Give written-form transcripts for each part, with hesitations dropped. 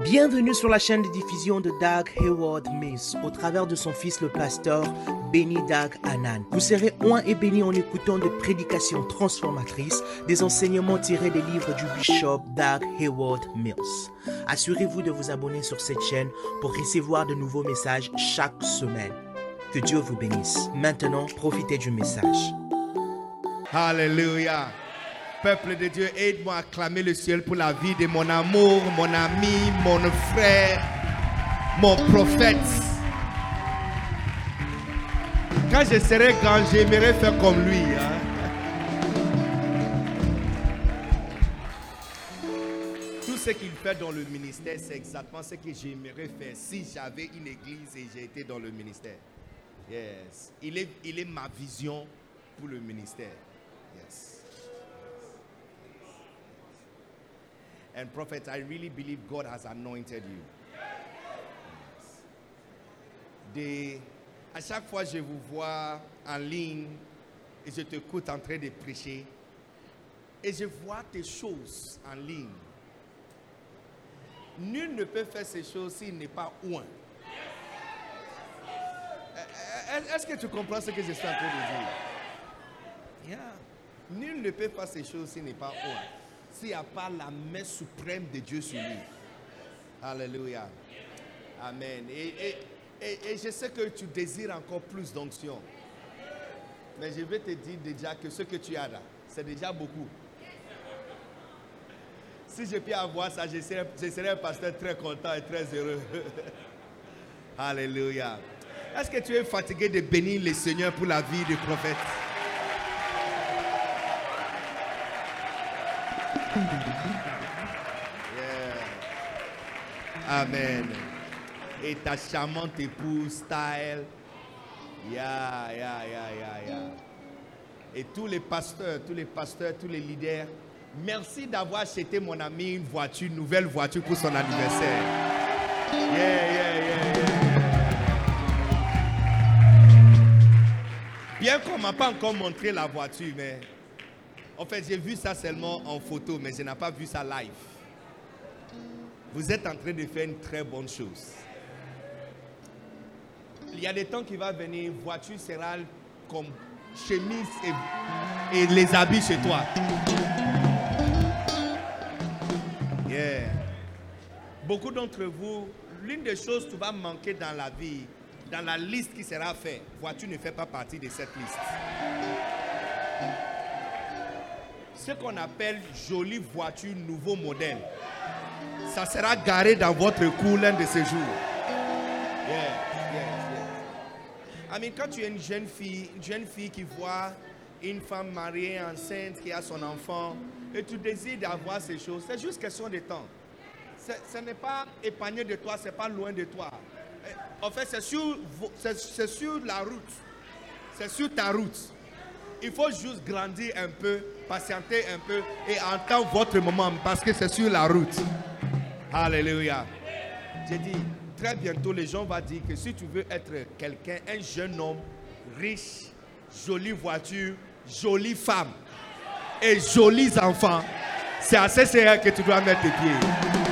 Bienvenue sur la chaîne de diffusion de Doug Hayward Mills au travers de son fils le pasteur Benny Doug Anan. Vous serez oint et béni en écoutant des prédications transformatrices, des enseignements tirés des livres du bishop Doug Hayward Mills. Assurez-vous de vous abonner sur cette chaîne pour recevoir de nouveaux messages chaque semaine. Que Dieu vous bénisse. Maintenant, profitez du message. Alléluia. Peuple de Dieu, aide-moi à acclamer le ciel pour la vie de mon amour, mon ami, mon frère, mon prophète. Quand je serai grand, j'aimerais faire comme lui. Tout ce qu'il fait dans le ministère, c'est exactement ce que j'aimerais faire si j'avais une église et j'ai été dans le ministère. Yes. Il est ma vision pour le ministère. Yes. And prophet, I really believe God has anointed you. À chaque fois je vous vois en ligne et je t'écoute en train de prêcher et je vois tes choses en ligne. Nul ne peut faire ces choses s'il n'est pas oint. Est-ce que tu comprends ce que je suis en train de dire? Yeah. Nul ne peut faire ces choses s'il n'est pas oint. S'il n'y a pas la main suprême de Dieu sur lui. Alléluia. Amen. Et je sais que tu désires encore plus d'onction. Mais je vais te dire déjà que ce que tu as là, c'est déjà beaucoup. Si je peux avoir ça, je serais un pasteur très content et très heureux. Alléluia. Est-ce que tu es fatigué de bénir le Seigneur pour la vie du prophète? Yeah. Amen. Et ta charmante épouse, style. Yeah. Et tous les pasteurs, tous les leaders, merci d'avoir acheté mon ami une nouvelle voiture pour son anniversaire. Yeah. Bien qu'on ne m'a pas encore montré la voiture, mais en fait, j'ai vu ça seulement en photo, mais je n'ai pas vu ça live. Vous êtes en train de faire une très bonne chose. Il y a des temps qui vont venir, voiture sera comme chemise et les habits chez toi. Yeah. Beaucoup d'entre vous, l'une des choses que tu vas manquer dans la vie, dans la liste qui sera faite, voiture ne fait pas partie de cette liste. Ce qu'on appelle jolie voiture, nouveau modèle, ça sera garé dans votre cour l'un de ces jours. Yes. Quand tu es une jeune fille qui voit une femme mariée, enceinte, qui a son enfant, et tu désires d'avoir ces choses, c'est juste question de temps. Ce n'est pas épargné de toi, ce n'est pas loin de toi. En fait, c'est sur la route. C'est sur ta route. Il faut juste grandir un peu, patienter un peu et attendre votre moment parce que c'est sur la route. Alléluia. J'ai dit, très bientôt les gens vont dire que si tu veux être quelqu'un, un jeune homme, riche, jolie voiture, jolie femme et jolis enfants, c'est à ce sérieux que tu dois mettre tes pieds.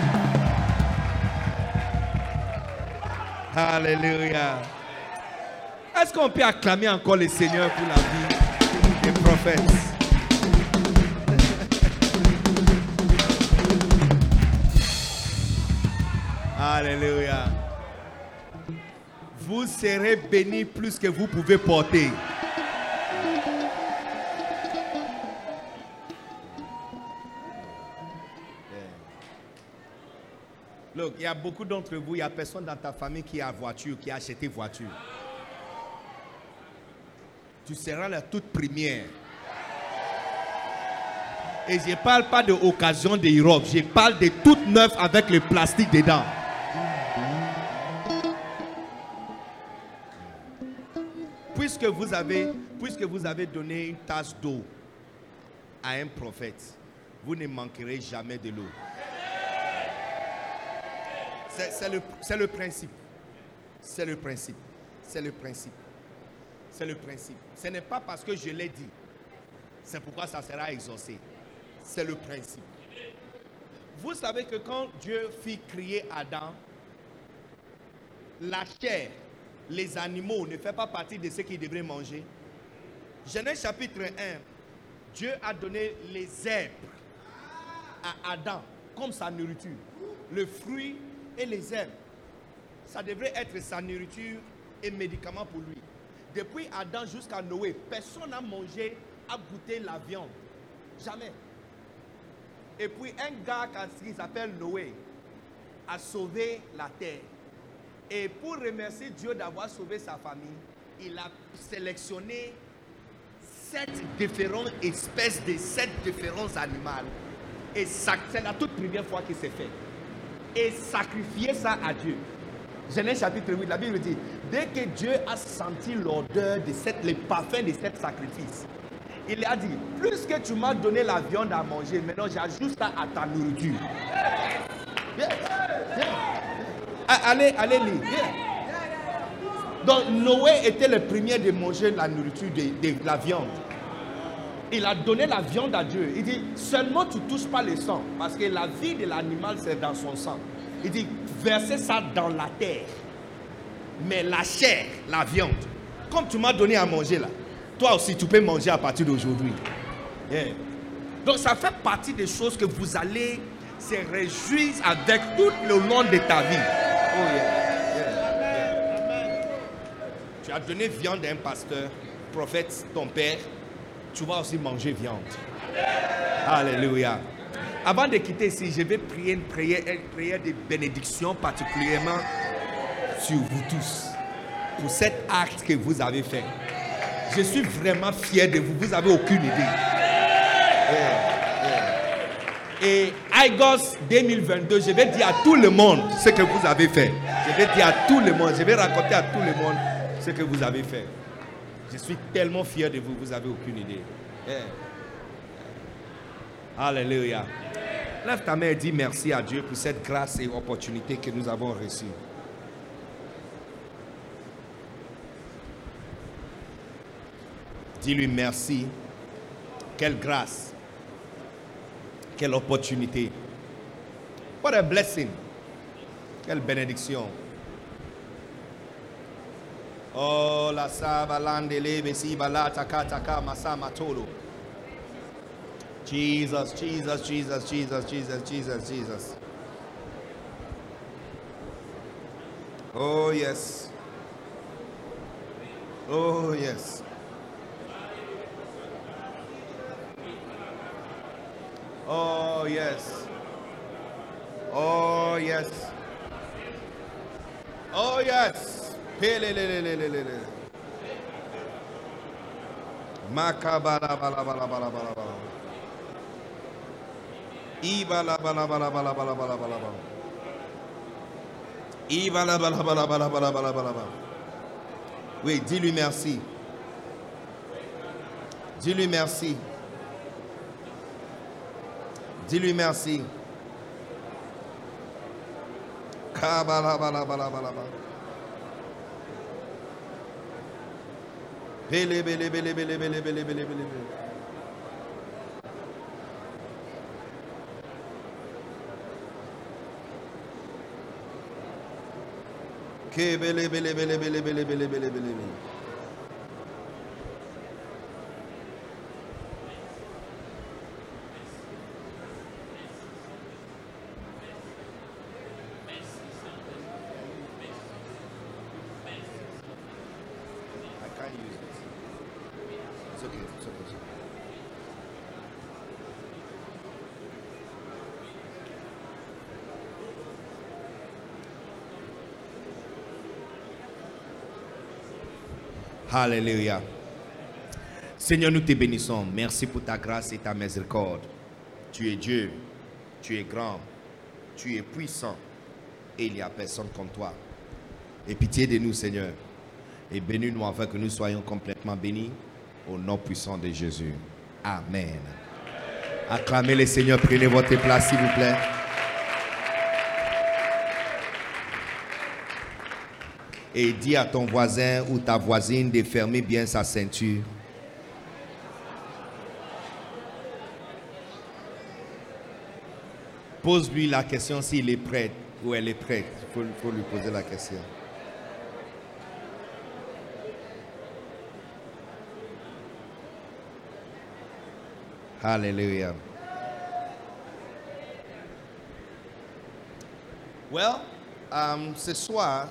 Alléluia. Est-ce qu'on peut acclamer encore le Seigneur pour la vie des prophètes? Alléluia. Vous serez bénis plus que vous pouvez porter. Look, il y a beaucoup d'entre vous, il n'y a personne dans ta famille qui a voiture, qui a acheté voiture. Tu seras la toute première. Et je ne parle pas de occasion d'Europe, je parle de toute neuve avec le plastique dedans. Puisque vous avez donné une tasse d'eau à un prophète, vous ne manquerez jamais de l'eau. C'est le principe. C'est le principe. Ce n'est pas parce que je l'ai dit. C'est pourquoi ça sera exaucé. C'est le principe. Vous savez que quand Dieu fit créer Adam, la chair, les animaux ne fait pas partie de ce qu'il devrait manger. Genèse chapitre 1, Dieu a donné les herbes à Adam comme sa nourriture. Le fruit et les herbes. Ça devrait être sa nourriture et médicament pour lui. Depuis Adam jusqu'à Noé, personne n'a mangé, a goûté la viande. Jamais. Et puis un gars qui s'appelle Noé a sauvé la terre. Et pour remercier Dieu d'avoir sauvé sa famille, il a sélectionné 7 différentes espèces de 7 différents animaux. Et c'est la toute première fois qu'il s'est fait. Et sacrifier ça à Dieu. Genèse chapitre 8, la Bible dit, dès que Dieu a senti l'odeur de les parfums de 7 sacrifices, il a dit, plus que tu m'as donné la viande à manger, maintenant j'ajoute ça à ta nourriture. Yeah. Allez lire. Yeah. Donc Noé était le premier de manger la nourriture de la viande. Il a donné la viande à Dieu. Il dit, seulement tu ne touches pas le sang, parce que la vie de l'animal c'est dans son sang. Il dit, versez ça dans la terre. Mais la chair, la viande, comme tu m'as donné à manger là, toi aussi tu peux manger à partir d'aujourd'hui. Yeah. Donc ça fait partie des choses que vous allez se réjouir avec tout le long de ta vie. Oh yeah. Tu as donné viande à un pasteur, prophète, ton père, tu vas aussi manger viande. Alléluia. Avant de quitter ici, je vais prier une prière de bénédiction particulièrement sur vous tous pour cet acte que vous avez fait. Je suis vraiment fier de vous. Vous n'avez aucune idée. Et IGOS 2022, je vais dire à tout le monde ce que vous avez fait. Je vais dire à tout le monde, je vais raconter à tout le monde ce que vous avez fait. Je suis tellement fier de vous, vous n'avez aucune idée. Alléluia. Lève ta main et dis merci à Dieu pour cette grâce et opportunité que nous avons reçue. Dis-lui merci. Quelle grâce. Quelle opportunité. What a blessing. Quelle bénédiction. Oh, la sabalande lebe si balata kataka masama tolo. Jesus, Jesus, Jesus, Jesus, Jesus, Jesus, Jesus. Oh, yes. Oh, yes. Oh, yes. Oh, yes. Oh, yes. Pelelelelelelele. Makabala bala bala bala bala bala. Ibala bala bala bala bala bala bala bala. Ibala bala bala bala bala bala bala bala. Oui, dis-lui merci. Dis-lui merci. Dis-lui merci. Kabala bala bala bala bala. Bele bele bele bele bele bele bele bele. Ke bele bele bele bele bele bele bele bele. Alléluia. Seigneur, nous te bénissons. Merci pour ta grâce et ta miséricorde. Tu es Dieu, tu es grand, tu es puissant et il n'y a personne comme toi. Aie pitié de nous, Seigneur, et bénis-nous afin que nous soyons complètement bénis au nom puissant de Jésus. Amen. Acclamez le Seigneur, prenez votre place s'il vous plaît. Et dis à ton voisin ou ta voisine de fermer bien sa ceinture. Pose-lui la question s'il est prêt ou elle est prête. Il faut lui poser la question. Hallelujah. Well, ce soir,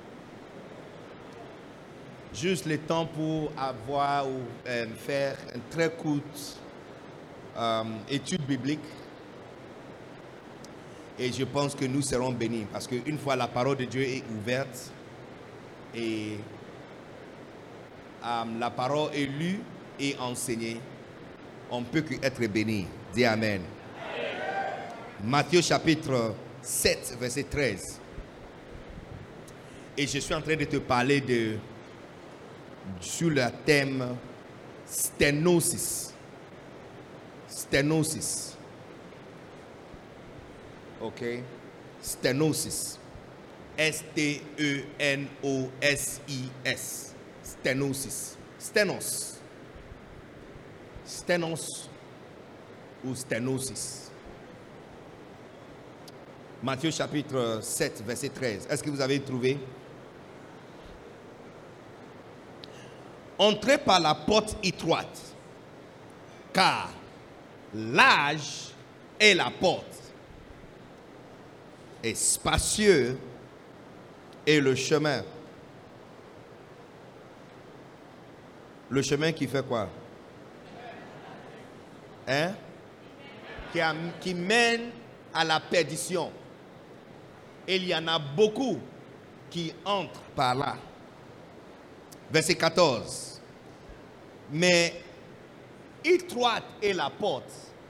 juste le temps pour avoir ou faire une très courte étude biblique. Et je pense que nous serons bénis parce qu'une fois la parole de Dieu est ouverte et la parole est lue et enseignée, on ne peut qu'être béni. Dis Amen. Matthieu chapitre 7, verset 13. Et je suis en train de te parler sur le thème sténosis. Sténosis. Ok? Sténosis. S-T-E-N-O-S-I-S. Sténosis. Sténos. Sténos ou sténosis. Matthieu chapitre 7, verset 13. Est-ce que vous avez trouvé? Entrez par la porte étroite, car large est la porte, et spacieux est le chemin. Le chemin qui fait quoi? Hein? Qui mène à la perdition. Et il y en a beaucoup qui entrent par là. Verset 14. Mais étroite est la porte,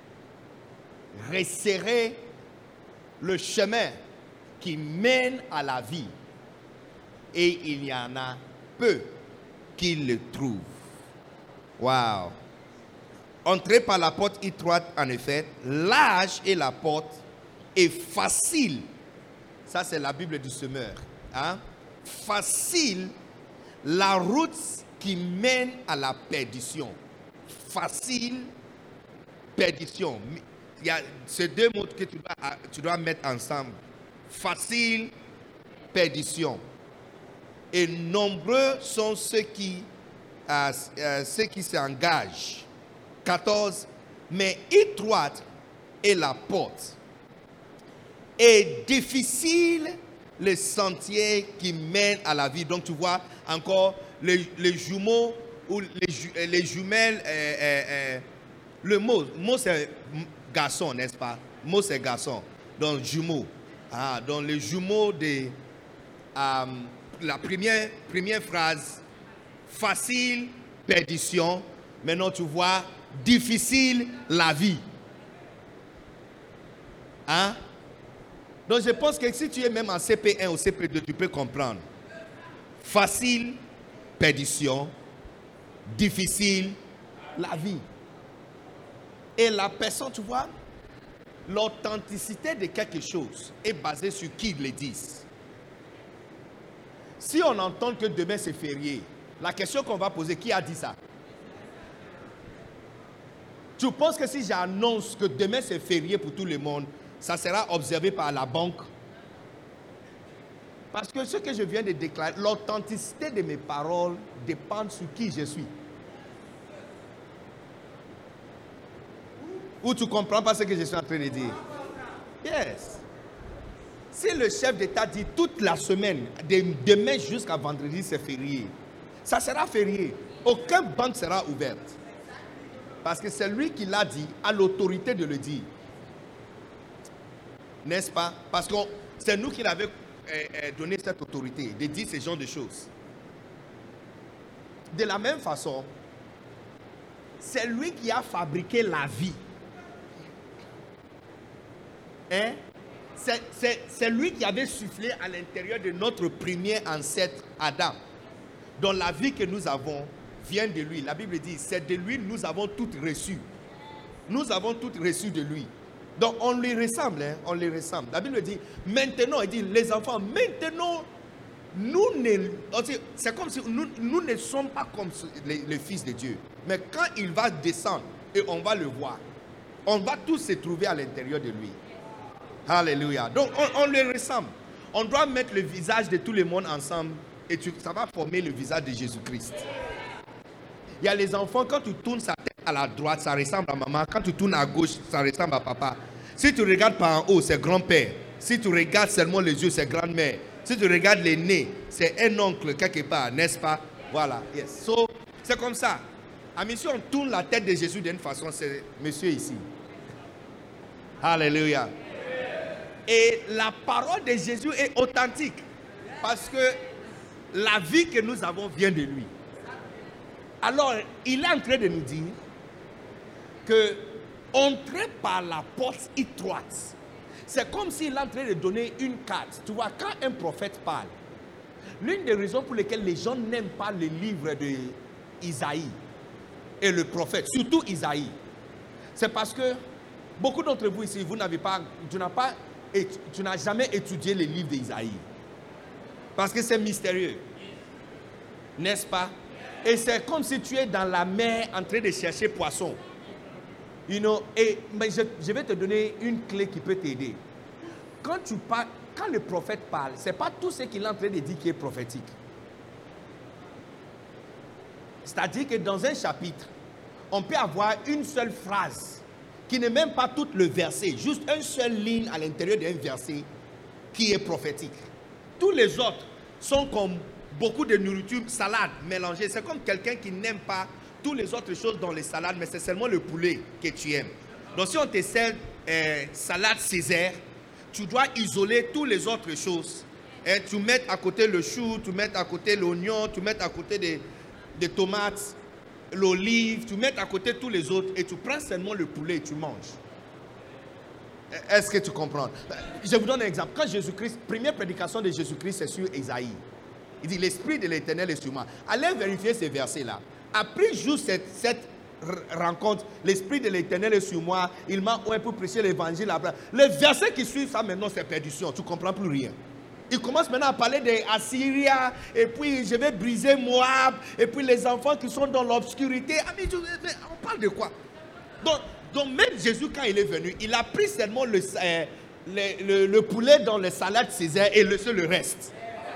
resserré le chemin qui mène à la vie, et il y en a peu qui le trouvent. Wow. Entrez par la porte étroite, en effet, large est la porte et facile. Ça, c'est la Bible du semeur. Hein? Facile la route qui mène à la perdition. Facile, perdition. Il y a ces deux mots que tu dois mettre ensemble. Facile, perdition. Et nombreux sont ceux qui s'engagent. 14. Mais étroite est la porte, et difficile le sentier qui mène à la vie. Donc tu vois encore les jumeaux ou les jumelles. Le mot c'est garçon, n'est-ce pas? Mot c'est garçon. Donc jumeaux. Donc les jumeaux de la première phrase, facile, perdition. Maintenant tu vois, difficile la vie. Hein? Donc je pense que si tu es même en CP1 ou CP2, tu peux comprendre. Facile, perdition. Difficile, la vie. Et la personne, tu vois, l'authenticité de quelque chose est basée sur qui le dit. Si on entend que demain c'est férié, la question qu'on va poser, qui a dit ça? Tu penses que si j'annonce que demain c'est férié pour tout le monde, ça sera observé par la banque? Parce que ce que je viens de déclarer, l'authenticité de mes paroles dépend sur qui je suis. Ou tu ne comprends pas ce que je suis en train de dire? Yes. Si le chef d'État dit toute la semaine, de demain jusqu'à vendredi c'est férié, ça sera férié. Aucune banque sera ouverte. Parce que c'est lui qui l'a dit, a l'autorité de le dire. N'est-ce pas? Parce que c'est nous qui l'avons donné cette autorité de dire ce genre de choses. De la même façon, c'est lui qui a fabriqué la vie. Hein? C'est lui qui avait soufflé à l'intérieur de notre premier ancêtre Adam. Donc la vie que nous avons vient de lui. La Bible dit, c'est de lui nous avons toutes reçu. Nous avons toutes reçu de lui. Donc on lui ressemble, hein? On lui ressemble. La Bible dit, maintenant, il dit, les enfants, maintenant, c'est comme si nous ne sommes pas comme les fils de Dieu. Mais quand il va descendre et on va le voir, on va tous se trouver à l'intérieur de lui. Alléluia. Donc, on les ressemble. On doit mettre le visage de tout le monde ensemble et ça va former le visage de Jésus-Christ. Il y a les enfants, quand tu tournes sa tête à la droite, ça ressemble à maman. Quand tu tournes à gauche, ça ressemble à papa. Si tu regardes par en haut, c'est grand-père. Si tu regardes seulement les yeux, c'est grand-mère. Si tu regardes les nez, c'est un oncle quelque part, n'est-ce pas? Voilà. Yes. So, c'est comme ça. Amis, si on tourne la tête de Jésus d'une façon, c'est monsieur ici. Alléluia. Et la parole de Jésus est authentique. Parce que la vie que nous avons vient de lui. Alors, il est en train de nous dire que entrer par la porte étroite, c'est comme s'il est en train de donner une carte. Tu vois, quand un prophète parle, l'une des raisons pour lesquelles les gens n'aiment pas le livre d'Isaïe et le prophète, surtout Isaïe, c'est parce que beaucoup d'entre vous ici, tu n'as jamais étudié les livres d'Isaïe. Parce que c'est mystérieux. N'est-ce pas? Et c'est comme si tu es dans la mer en train de chercher poisson. Mais je vais te donner une clé qui peut t'aider. Quand le prophète parle, ce n'est pas tout ce qu'il est en train de dire qui est prophétique. C'est-à-dire que dans un chapitre, on peut avoir une seule phrase qui n'est même pas tout le verset, juste une seule ligne à l'intérieur d'un verset qui est prophétique. Tous les autres sont comme beaucoup de nourriture, salade mélangée. C'est comme quelqu'un qui n'aime pas toutes les autres choses dans les salades, mais c'est seulement le poulet que tu aimes. Donc si on te sert salade Césaire, tu dois isoler toutes les autres choses. Et tu mets à côté le chou, tu mets à côté l'oignon, tu mets à côté des tomates, l'olive, tu mets à côté tous les autres et tu prends seulement le poulet et tu manges. Est-ce que tu comprends? Je vous donne un exemple. Quand Jésus-Christ, première prédication de Jésus-Christ, c'est sur Isaïe. Il dit, l'Esprit de l'Éternel est sur moi. Allez vérifier ces versets-là. Après juste cette rencontre, l'Esprit de l'Éternel est sur moi. Il m'a oint pour prêcher l'évangile. Les versets qui suivent ça maintenant, c'est perdition. Tu ne comprends plus rien. Il commence maintenant à parler d'Assyria, et puis je vais briser Moab, et puis les enfants qui sont dans l'obscurité. Ah, mais on parle de quoi? Donc même Jésus, quand il est venu, il a pris seulement le poulet dans les salades Césaire et laissé le reste.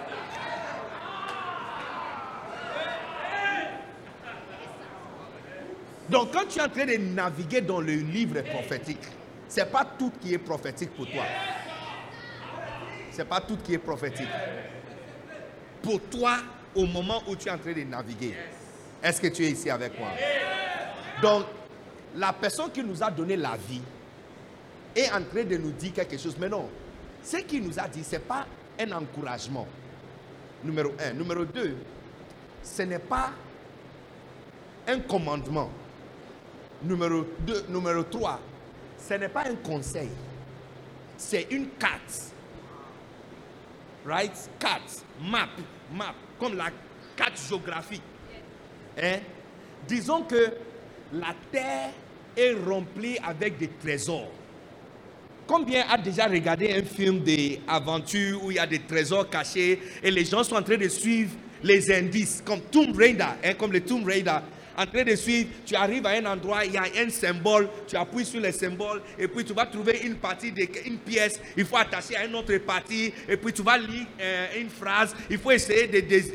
Donc quand tu es en train de naviguer dans le livre prophétique, ce n'est pas tout qui est prophétique pour toi. Ce n'est pas tout qui est prophétique. Pour toi, au moment où tu es en train de naviguer, est-ce que tu es ici avec moi? Donc, la personne qui nous a donné la vie est en train de nous dire quelque chose. Mais non, ce qu'il nous a dit, ce n'est pas un encouragement. Numéro 1. Numéro 2, ce n'est pas un commandement. Numéro 3, ce n'est pas un conseil. C'est une carte. Right? Carte, map, comme la carte géographique. Hein? Disons que la terre est remplie avec des trésors. Combien a déjà regardé un film d'aventure où il y a des trésors cachés et les gens sont en train de suivre les indices, comme Tomb Raider, hein, comme le Tomb Raider, en train de suivre, tu arrives à un endroit, il y a un symbole, tu appuies sur le symbole et puis tu vas trouver une partie, une pièce, il faut attacher à une autre partie et puis tu vas lire une phrase, il faut essayer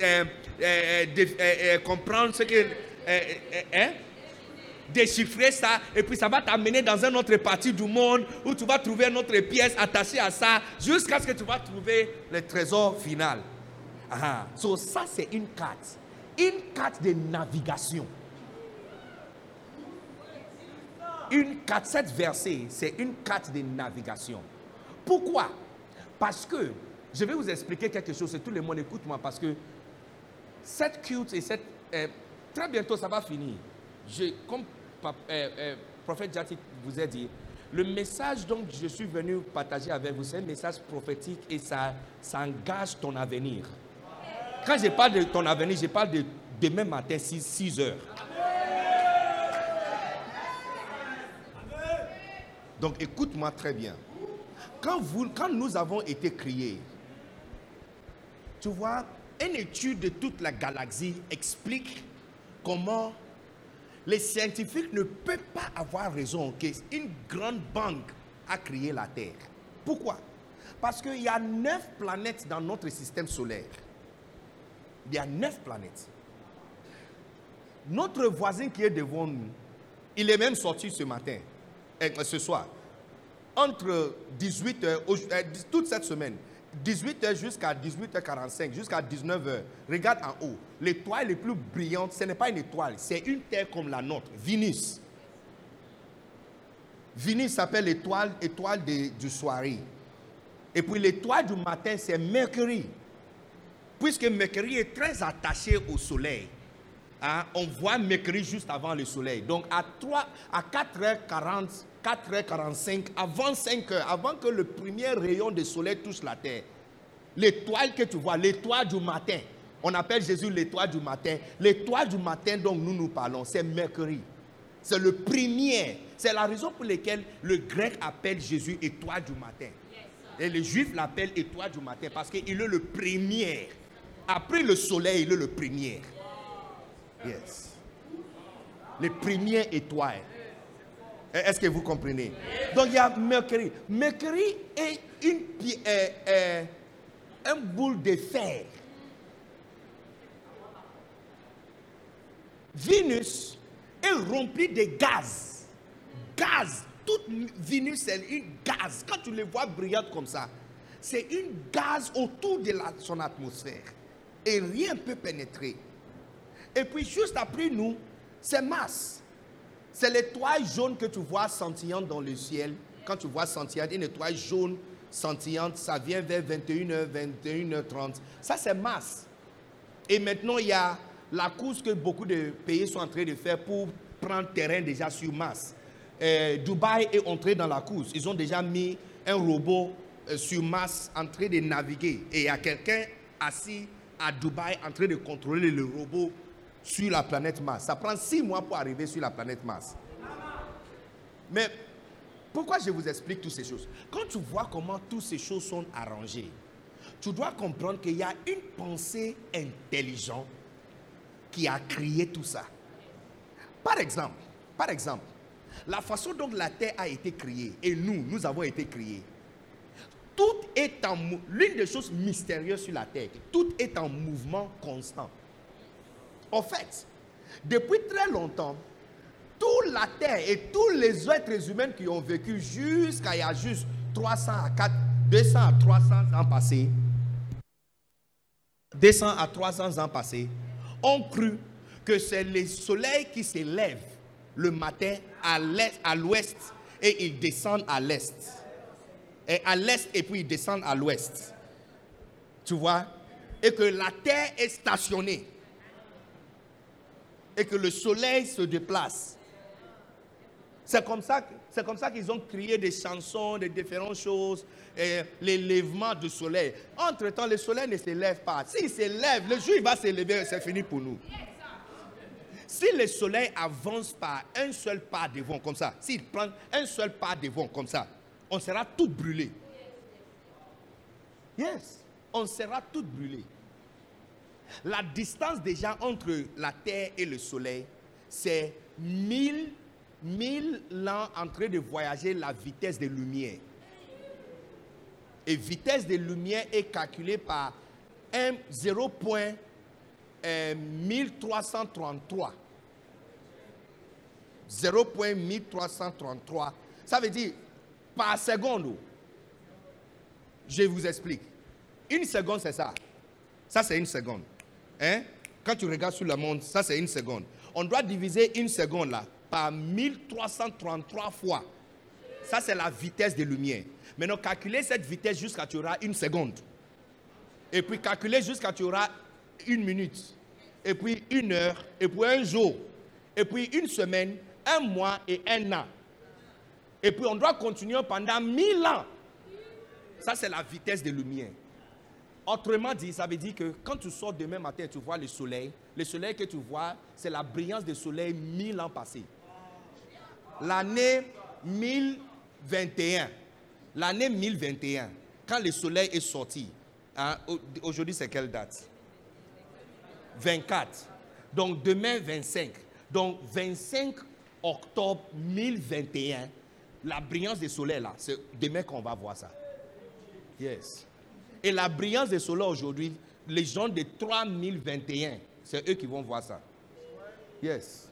de comprendre ce que... déchiffrer ça et puis ça va t'amener dans une autre partie du monde où tu vas trouver une autre pièce attachée à ça jusqu'à ce que tu vas trouver le trésor final. So, ça c'est une carte de navigation. Une carte, cette verset, c'est une carte de navigation. Pourquoi? Parce que, je vais vous expliquer quelque chose et tout le monde écoute-moi parce que cette culte et cette... très bientôt ça va finir. Comme prophète Jati vous a dit, le message dont je suis venu partager avec vous, c'est un message prophétique et ça engage ton avenir. Quand je parle de ton avenir, je parle de demain matin, 6 heures. Donc écoute-moi très bien. Quand nous avons été créés, tu vois, une étude de toute la galaxie explique comment les scientifiques ne peuvent pas avoir raison qu'une grande banque a créé la Terre. Pourquoi? Parce qu'il y a 9 planètes dans notre système solaire. Il y a 9 planètes. Notre voisin qui est devant nous, il est même sorti ce matin, ce soir, entre 18h, toute cette semaine, 18h jusqu'à 18h45, jusqu'à 19h. Regarde en haut. L'étoile les plus brillante, ce n'est pas une étoile, c'est une terre comme la nôtre, Vénus. Vénus s'appelle étoile du soirée. Et puis l'étoile du matin, c'est Mercure. Puisque Mercure est très attaché au soleil. Hein, on voit Mercure juste avant le soleil. Donc à 4h40, 4h45, avant 5h, avant que le premier rayon de soleil touche la terre, l'étoile que tu vois, l'étoile du matin, on appelle Jésus l'étoile du matin. L'étoile du matin dont nous parlons, c'est Mercure. C'est le premier. C'est la raison pour laquelle le grec appelle Jésus étoile du matin. Et les juifs l'appellent étoile du matin parce qu'il est le premier. Après le soleil, il est le premier. Yes. Les premières étoiles. Est-ce que vous comprenez? Donc il y a Mercure. Mercure est un boule de fer. Vénus est remplie de gaz. Gaz. Toute Vénus, c'est une gaz. Quand tu les vois brillantes comme ça, c'est une gaz autour de son atmosphère. Et rien ne peut pénétrer. Et puis juste après nous, c'est Mars. C'est l'étoile jaune que tu vois scintillante dans le ciel. Quand tu vois scintillante, une étoile jaune scintillante, ça vient vers 21h, 21h30. Ça, c'est Mars. Et maintenant, il y a la course que beaucoup de pays sont en train de faire pour prendre terrain déjà sur Mars. Dubaï est entré dans la course. Ils ont déjà mis un robot sur Mars en train de naviguer. Et il y a quelqu'un assis à Dubaï en train de contrôler le robot sur la planète Mars. Ça prend 6 mois pour arriver sur la planète Mars. Mais pourquoi je vous explique toutes ces choses? Quand tu vois comment toutes ces choses sont arrangées, tu dois comprendre qu'il y a une pensée intelligente qui a créé tout ça. Par exemple, la façon dont la Terre a été créée et nous avons été créés, tout est en mouvement. L'une des choses mystérieuses sur la Terre, tout est en mouvement constant. En fait, depuis très longtemps, toute la Terre et tous les êtres humains qui ont vécu jusqu'à il y a juste 200 à 300 ans passés, 200 à 300 ans passés, ont cru que c'est le soleil qui se lève le matin à l'ouest et il descend à l'est. Et à l'est et puis il descend à l'ouest. Tu vois? Et que la Terre est stationnée. Et que le soleil se déplace. C'est comme ça qu'ils ont créé des chansons, des différentes choses, l'élèvement du soleil. Entre-temps, le soleil ne se lève pas. S'il se lève, le jour il va se lever, c'est fini pour nous. Si le soleil avance par un seul pas devant, comme ça, s'il prend un seul pas devant, comme ça, on sera tout brûlé. Yes, on sera tout brûlé. La distance déjà entre la Terre et le soleil, c'est 1000 ans en train de voyager la vitesse de lumière. Et vitesse de lumière est calculée par 0.1333. 0.1333. Ça veut dire par seconde. Je vous explique. Une seconde, c'est ça. Ça, c'est une seconde. Hein? Quand tu regardes sur le monde, ça, c'est une seconde. On doit diviser une seconde là par 1333 fois. Ça, c'est la vitesse de lumière. Maintenant, calculez cette vitesse jusqu'à tu auras une seconde. Et puis, calculez jusqu'à tu auras une minute. Et puis, une heure. Et puis, un jour. Et puis, une semaine, un mois et un an. Et puis, on doit continuer pendant 1000 ans. Ça, c'est la vitesse de lumière. Autrement dit, ça veut dire que quand tu sors demain matin, tu vois le soleil que tu vois, c'est la brillance du soleil 1000 ans passés. L'année 1021, quand le soleil est sorti, hein, aujourd'hui c'est quelle date? 24. Donc demain 25. Donc 25 octobre 1021, la brillance du soleil là, c'est demain qu'on va voir ça. Yes. Et la brillance du soleil aujourd'hui, les gens de 3021, c'est eux qui vont voir ça. Yes.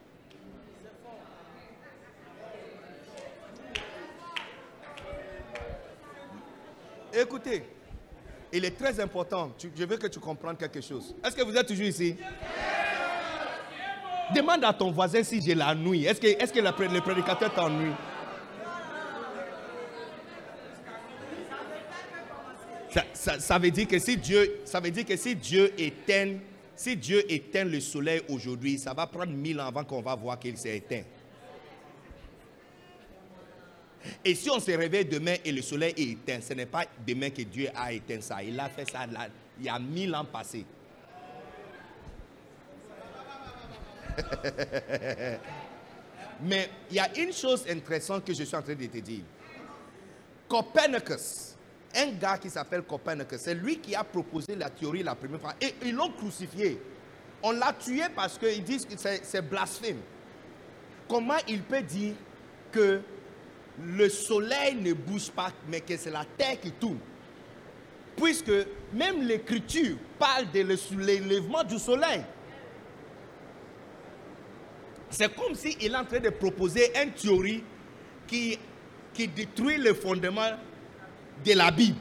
Écoutez, il est très important. Je veux que tu comprennes quelque chose. Est-ce que vous êtes toujours ici? Demande à ton voisin si j'ai la nuit. Est-ce que le prédicateur t'ennuie? Ça veut dire que si Dieu éteint le soleil aujourd'hui, ça va prendre 1000 ans avant qu'on va voir qu'il s'est éteint. Et si on se réveille demain et le soleil est éteint, ce n'est pas demain que Dieu a éteint ça. Il a fait ça là, il y a 1000 ans passés. Mais il y a une chose intéressante que je suis en train de te dire. Copernicus, un gars qui s'appelle Copernicus, c'est lui qui a proposé la théorie la première fois. Et ils l'ont crucifié. On l'a tué parce qu'ils disent que c'est blasphème. Comment il peut dire que le soleil ne bouge pas, mais que c'est la terre qui tourne? Puisque même l'écriture parle de l'enlèvement du soleil. C'est comme s'il est en train de proposer une théorie qui détruit le fondement de la Bible.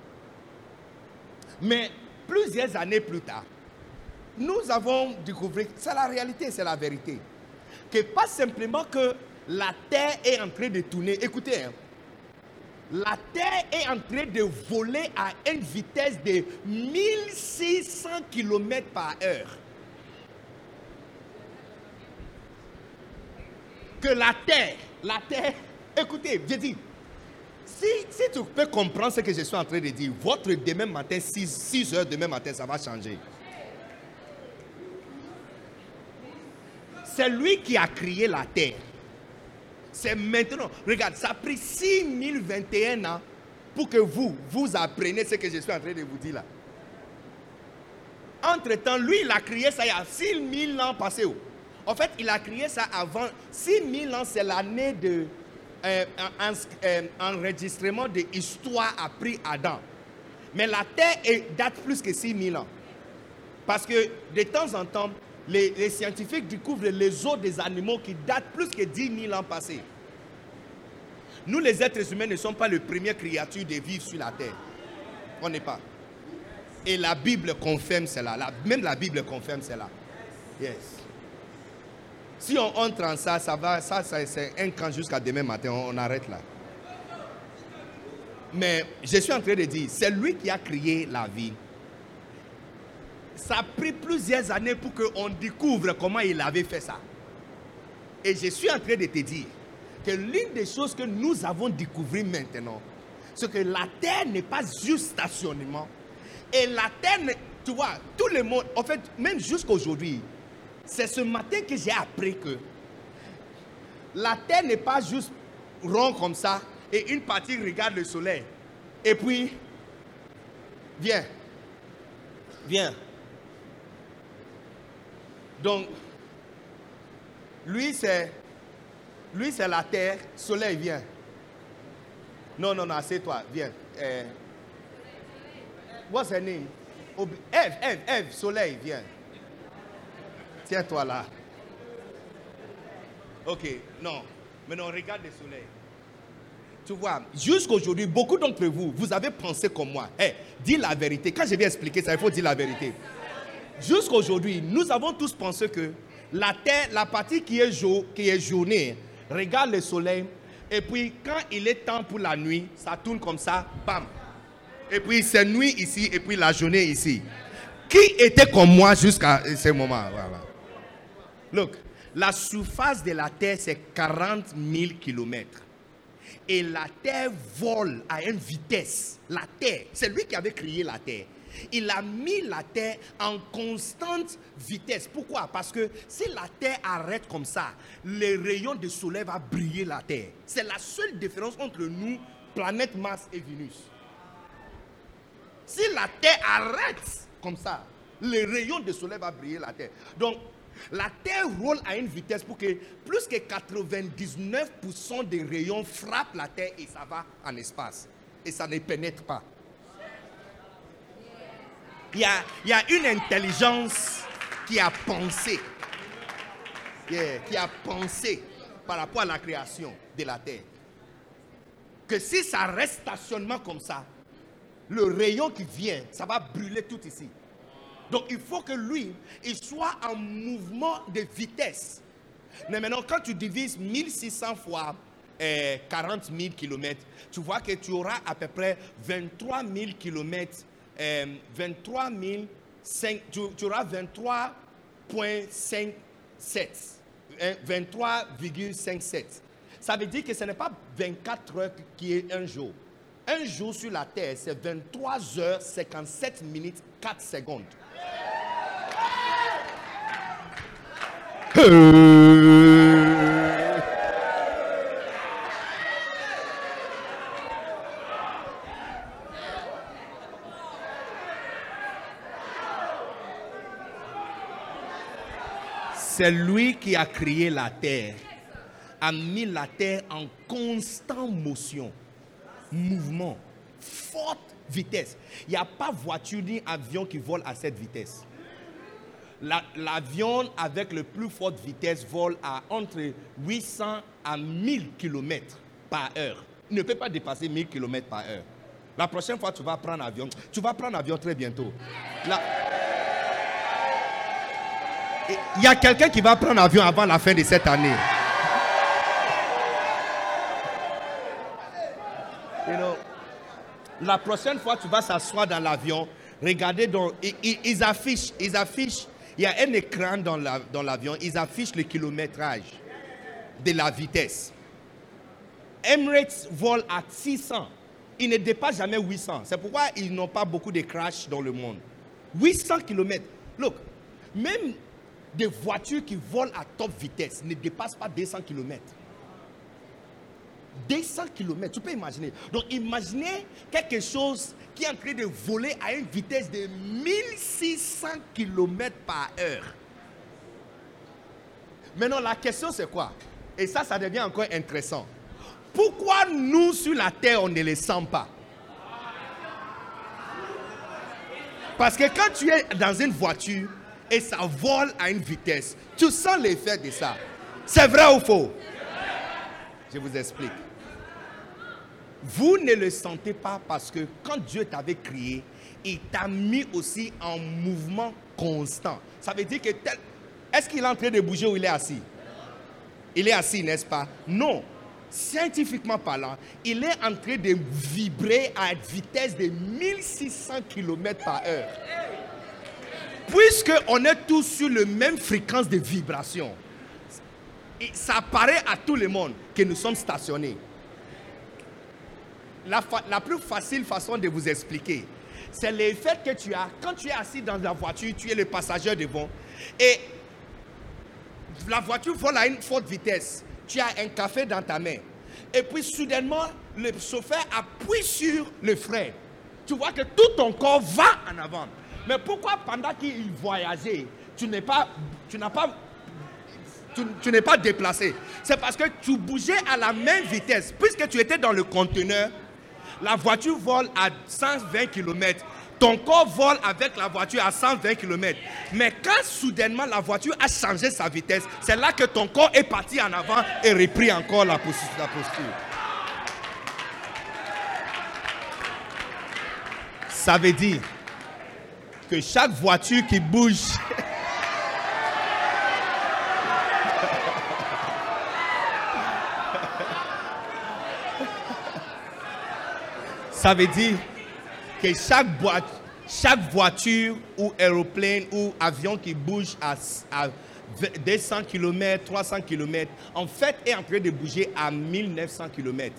Mais plusieurs années plus tard, nous avons découvert, c'est la réalité, c'est la vérité, que pas simplement que la terre est en train de tourner. Écoutez, la terre est en train de voler à une vitesse de 1600 km par heure. Que la terre, écoutez, je dis, si tu peux comprendre ce que je suis en train de dire, votre demain matin, 6 heures demain matin, ça va changer. C'est lui qui a créé la terre. C'est maintenant. Regarde, ça a pris 6021 ans pour que vous appreniez ce que je suis en train de vous dire là. Entre-temps, lui, il a créé ça il y a 6000 ans passés. En fait, il a créé ça avant. 6000 ans, c'est l'année de enregistrement de l'histoire après Adam. Mais la terre date plus que 6000 ans. Parce que de temps en temps, les scientifiques découvrent les os des animaux qui datent plus que 10 000 ans passés. Nous, les êtres humains, ne sommes pas les premières créatures de vivre sur la terre. On n'est pas. Et la Bible confirme cela. Même la Bible confirme cela. Yes. Si on entre en ça, c'est un camp jusqu'à demain matin. On arrête là. Mais je suis en train de dire, c'est lui qui a créé la vie. Ça a pris plusieurs années pour qu'on découvre comment il avait fait ça. Et je suis en train de te dire que l'une des choses que nous avons découvert maintenant, c'est que la terre n'est pas juste stationnement. Et la terre, tu vois, tout le monde, en fait, même jusqu'à aujourd'hui, c'est ce matin que j'ai appris que la terre n'est pas juste rond comme ça et une partie regarde le soleil. Et puis, viens. Donc, lui c'est la terre, soleil vient. Non, assieds-toi, viens. What's her name? Ève, soleil, viens. Tiens-toi là. Ok, non. Maintenant, regarde le soleil. Tu vois, jusqu'aujourd'hui, beaucoup d'entre vous, vous avez pensé comme moi. Dis la vérité. Quand je vais expliquer ça, il faut dire la vérité. Jusqu'aujourd'hui, nous avons tous pensé que la terre, la partie qui est journée, regarde le soleil, et puis quand il est temps pour la nuit, ça tourne comme ça, bam. Et puis c'est nuit ici, et puis la journée ici. Qui était comme moi jusqu'à ce moment? Voilà. Look, la surface de la terre, c'est 40 000 kilomètres. Et la terre vole à une vitesse. La terre, c'est lui qui avait créé la terre. Il a mis la terre en constante vitesse. Pourquoi? Parce que si la terre arrête comme ça, les rayons du soleil vont briller la terre. C'est la seule différence entre nous, planète Mars et Vénus. Si la terre arrête comme ça, les rayons du soleil vont briller la terre. Donc, la terre roule à une vitesse pour que plus que 99% des rayons frappent la terre et ça va en espace. et ça ne pénètre pas. Il y a une intelligence qui a pensé. Qui a pensé par rapport à la création de la terre. Que si ça reste stationnement comme ça, le rayon qui vient, ça va brûler tout ici. Donc il faut que lui, il soit en mouvement de vitesse. Mais maintenant, quand tu divises 1600 fois 40 000 km, tu vois que tu auras à peu près 23 000 km, 23 5, tu auras 23,57. 23,57. Ça veut dire que ce n'est pas 24 heures qui est un jour. Un jour sur la terre, c'est 23 heures 57 minutes 4 secondes. C'est lui qui a créé la terre, a mis la terre en constante motion, mouvement, forte vitesse. Il n'y a pas voiture ni avion qui vole à cette vitesse. L'avion avec le plus forte vitesse vole à entre 800 à 1000 km par heure. Il ne peut pas dépasser 1000 km par heure. La prochaine fois, tu vas prendre avion. Tu vas prendre avion très bientôt. Il y a quelqu'un qui va prendre avion avant la fin de cette année. La prochaine fois, tu vas s'asseoir dans l'avion. Regardez, ils affichent. Il y a un écran dans l'avion. Ils affichent le kilométrage de la vitesse. Emirates vole à 600. Ils ne dépassent jamais 800. C'est pourquoi ils n'ont pas beaucoup de crashs dans le monde. 800 km. Look, même des voitures qui volent à top vitesse ne dépassent pas 200 km. 200 km, tu peux imaginer. Donc imaginez quelque chose qui est en train de voler à une vitesse de 1600 km par heure. Maintenant, la question c'est quoi? Et ça devient encore intéressant. Pourquoi nous, sur la terre, on ne les sent pas? Parce que quand tu es dans une voiture et ça vole à une vitesse, tu sens l'effet de ça. C'est vrai ou faux? Je vous explique. Vous ne le sentez pas parce que quand Dieu t'avait créé, il t'a mis aussi en mouvement constant. Ça veut dire que est-ce qu'il est en train de bouger ou il est assis? Il est assis, n'est-ce pas? Non. Scientifiquement parlant, il est en train de vibrer à une vitesse de 1600 km par heure. Puisqu'on est tous sur la même fréquence de vibration, ça paraît à tout le monde que nous sommes stationnés. La plus facile façon de vous expliquer, c'est l'effet que tu as quand tu es assis dans la voiture, tu es le passager devant, et la voiture vole à une forte vitesse. Tu as un café dans ta main. Et puis soudainement, le chauffeur appuie sur le frein. Tu vois que tout ton corps va en avant. Mais pourquoi pendant qu'il voyageait, tu n'es pas déplacé? C'est parce que tu bougeais à la même vitesse. Puisque tu étais dans le conteneur, la voiture vole à 120 km. Ton corps vole avec la voiture à 120 km. Mais quand soudainement la voiture a changé sa vitesse, c'est là que ton corps est parti en avant et repris encore la posture. Ça veut dire que chaque voiture qui bouge... Ça veut dire que chaque voiture ou aéroplane ou avion qui bouge à 200 km, 300 km, en fait est en train de bouger à 1900 km.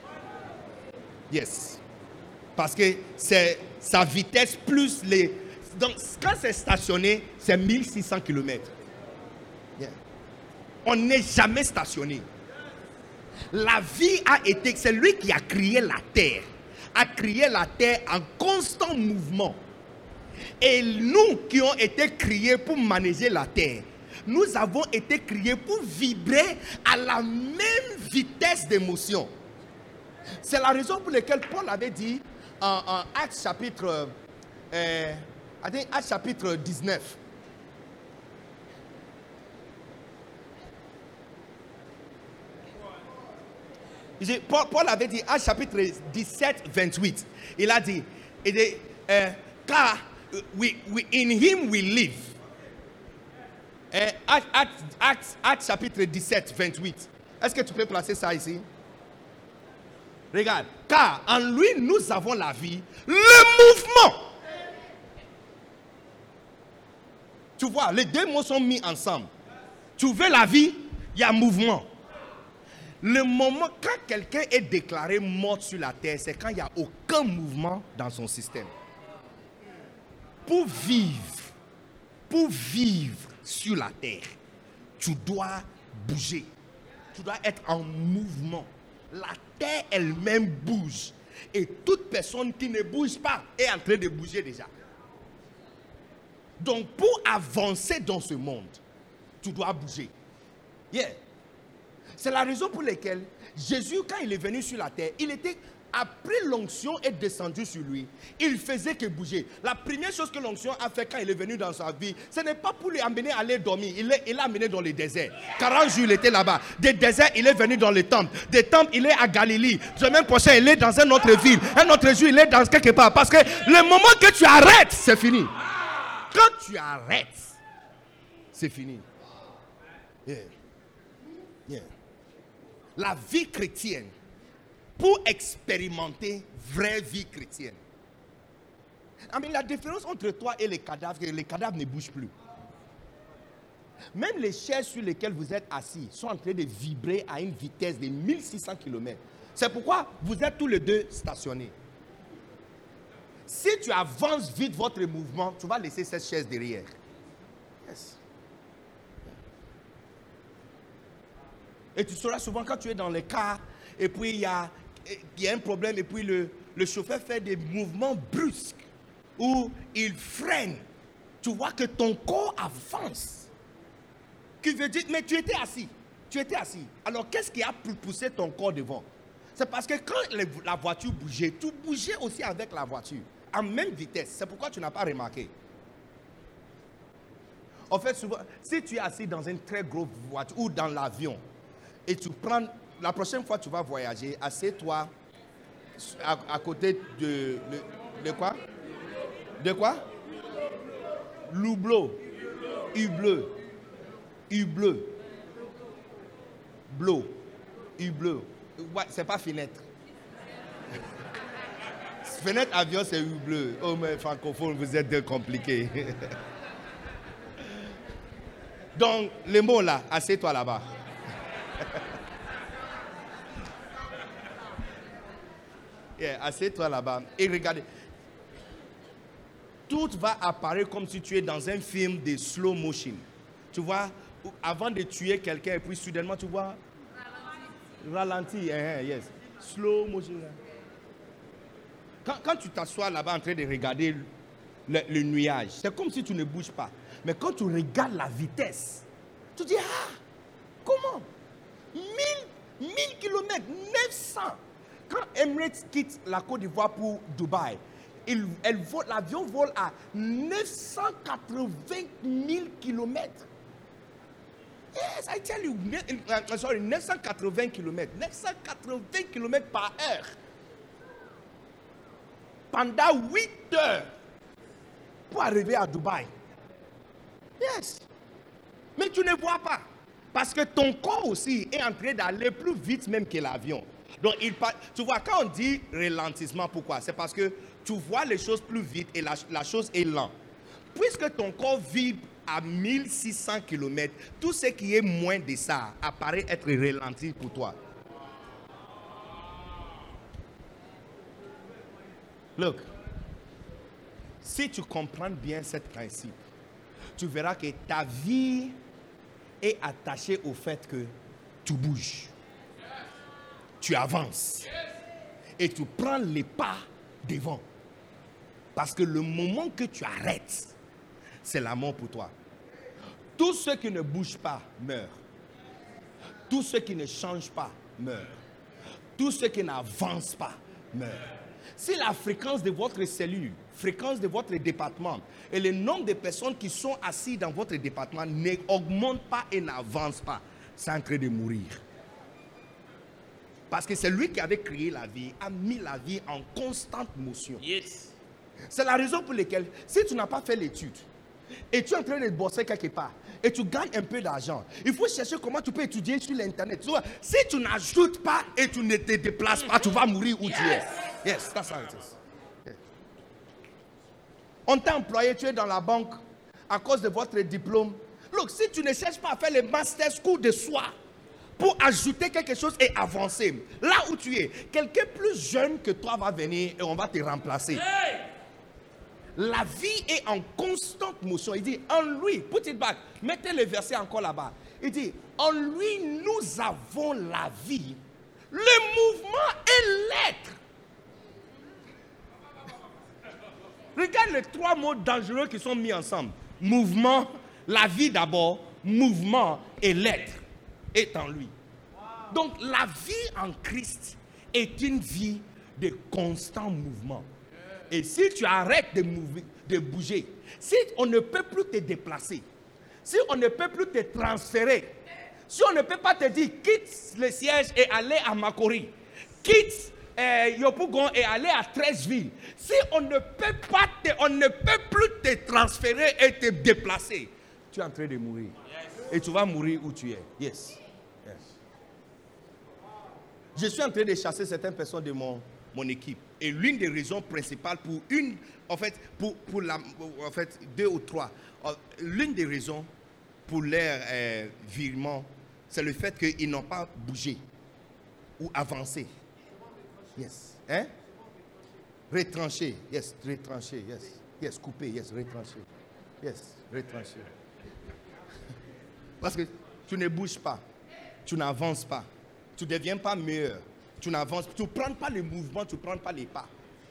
Yes. Parce que c'est sa vitesse plus les... Donc quand c'est stationné, c'est 1600 km. Yeah. On n'est jamais stationné. La vie a été... C'est lui qui a créé la terre. A créé la terre en constant mouvement. Et nous qui ont été créés pour manager la terre, nous avons été créés pour vibrer à la même vitesse d'émotion. C'est la raison pour laquelle Paul avait dit en Actes chapitre, Actes chapitre 19. Paul avait dit, Actes chapitre 17, 28. Il a dit, car in him we live. Actes chapitre 17, 28. Est-ce que tu peux placer ça ici? Regarde. Car en lui, nous avons la vie, le mouvement. Tu vois, les deux mots sont mis ensemble. Tu veux la vie, il y a mouvement. Le moment, quand quelqu'un est déclaré mort sur la terre, c'est quand il n'y a aucun mouvement dans son système. Pour vivre sur la terre, tu dois bouger. Tu dois être en mouvement. La terre elle-même bouge. Et toute personne qui ne bouge pas est en train de bouger déjà. Donc pour avancer dans ce monde, tu dois bouger. Yeah. C'est la raison pour laquelle Jésus, quand il est venu sur la terre, après l'onction est descendue sur lui, il faisait que bouger. La première chose que l'onction a fait quand il est venu dans sa vie, ce n'est pas pour lui amener à aller dormir. Il l'a amené dans le désert. 40 jours, il était là-bas. Des déserts, il est venu dans les temples. Des temples, il est à Galilée. Semaine prochaine, il est dans une autre ville. Un autre jour, il est dans quelque part. Parce que le moment que tu arrêtes, c'est fini. Quand tu arrêtes, c'est fini. Yeah. Yeah. La vie chrétienne, pour expérimenter vraie vie chrétienne. Mais la différence entre toi et les cadavres, c'est que les cadavres ne bougent plus. Même les chaises sur lesquelles vous êtes assis sont en train de vibrer à une vitesse de 1600 km. C'est pourquoi vous êtes tous les deux stationnés. Si tu avances vite votre mouvement, tu vas laisser cette chaise derrière. Yes. Et tu sauras souvent quand tu es dans les cars, et puis il y a un problème, et puis le chauffeur fait des mouvements brusques, où il freine. Tu vois que ton corps avance. Qui veut dire, mais tu étais assis. Tu étais assis. Alors qu'est-ce qui a poussé ton corps devant? C'est parce que quand la voiture bougeait, tu bougeais aussi avec la voiture, en même vitesse. C'est pourquoi tu n'as pas remarqué. En fait, souvent, si tu es assis dans une très grosse voiture ou dans l'avion, et tu prends, la prochaine fois que tu vas voyager, assieds-toi à côté de quoi? De quoi? Hublot. Hublot. Hublot. Blot. Hublot. Ouais, c'est pas fenêtre. Fenêtre avion, c'est hublot. Oh, mais francophone, vous êtes compliqués. Donc, les mots là, assieds-toi là-bas. Yeah, assieds-toi là-bas et regardez. Tout va apparaître comme si tu es dans un film de slow motion. Tu vois, avant de tuer quelqu'un, et puis soudainement tu vois ralenti. Yes. Slow motion. Quand tu t'assois là-bas en train de regarder le nuage, c'est comme si tu ne bouges pas. Mais quand tu regardes la vitesse, tu dis, comment 1000 km, 900. Quand Emirates quitte la Côte d'Ivoire pour Dubaï, l'avion vole à 980 000 km. Yes, I tell you, 980 km. 980 km par heure. Pendant 8 heures pour arriver à Dubaï. Yes. Mais tu ne vois pas. Parce que ton corps aussi est en train d'aller plus vite même que l'avion. Donc, tu vois, quand on dit ralentissement, pourquoi? C'est parce que tu vois les choses plus vite et la chose est lente. Puisque ton corps vibre à 1600 km, tout ce qui est moins de ça apparaît être ralenti pour toi. Look, si tu comprends bien ce principe, tu verras que ta vie est attachée au fait que tu bouges. Tu avances et tu prends les pas devant. Parce que le moment que tu arrêtes, c'est la mort pour toi. Tous ceux qui ne bougent pas meurent. Tous ceux qui ne changent pas meurent. Tout ce qui n'avance pas meurt. Si la fréquence de votre cellule, fréquence de votre département et le nombre de personnes qui sont assises dans votre département n'augmente pas et n'avance pas, c'est en train de mourir. Parce que c'est lui qui avait créé la vie, a mis la vie en constante motion. Yes. C'est la raison pour laquelle, si tu n'as pas fait l'étude, et tu es en train de bosser quelque part, et tu gagnes un peu d'argent, il faut chercher comment tu peux étudier sur l'internet. Tu vois, si tu n'ajoutes pas et tu ne te déplaces pas, tu vas mourir où tu es. Yes, that's how it is. Yeah. On t'a employé, tu es dans la banque à cause de votre diplôme. Look, si tu ne cherches pas à faire le master school de soi pour ajouter quelque chose et avancer, là où tu es, quelqu'un plus jeune que toi va venir et on va te remplacer. Hey! La vie est en constante motion. Il dit, en lui, put it back, mettez le verset encore là-bas. Il dit, en lui, nous avons la vie, le mouvement et l'être. Regarde les trois mots dangereux qui sont mis ensemble. Mouvement, la vie d'abord, mouvement et l'être est en lui. Donc la vie en Christ est une vie de constant mouvement. Et si tu arrêtes de bouger, si on ne peut plus te déplacer, si on ne peut plus te transférer, si on ne peut pas te dire quitte le siège et aller à Makori, quitte Yopougon et aller à 13 villes, si on ne peut pas on ne peut plus te transférer et te déplacer, tu es en train de mourir. Yes. Et tu vas mourir où tu es. Yes. Yes. Je suis en train de chasser certaines personnes de mon équipe. Et l'une des raisons principales pour deux ou trois, l'une des raisons pour leur virement, c'est le fait qu'ils n'ont pas bougé ou avancé. Yes. Hein? Retranché. Yes. Retranché. Yes. Yes. Coupé. Yes. Retranché. Yes. Retranché. Parce que tu ne bouges pas. Tu n'avances pas. Tu ne deviens pas meilleur. Tu n'avances pas. Tu ne prends pas le mouvement. Tu ne prends pas les pas.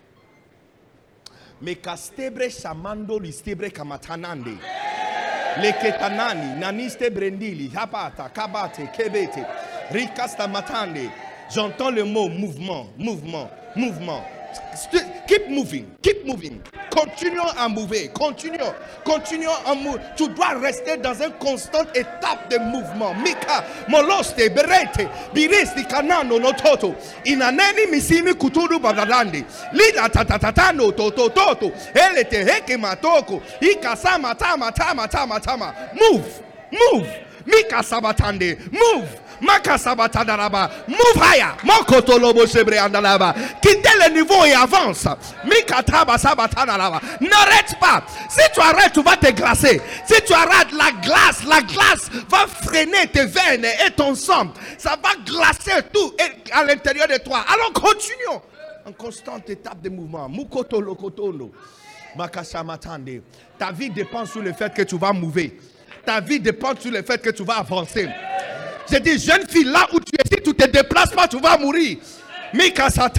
Mais castebre chamando listebre kamatanande. Le ketanani naniste brendili habata kabate kebete rikasta matande. J'entends le mot mouvement, mouvement, mouvement. Keep moving, keep moving. Continuons à mouver, continuons à mouver. Tu dois rester dans une constante étape de mouvement. Mika, moloste, berete, biristi, kanano, nototo. Inaneni misimi kuturu badalandi. Lida tatatatano, toto, elete heke matoko. Ikasama tama. Move. Mika sabatande, move. Makasabatadalaba, move higher. Mokotolobo sebre andalaba. Quittez le niveau et avance. Mikataba sabatadalaba. N'arrête pas. Si tu arrêtes, tu vas te glacer. Si tu arrêtes, la glace va freiner tes veines et ton sang. Ça va glacer tout à l'intérieur de toi. Alors continuons. En constante étape de mouvement. Mukotolokotono. Makasamatande. Ta vie dépend sur le fait que tu vas mouver. Ta vie dépend sur le fait que tu vas avancer. J'ai dit, jeune fille, là où tu es, si tu ne te déplaces pas, tu vas mourir. Il y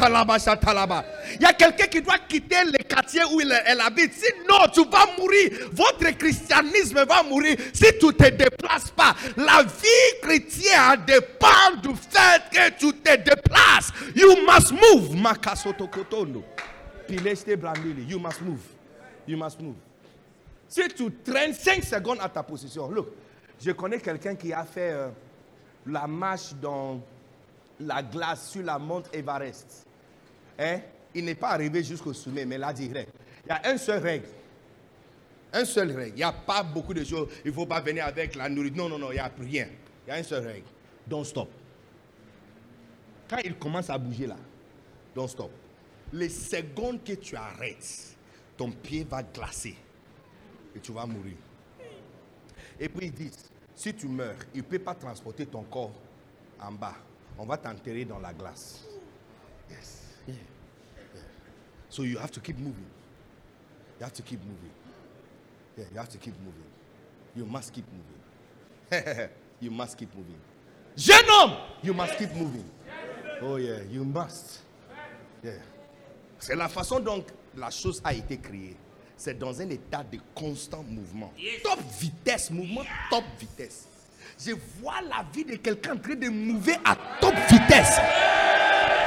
a quelqu'un qui doit quitter le quartier où elle habite. Sinon, tu vas mourir. Votre christianisme va mourir si tu ne te déplaces pas. La vie chrétienne dépend du fait que tu te déplaces. You must move. You must move. You must move. Si tu traînes 5 secondes à ta position, look, je connais quelqu'un qui a fait la marche dans la glace sur la monte Everest. Hein? Il n'est pas arrivé jusqu'au sommet, mais là direct. Il y a une seule règle. Il n'y a pas beaucoup de choses. Il ne faut pas venir avec la nourriture. Non, il n'y a rien. Il y a une seule règle. Don't stop. Quand il commence à bouger là, don't stop. Les secondes que tu arrêtes, ton pied va glacer. Et tu vas mourir. Et puis ils disent, si tu meurs, il ne peut pas transporter ton corps en bas. On va t'enterrer dans la glace. Yes. Yeah. So you have to keep moving. You have to keep moving. Yeah, you have to keep moving. You must keep moving. You must keep moving. Jeune homme, you must keep moving. Oh yeah, you must. Yeah. C'est la façon dont la chose a été créée. C'est dans un état de constant mouvement. Yes. Top vitesse, mouvement top vitesse. Je vois la vie de quelqu'un en train de mouver à top vitesse.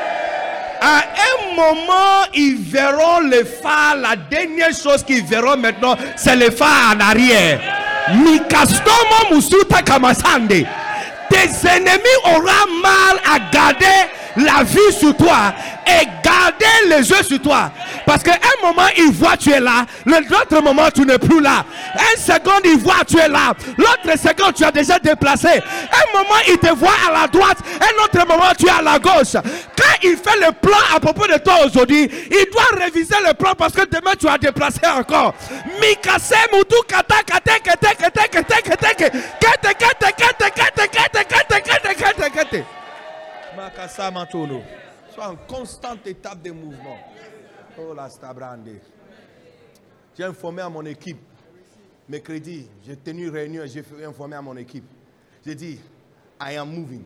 À un moment, ils verront le phare. La dernière chose qu'ils verront maintenant, c'est le phare en arrière. Mikastomo musuta kamasande. Tes ennemis auront mal à garder la vue sur toi et garder les yeux sur toi. Parce qu'à un moment, ils voient tu es là. L'autre moment, tu n'es plus là. Un seconde, ils voient tu es là. L'autre seconde, tu as déjà déplacé. Un moment, ils te voient à la droite. Un autre moment, tu es à la gauche. Quand il fait le plan à propos de toi aujourd'hui, il doit réviser le plan parce que demain, tu as déplacé encore. Mikase mutu kata kate kete kete kete kete kete kete kete kete kete kete kete kete. Makasa matono. Sois en constante étape de mouvement. Oh la stabrande. J'ai informé à mon équipe. Mercredi, j'ai tenu une réunion et j'ai informé à mon équipe. J'ai dit, I am moving.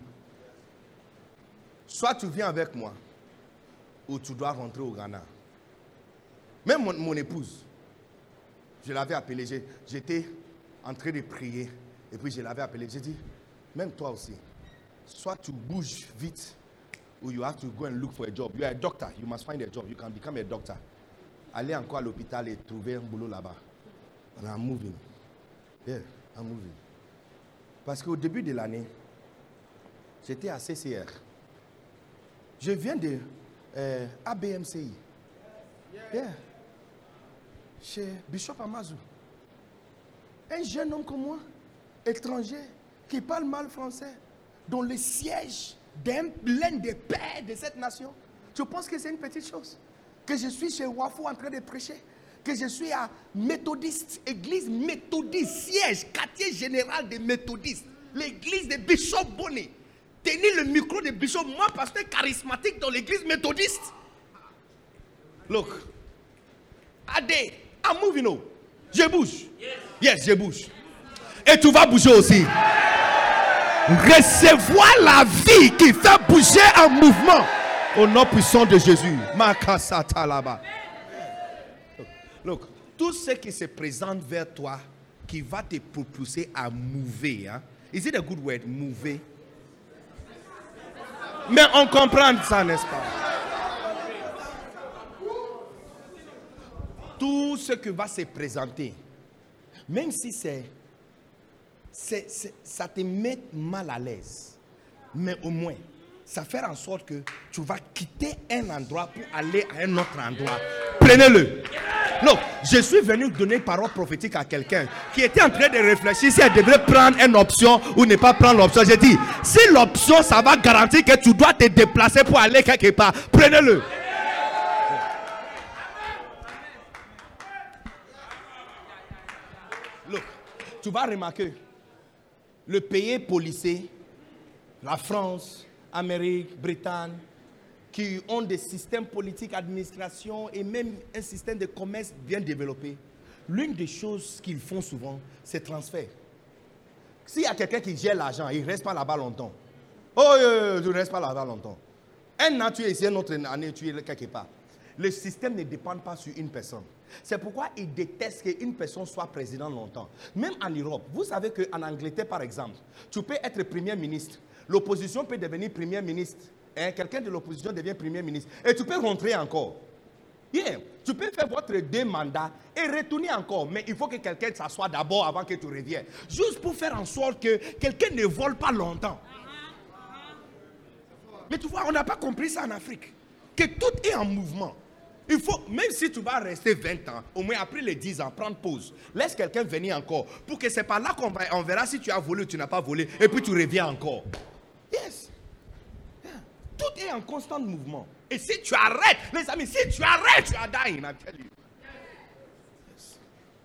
Soit tu viens avec moi, ou tu dois rentrer au Ghana. Même mon épouse, je l'avais appelée. J'étais en train de prier. Et puis je l'avais appelée. J'ai dit, même toi aussi. Soit tu bouges vite, or you have to go and look for a job. You are a doctor, you must find a job. You can become a doctor. Aller encore à l'hôpital et trouver un boulot là-bas. And I'm moving. Yeah, I'm moving. Parce qu'au début de l'année, j'étais à CCR. Je viens de ABMCI. Yeah. Chez Bishop Amazou. Un jeune homme comme moi, étranger, qui parle mal français, dont le siège l'un des pères de cette nation. Tu penses que c'est une petite chose? Que je suis chez Wafou en train de prêcher? Que je suis à Méthodiste, église méthodiste, siège, quartier général des méthodistes, l'église de Bishop Bonnet. Tenir le micro de Bishop, moi, pasteur charismatique dans l'église méthodiste. Look, Ade, I'm moving on. Je bouge. Yes, je bouge. Et tu vas bouger aussi. Recevoir la vie qui fait bouger un mouvement au nom puissant de Jésus. Makasata là-bas. Look, tout ce qui se présente vers toi, qui va te propulser à mouver. Hein? Is it a good word, mouver? Mais on comprend ça, n'est-ce pas? Tout ce qui va se présenter, même si ça te met mal à l'aise, mais au moins, ça fait en sorte que tu vas quitter un endroit pour aller à un autre endroit. Prenez-le. Non, je suis venu donner une parole prophétique à quelqu'un qui était en train de réfléchir si elle devrait prendre une option ou ne pas prendre l'option. J'ai dit, si l'option, ça va garantir que tu dois te déplacer pour aller quelque part, prenez-le. Look, tu vas remarquer, le pays policé, la France, Amérique, Bretagne, qui ont des systèmes politiques, administration et même un système de commerce bien développé, l'une des choses qu'ils font souvent, c'est transfert. S'il y a quelqu'un qui gère l'argent, il ne reste pas là-bas longtemps. Oh, tu ne restes pas là-bas longtemps. Un an, tu es ici, une autre année, tu es quelque part. Le système ne dépend pas sur une personne. C'est pourquoi ils détestent qu'une personne soit président longtemps. Même en Europe, vous savez qu'en Angleterre, par exemple, tu peux être premier ministre. L'opposition peut devenir premier ministre. Quelqu'un de l'opposition devient premier ministre. Et tu peux rentrer encore. Yeah. Tu peux faire votre 2 mandats et retourner encore. Mais il faut que quelqu'un s'assoie d'abord avant que tu reviennes. Juste pour faire en sorte que quelqu'un ne vole pas longtemps. Mais tu vois, on n'a pas compris ça en Afrique. Que tout est en mouvement. Il faut, même si tu vas rester 20 ans, au moins après les 10 ans, prendre pause. Laisse quelqu'un venir encore. Pour que c'est par là qu'on verra si tu as volé ou tu n'as pas volé. Et puis tu reviens encore. Yes. Yeah. Tout est en constant mouvement. Et si tu arrêtes, les amis, si tu arrêtes, tu as dying, I tell you. Yes.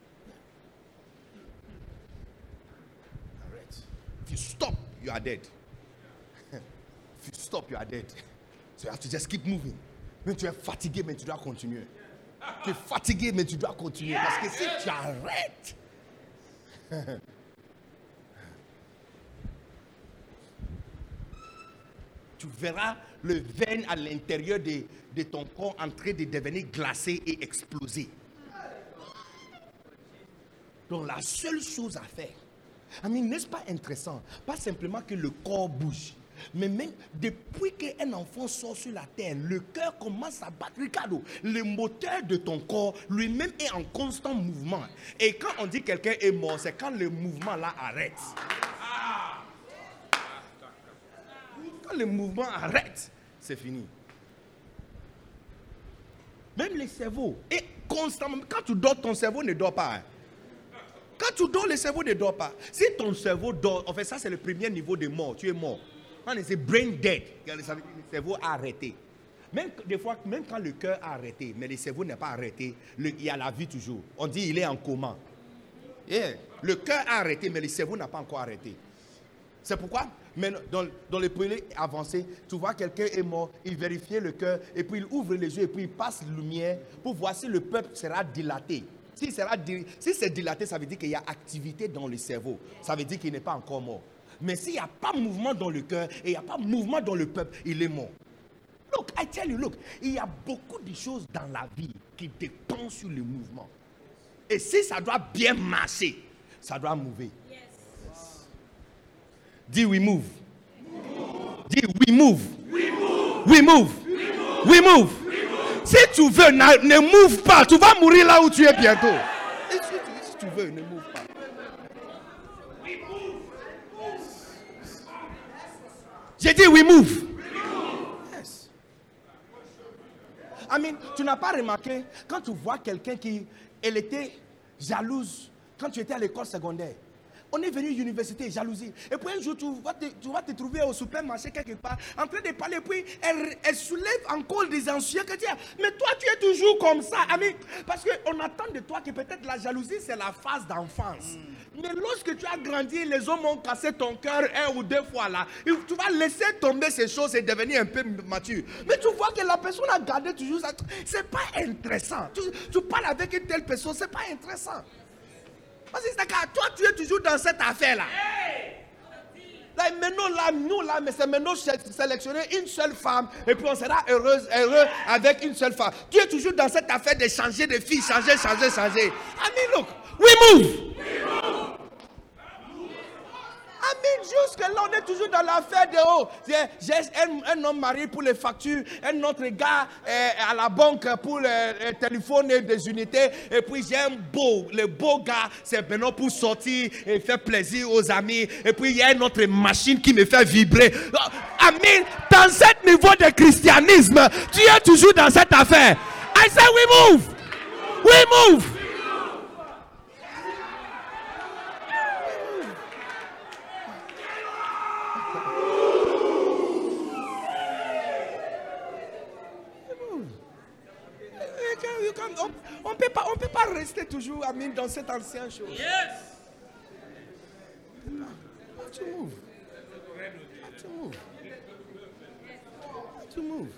Arrête. If you stop, you are dead. If you stop, you are dead. So you have to just keep moving. Mais tu es fatigué, mais tu dois continuer. Tu es fatigué, mais tu dois continuer. Parce que si tu arrêtes, tu verras le veine à l'intérieur de ton corps en train de devenir glacé et exploser. Donc la seule chose à faire, n'est-ce pas intéressant? Pas simplement que le corps bouge, Mais même depuis qu'un enfant sort sur la terre, le cœur commence à battre. Regarde, le moteur de ton corps lui-même est en constant mouvement. Et quand on dit quelqu'un est mort, c'est quand le mouvement là arrête. Quand le mouvement arrête, c'est fini. Même le cerveau est constamment. Quand tu dors, ton cerveau ne dort pas. Quand tu dors, le cerveau ne dort pas. Si ton cerveau dort, en fait, ça c'est le premier niveau de mort. Tu es mort. Quand c'est brain dead, le cerveau a arrêté. Même des fois, même quand le cœur a arrêté, mais le cerveau n'est pas arrêté, il y a la vie toujours. On dit il est en coma. Yeah. Le cœur a arrêté, mais le cerveau n'a pas encore arrêté. C'est pourquoi, mais dans les pays avancés, tu vois quelqu'un est mort, il vérifie le cœur, et puis il ouvre les yeux, et puis il passe lumière pour voir si le peuple sera dilaté. Si c'est dilaté, ça veut dire qu'il y a activité dans le cerveau. Ça veut dire qu'il n'est pas encore mort. Mais s'il n'y a pas de mouvement dans le cœur et il n'y a pas de mouvement dans le peuple, il est mort. Look, I tell you, look, il y a beaucoup de choses dans la vie qui dépendent sur le mouvement. Et si ça doit bien marcher, ça doit mouver. Yes. Dis we move. Dis we move. We move. We move. We move. Si tu veux, ne mouve pas. Tu vas mourir là où tu es bientôt. Et si tu veux, ne mouve pas. J'ai dit we move. Yes. I mean, tu n'as pas remarqué, quand tu vois quelqu'un elle était jalouse quand tu étais à l'école secondaire. On est venu à l'université, jalousie. Et puis un jour, tu vas te trouver au supermarché quelque part, en train de parler, puis elle soulève encore des anciens qui disent, mais toi, tu es toujours comme ça. Ami, parce qu'on attend de toi que peut-être la jalousie, c'est la phase d'enfance. Mais lorsque tu as grandi, les hommes ont cassé ton cœur 1 ou 2 fois là. Tu vas laisser tomber ces choses et devenir un peu mature. Mais tu vois que la personne a gardé toujours ça. C'est pas intéressant. Tu parles avec une telle personne, c'est pas intéressant. Parce que toi, tu es toujours dans cette affaire-là. Là, maintenant, mais c'est maintenant sélectionner une seule femme et puis on sera heureux avec une seule femme. Tu es toujours dans cette affaire de changer de fille, changer. Ami, look, we move. Ami, jusque-là, on est toujours dans l'affaire de haut. J'ai un homme marié pour les factures, un autre gars à la banque pour le téléphone et des unités. Et puis j'ai le beau gars, c'est maintenant pour sortir et faire plaisir aux amis. Et puis il y a une autre machine qui me fait vibrer. Ami, dans ce niveau de christianisme, tu es toujours dans cette affaire. I say we move. We move. On ne peut pas rester toujours dans cette ancienne chose. Yes. How to move? How to move? How to move?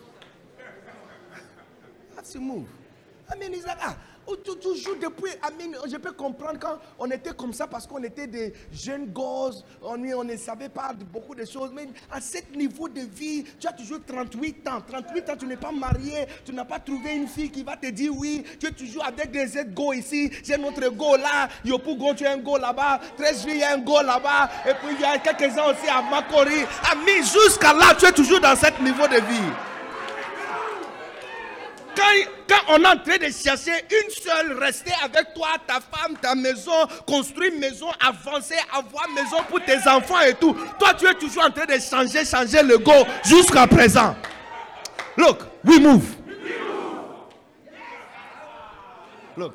How to move? I mean, it's like, toujours depuis, je peux comprendre quand on était comme ça parce qu'on était des jeunes gosses, on ne savait pas beaucoup de choses, mais à ce niveau de vie, tu as toujours 38 ans, tu n'es pas marié, tu n'as pas trouvé une fille qui va te dire oui, tu es toujours avec des go ici, j'ai notre go là, Yopougon, tu as un go là-bas, 13 filles, il y a un go là-bas, et puis il y a quelques-uns aussi à Makori, jusqu'à là, tu es toujours dans ce niveau de vie. Quand on est en train de chercher une seule, rester avec toi, ta femme, ta maison, construire une maison, avancer, avoir une maison pour tes enfants et tout. Toi, tu es toujours en train de changer le go jusqu'à présent. Look, we move. Look.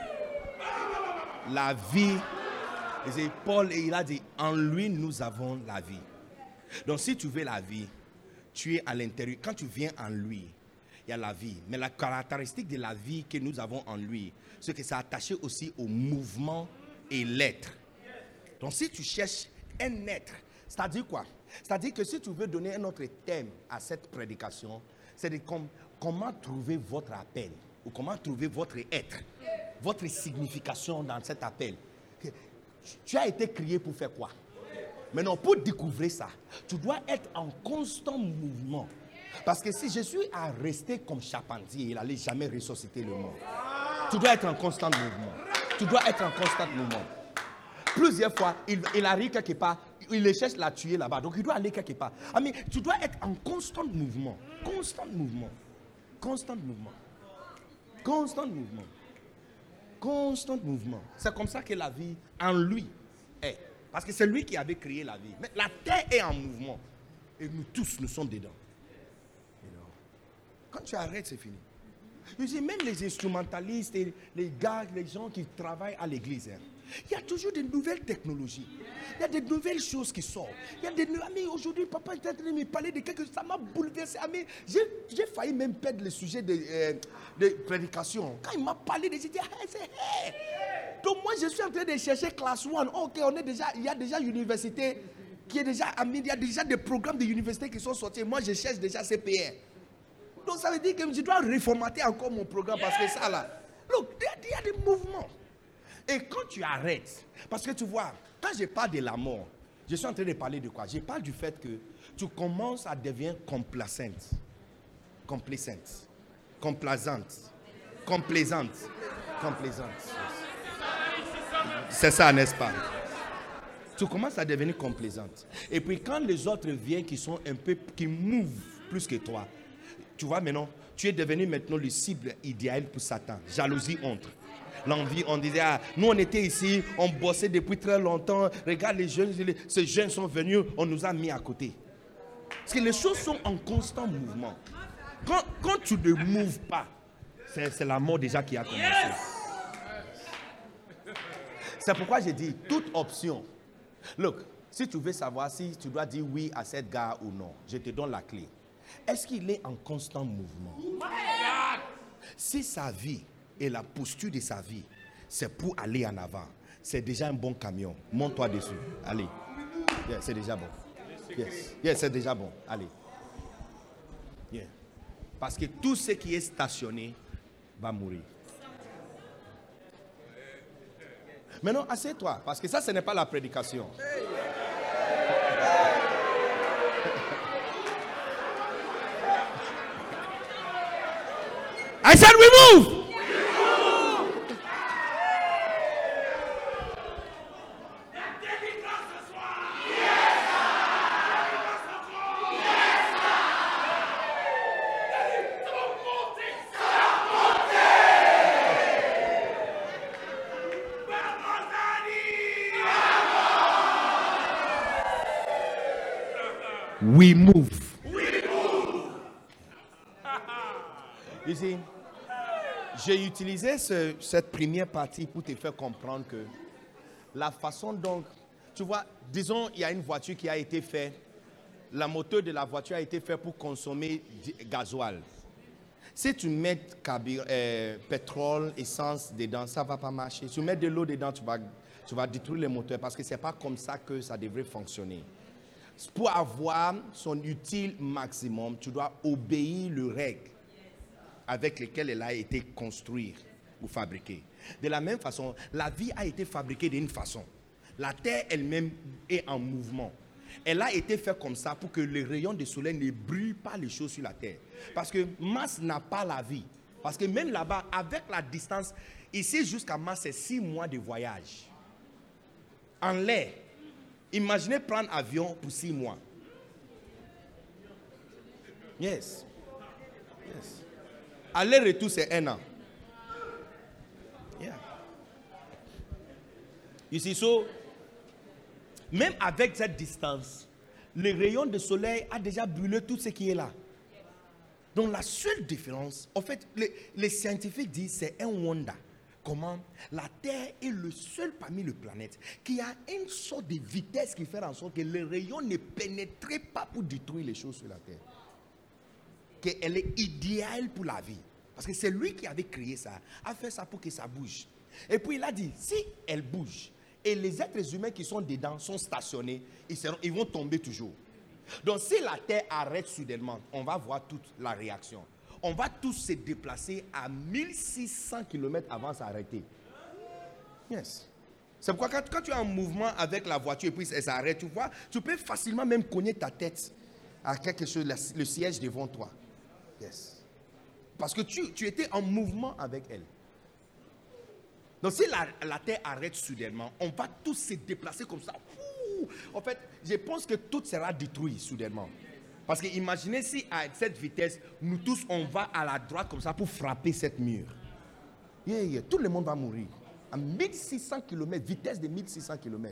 La vie, Paul, il a dit, en lui, nous avons la vie. Donc, si tu veux la vie, tu es à l'intérieur. Quand tu viens en lui, il y a la vie. Mais la caractéristique de la vie que nous avons en lui, c'est que c'est attaché aussi au mouvement et l'être. Donc si tu cherches un être, c'est-à-dire quoi? C'est-à-dire que si tu veux donner un autre thème à cette prédication, c'est de comment trouver votre appel, ou comment trouver votre être, votre signification dans cet appel. Tu as été créé pour faire quoi? Maintenant, pour découvrir ça, tu dois être en constant mouvement. Parce que si je suis à rester comme charpentier, il n'allait jamais ressusciter le monde. Tu dois être en constant mouvement. Tu dois être en constant mouvement. Plusieurs fois, il arrive quelque part, il les cherche la tuer là-bas. Donc il doit aller quelque part. Mais tu dois être en constant mouvement. Constant mouvement. Constant mouvement. Constant mouvement. Constant mouvement. C'est comme ça que la vie en lui est. Parce que c'est lui qui avait créé la vie. Mais la terre est en mouvement. Et nous tous, nous sommes dedans. Quand tu arrêtes, c'est fini. Je dis, même les instrumentalistes et les gars, les gens qui travaillent à l'église, il y a toujours de nouvelles technologies. Il y a de nouvelles choses qui sortent. Il y a des mais aujourd'hui, papa était en train de me parler de quelque chose. Ça m'a bouleversé. J'ai failli même perdre le sujet de prédication. Quand il m'a parlé, j'ai dit, hey. Donc moi, je suis en train de chercher classe 1. Ok, il y a déjà l'université qui est déjà il y a déjà des programmes de l'université qui sont sortis. Moi, je cherche déjà CPR. Donc ça veut dire que je dois reformater encore mon programme parce que ça là. Look, il y a des mouvements. Et quand tu arrêtes, parce que tu vois, quand je parle de la mort, je suis en train de parler de quoi? Je parle du fait que tu commences à devenir complaisante. C'est ça, n'est-ce pas? Tu commences à devenir complaisante. Et puis quand les autres viennent qui mouvent plus que toi, tu vois maintenant, tu es devenu maintenant le cible idéal pour Satan. Jalousie, honte. L'envie, on disait, nous on était ici, on bossait depuis très longtemps. Regarde les jeunes, ces jeunes sont venus, on nous a mis à côté. Parce que les choses sont en constant mouvement. Quand tu ne moves pas, c'est la mort déjà qui a commencé. C'est pourquoi j'ai dit, toute option. Look, si tu veux savoir si tu dois dire oui à cette gare ou non, je te donne la clé. Est-ce qu'il est en constant mouvement? Si sa vie et la posture de sa vie, c'est pour aller en avant, c'est déjà un bon camion. Monte-toi dessus. Allez. Yeah, c'est déjà bon. Yes, c'est déjà bon. Allez. Yeah. Parce que tout ce qui est stationné va mourir. Maintenant, assieds-toi, parce que ça, ce n'est pas la prédication. I said we move. We move. You see, j'ai utilisé cette première partie pour te faire comprendre que la façon dont, tu vois, disons, il y a une voiture qui a été faite, la moteur de la voiture a été faite pour consommer gasoil. Si tu mets pétrole, essence dedans, ça ne va pas marcher. Si tu mets de l'eau dedans, tu vas détruire le moteur parce que ce n'est pas comme ça que ça devrait fonctionner. Pour avoir son utile maximum, tu dois obéir les règles avec lesquelles elle a été construite ou fabriquée. De la même façon, la vie a été fabriquée d'une façon. La terre elle-même est en mouvement. Elle a été faite comme ça pour que les rayons du soleil ne brûlent pas les choses sur la terre. Parce que Mars n'a pas la vie. Parce que même là-bas, avec la distance, ici jusqu'à Mars, c'est 6 mois de voyage. En l'air. Imaginez prendre avion pour 6 mois. Yes. Aller-retour, c'est 1 an. Yeah. You see, so, même avec cette distance, le rayon de soleil a déjà brûlé tout ce qui est là. Donc la seule différence, en fait, les scientifiques disent c'est un wonder. Comment la Terre est le seul parmi les planètes qui a une sorte de vitesse qui fait en sorte que les rayons ne pénétrent pas pour détruire les choses sur la Terre. Qu'elle est idéale pour la vie. Parce que c'est lui qui avait créé ça, a fait ça pour que ça bouge. Et puis il a dit, si elle bouge, et les êtres humains qui sont dedans sont stationnés, ils vont tomber toujours. Donc si la Terre arrête soudainement, on va voir toute la réaction. On va tous se déplacer à 1600 km avant de s'arrêter. Yes. C'est pourquoi quand tu es en mouvement avec la voiture et puis elle s'arrête, tu vois, tu peux facilement même cogner ta tête à quelque chose, le siège devant toi. Yes. Parce que tu étais en mouvement avec elle. Donc si la Terre arrête soudainement, on va tous se déplacer comme ça. fou. En fait, je pense que tout sera détruit soudainement. Parce que imaginez si à cette vitesse, nous tous, on va à la droite comme ça pour frapper cette mur. Tout le monde va mourir. À 1600 km, vitesse de 1600 km.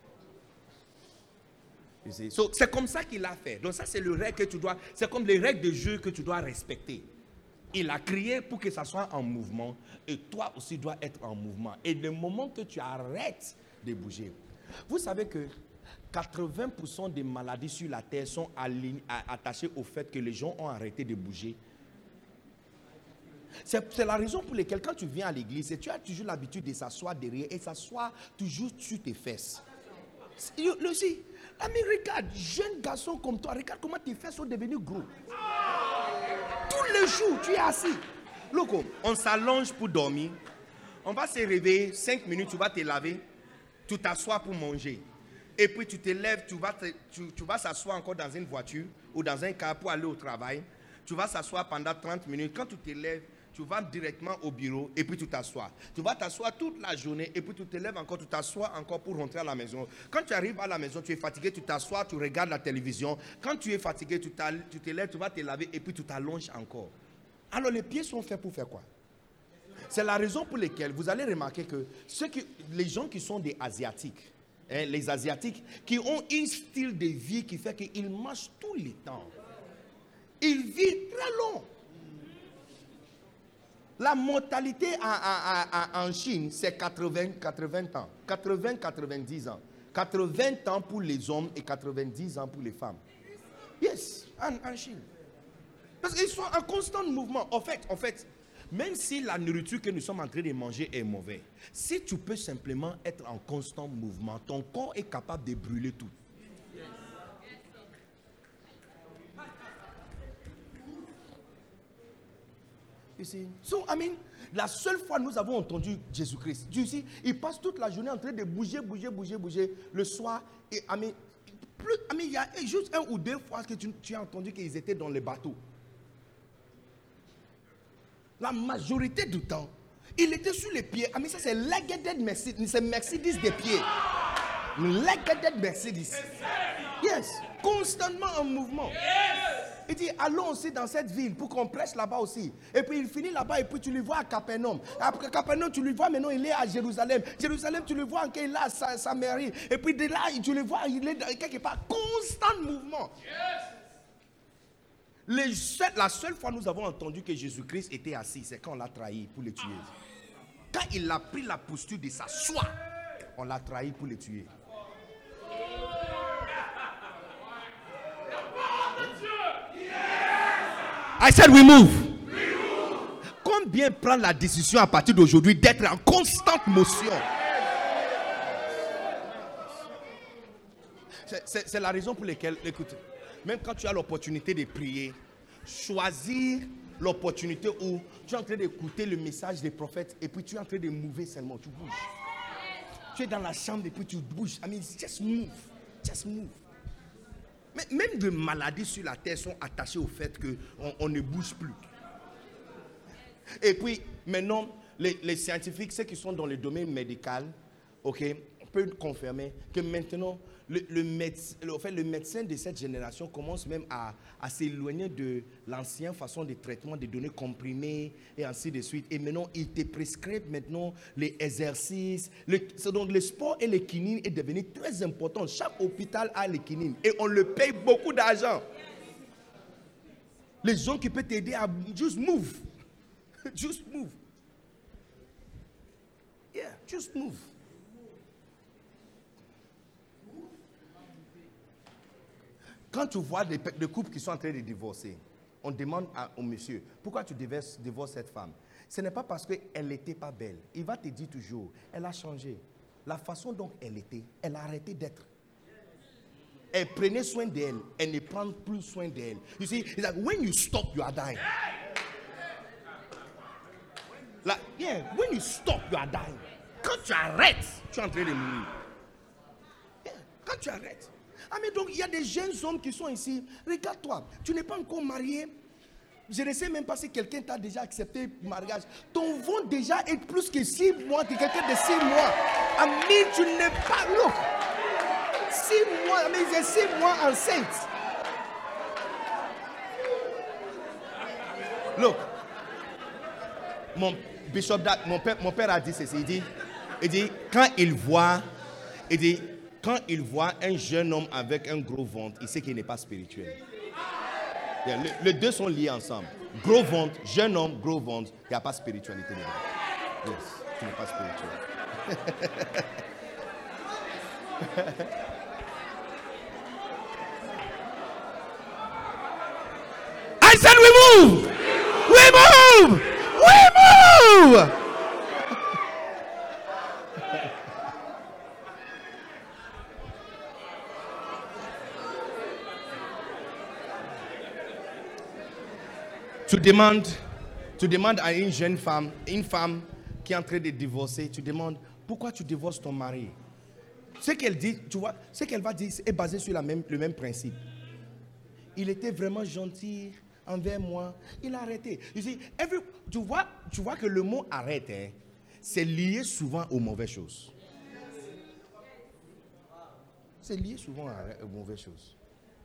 So, c'est comme ça qu'il a fait. Donc ça, c'est le règle que tu dois... C'est comme les règles de jeu que tu dois respecter. Il a créé pour que ça soit en mouvement. Et toi aussi dois être en mouvement. Et le moment que tu arrêtes de bouger. Vous savez que 80% des maladies sur la terre sont attachées au fait que les gens ont arrêté de bouger. C'est la raison pour laquelle quand tu viens à l'église, tu as toujours l'habitude de s'asseoir derrière et s'asseoir toujours sur tes fesses. Lucie, ami, regarde, jeune garçon comme toi, regarde comment tes fesses sont devenues gros. Tous les jours, tu es assis. Loco, on s'allonge pour dormir. On va se réveiller, 5 minutes, tu vas te laver, tu t'assois pour manger. Et puis tu te lèves, tu vas s'asseoir encore dans une voiture ou dans un car pour aller au travail. Tu vas s'asseoir pendant 30 minutes. Quand tu te lèves, tu vas directement au bureau et puis tu t'assois. Tu vas t'asseoir toute la journée et puis tu te lèves encore, tu t'assois encore pour rentrer à la maison. Quand tu arrives à la maison, tu es fatigué, tu t'assois, tu regardes la télévision. Quand tu es fatigué, tu te lèves, tu vas te laver et puis tu t'allonges encore. Alors les pieds sont faits pour faire quoi? C'est la raison pour laquelle vous allez remarquer que les gens qui sont des Asiatiques, les Asiatiques qui ont un style de vie qui fait qu'ils marchent tous les temps. Ils vivent très long. La mortalité en Chine, c'est 80 ans. 80-90 ans. 80 ans pour les hommes et 90 ans pour les femmes. Yes, en Chine. Parce qu'ils sont en constant mouvement. En fait, même si la nourriture que nous sommes en train de manger est mauvaise, si tu peux simplement être en constant mouvement, ton corps est capable de brûler tout. So, la seule fois nous avons entendu Jésus-Christ, il passe toute la journée en train de bouger. Le soir, il y a juste 1 ou 2 fois que tu as entendu qu'ils étaient dans les bateaux. La majorité du temps, il était sur les pieds. Ça c'est legged Mercedes, c'est Mercedes des pieds. Legged Mercedes. Yes, constamment en mouvement. Il dit, allons aussi dans cette ville pour qu'on prêche là-bas aussi. Et puis il finit là-bas et puis tu le vois à Capernaum. Après Capernaum, tu le vois maintenant, il est à Jérusalem. Jérusalem, tu le vois qu'il est là à Samarie. Et puis de là, tu le vois, il est quelque part. Constant mouvement. La seule fois nous avons entendu que Jésus-Christ était assis, c'est quand on l'a trahi pour le tuer. Quand il a pris la posture de s'asseoir, on l'a trahi pour le tuer. I said we move. Combien prend la décision à partir d'aujourd'hui d'être en constante motion? C'est la raison pour laquelle, écoute, même quand tu as l'opportunité de prier, choisir l'opportunité où tu es en train d'écouter le message des prophètes et puis tu es en train de mouver seulement, tu bouges. Tu es dans la chambre et puis tu bouges. Just move. Just move. Mais même des maladies sur la terre sont attachées au fait qu'on ne bouge plus. Et puis, maintenant, les scientifiques, ceux qui sont dans le domaine médical, peuvent confirmer que maintenant, le médecin de cette génération commence même à s'éloigner de l'ancienne façon de traitement des données comprimées et ainsi de suite. Et maintenant, il te prescrit maintenant les exercices. Donc, le sport et le kinine est devenu très important. Chaque hôpital a le kinine et on le paye beaucoup d'argent. Les gens qui peuvent t'aider à just move. Just move. Yeah, just move. Quand tu vois des couples qui sont en train de divorcer, on demande au monsieur, pourquoi tu divorces cette femme? Ce n'est pas parce qu'elle n'était pas belle. Il va te dire toujours, elle a changé. La façon dont elle était, elle a arrêté d'être. Elle prenait soin d'elle, elle ne prend plus soin d'elle. You see, it's like when you stop, you are dying. When you stop, you are dying. Quand tu arrêtes, tu es en train de mourir. Quand tu arrêtes. Donc il y a des jeunes hommes qui sont ici. Regarde-toi, tu n'es pas encore marié. Je ne sais même pas si quelqu'un t'a déjà accepté le mariage. Ton ventre déjà est plus que 6 mois, que quelqu'un de 6 mois. Tu n'es pas lourd. 6 mois, mais j'ai 6 mois enceinte. Look, mon père a dit ceci. Il dit, quand il voit un jeune homme avec un gros ventre, il sait qu'il n'est pas spirituel. Les deux sont liés ensemble. Gros ventre, jeune homme, gros ventre, il n'y a pas de spiritualité dedans. Yes, tu n'es pas spirituel. I said we move! We move! We move! Tu demandes à une jeune femme, une femme qui est en train de divorcer, tu demandes pourquoi tu divorces ton mari. Ce qu'elle dit, tu vois, ce qu'elle va dire est basé sur le même principe. Il était vraiment gentil envers moi, il a arrêté. Tu vois que le mot arrête, c'est lié souvent aux mauvaises choses. C'est lié souvent aux mauvaises choses.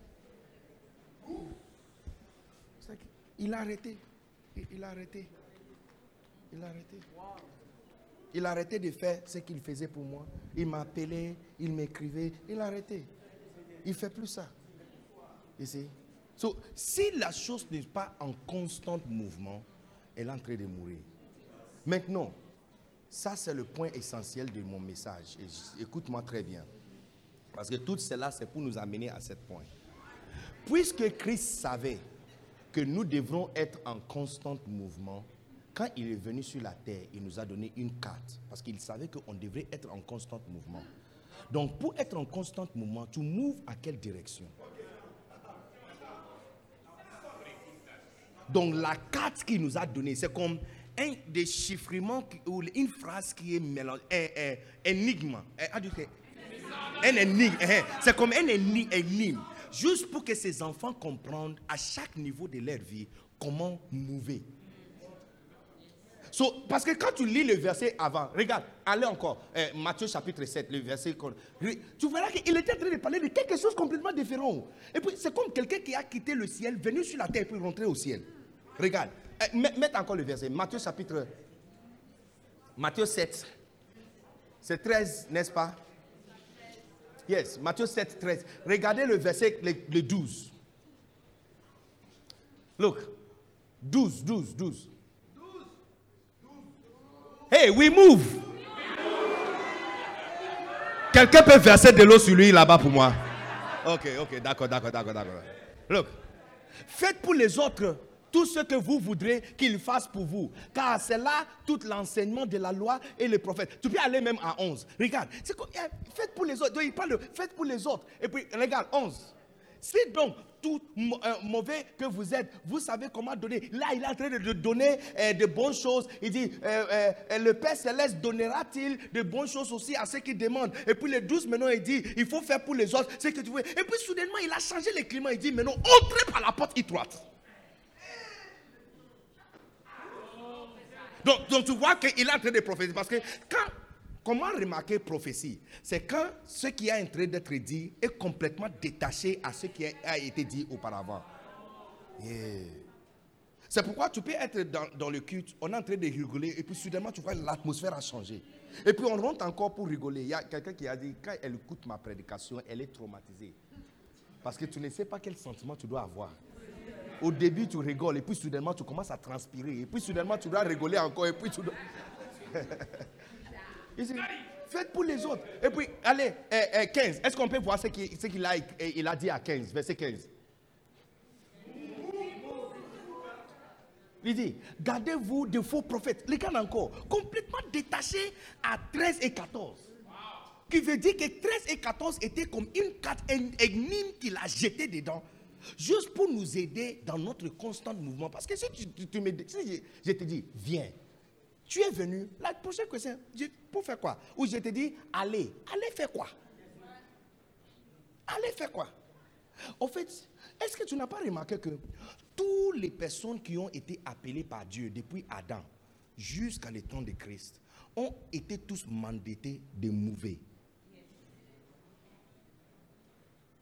Il a arrêté. Il a arrêté. Il a arrêté. Il a arrêté de faire ce qu'il faisait pour moi. Il m'appelait, il m'écrivait. Il a arrêté. Il ne fait plus ça. Ici. So, si la chose n'est pas en constant mouvement, elle est en train de mourir. Maintenant, ça c'est le point essentiel de mon message. Et écoute-moi très bien. Parce que tout cela, c'est pour nous amener à ce point. Puisque Christ savait que nous devrons être en constant mouvement, quand il est venu sur la terre, il nous a donné une carte. Parce qu'il savait qu'on devrait être en constant mouvement. Donc, pour être en constant mouvement, tu moves à quelle direction? Donc, la carte qu'il nous a donnée, c'est comme un déchiffrement ou une phrase qui est mélangée, énigme. Un énigme. C'est comme un énigme. Juste pour que ces enfants comprennent à chaque niveau de leur vie comment mouver. Parce que quand tu lis le verset avant, regarde, allez encore, Matthieu chapitre 7, le verset, tu verras qu'il était en train de parler de quelque chose complètement différent. Et puis c'est comme quelqu'un qui a quitté le ciel, venu sur la terre, puis rentrer au ciel. Regarde, mets encore le verset, Matthieu 7, c'est 13, n'est-ce pas? Yes, Matthieu 7, 13. Regardez le verset, le 12. Look, 12. Hey, we move. Quelqu'un peut verser de l'eau sur lui là-bas pour moi? Ok, d'accord. Look, faites pour les autres tout ce que vous voudrez qu'ils fassent pour vous. Car c'est là tout l'enseignement de la loi et les prophètes. Tu peux aller même à 11. Regarde, c'est comme, faites pour les autres. Donc, il parle de faites pour les autres. Et puis, regarde, 11. Si donc tout mauvais que vous êtes, vous savez comment donner. Là, il est en train de donner de bonnes choses. Il dit, le Père Céleste donnera-t-il de bonnes choses aussi à ceux qui demandent. Et puis le 12, maintenant, il dit, il faut faire pour les autres ce que tu veux. Et puis soudainement, il a changé le climat. Il dit, maintenant, entrez par la porte étroite. Donc tu vois qu'il est en train de prophétiser. Parce que comment remarquer prophétie? C'est quand ce qui est en train d'être dit est complètement détaché à ce qui a été dit auparavant. Yeah. C'est pourquoi tu peux être dans le culte, on est en train de rigoler et puis soudainement tu vois l'atmosphère a changé. Et puis on rentre encore pour rigoler. Il y a quelqu'un qui a dit, quand elle écoute ma prédication, elle est traumatisée. Parce que tu ne sais pas quel sentiment tu dois avoir. Au début, tu rigoles et puis soudainement, tu commences à transpirer. Et puis soudainement, tu dois rigoler encore et puis tu dois... Ici, faites pour les autres. Et puis, allez, 15. Est-ce qu'on peut voir ce qu'il a dit à 15, verset 15? Il dit, gardez-vous de faux prophètes. Regarde encore, complètement détaché à 13 et 14. Qui veut dire que 13 et 14 étaient comme une carte énigme qu'il a jetée dedans. Juste pour nous aider dans notre constant mouvement. Parce que si je te dis, viens, tu es venu, la prochaine question, pour faire quoi? Ou je te dis, allez faire quoi? Allez faire quoi? En fait, est-ce que tu n'as pas remarqué que toutes les personnes qui ont été appelées par Dieu depuis Adam jusqu'à le temps de Christ ont été tous mandatés de mouver?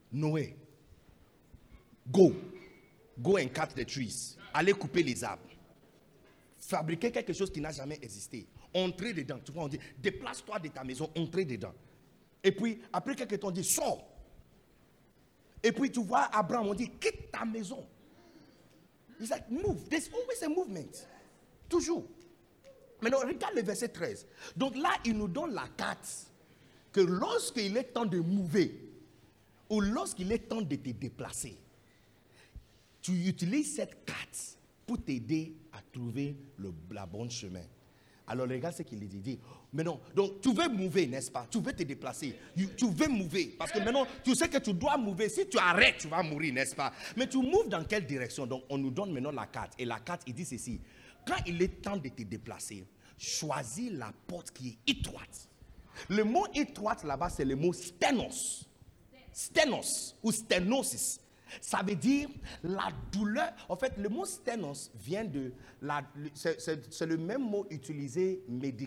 Noé, go and cut the trees. Allez couper les arbres. Fabriquer quelque chose qui n'a jamais existé. Entrez dedans. Tu vois, on dit, déplace-toi de ta maison, entrez dedans. Et puis, après quelques temps, on dit, sors. Et puis, tu vois, Abraham, on dit, quitte ta maison. He's like, move. There's always a movement. Toujours. Maintenant, regarde le verset 13. Donc là, il nous donne la carte que lorsqu'il est temps de mouver, ou lorsqu'il est temps de te déplacer, tu utilises cette carte pour t'aider à trouver la bonne chemin. Alors regarde ce qu'il dit. Mais non, donc tu veux mouver, n'est-ce pas? Tu veux te déplacer. Tu veux mouver. Parce que maintenant, tu sais que tu dois mouver. Si tu arrêtes, tu vas mourir, n'est-ce pas? Mais tu mouves dans quelle direction? Donc on nous donne maintenant la carte. Et la carte, il dit ceci. Quand il est temps de te déplacer, choisis la porte qui est étroite. Le mot étroite là-bas, c'est le mot sténos. Sténos ou sténosis. Ça veut dire la douleur. En fait, le mot sténos vient de c'est le même mot utilisé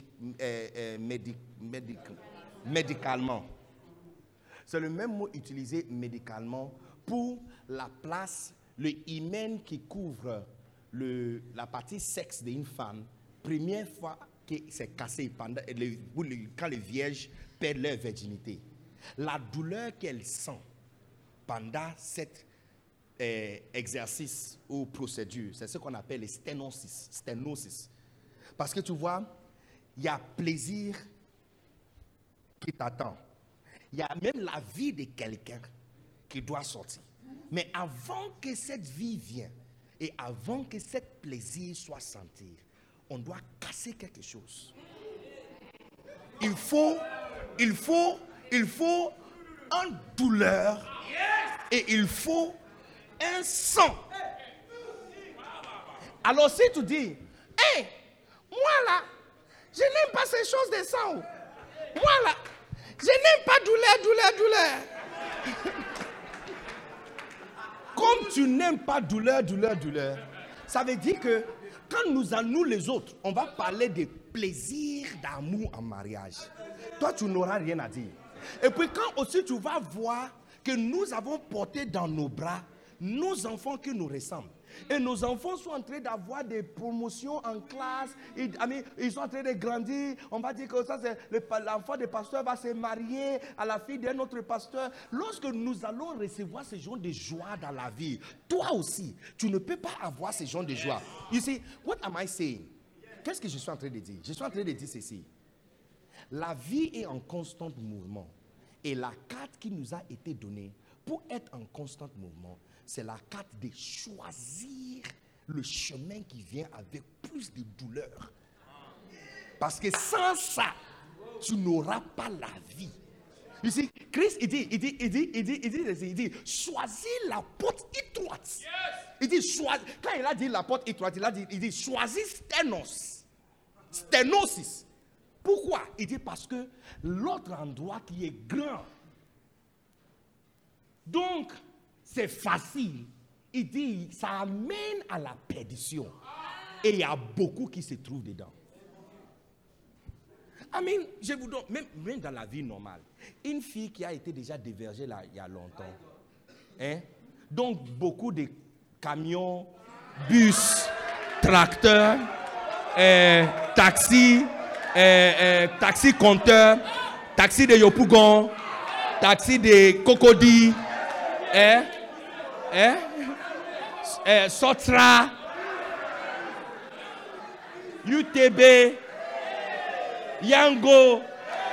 médicalement. C'est le même mot utilisé médicalement pour la place, le hymen qui couvre la partie sexe d'une femme. Première fois que c'est cassé quand les vierges perdent leur virginité. La douleur qu'elle sent pendant cet exercice ou procédure, c'est ce qu'on appelle les sténosis. Parce que tu vois, il y a plaisir qui t'attend. Il y a même la vie de quelqu'un qui doit sortir. Mais avant que cette vie vienne et avant que ce plaisir soit senti, on doit casser quelque chose. Il faut une douleur et il faut un sang. Alors si tu dis, hey, moi là, je n'aime pas ces choses de sang. Moi là, je n'aime pas douleur. Comme tu n'aimes pas douleur, ça veut dire que quand nous les autres, on va parler de plaisir d'amour en mariage. Toi, tu n'auras rien à dire. Et puis quand aussi tu vas voir que nous avons porté dans nos bras nos enfants qui nous ressemblent. Et nos enfants sont en train d'avoir des promotions en classe. Ils sont en train de grandir. On va dire que ça, c'est l'enfant des pasteurs va se marier à la fille d'un autre pasteur. Lorsque nous allons recevoir ce genre de joie dans la vie, toi aussi, tu ne peux pas avoir ce genre de joie. You see, what am I saying? Qu'est-ce que je suis en train de dire? Je suis en train de dire ceci. La vie est en constant mouvement. Et la carte qui nous a été donnée pour être en constant mouvement, c'est la carte de choisir le chemin qui vient avec plus de douleur. Parce que sans ça, tu n'auras pas la vie. You see, Christ, il dit, choisis la porte étroite. Yes. Il dit, quand il a dit la porte étroite, il dit, choisis sténosis. Pourquoi? Il dit, parce que l'autre endroit qui est grand. Donc, c'est facile. Il dit, ça amène à la perdition. Et il y a beaucoup qui se trouvent dedans. Je vous donne, même dans la vie normale, une fille qui a été déjà dévergée là, il y a longtemps. Donc, beaucoup de camions, bus, tracteurs, taxis, taxi compteur, taxi de Yopougon, taxi de Cocody, Sotra, UTB, Yango.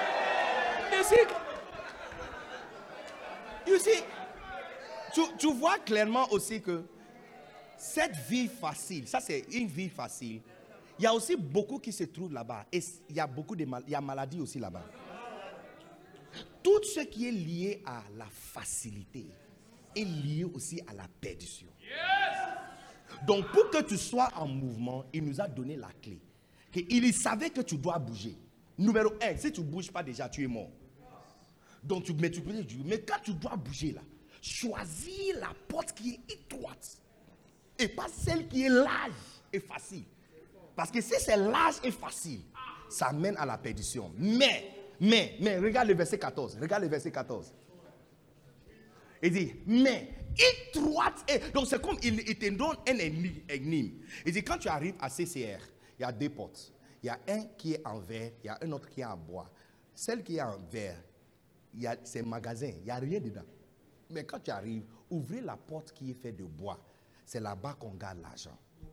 You see, tu vois clairement aussi que cette vie facile, ça c'est une vie facile. Il y a aussi beaucoup qui se trouvent là-bas. Et il y a beaucoup de maladies aussi là-bas. Tout ce qui est lié à la facilité est lié aussi à la perdition. Yes! Donc pour que tu sois en mouvement, il nous a donné la clé. Il savait que tu dois bouger. Numéro 1, si tu ne bouges pas déjà, tu es mort. Donc tu peux dire, mais quand tu dois bouger là, choisis la porte qui est étroite. Et pas celle qui est large et facile. Parce que si c'est large et facile, ça mène à la perdition. Mais, regarde le verset 14. Il dit, mais étroite. Donc c'est comme il te donne un énigme. Il dit, quand tu arrives à CCR, il y a 2 portes. Il y a un qui est en verre, il y a un autre qui est en bois. Celle qui est en verre, c'est un magasin, il n'y a rien dedans. Mais quand tu arrives, ouvrez la porte qui est faite de bois. C'est là-bas qu'on garde l'argent.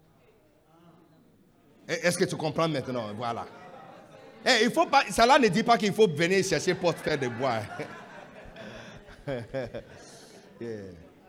Est-ce que tu comprends maintenant? Voilà. Il faut pas, cela ne dit pas qu'il faut venir chercher porte faite de bois. Yeah.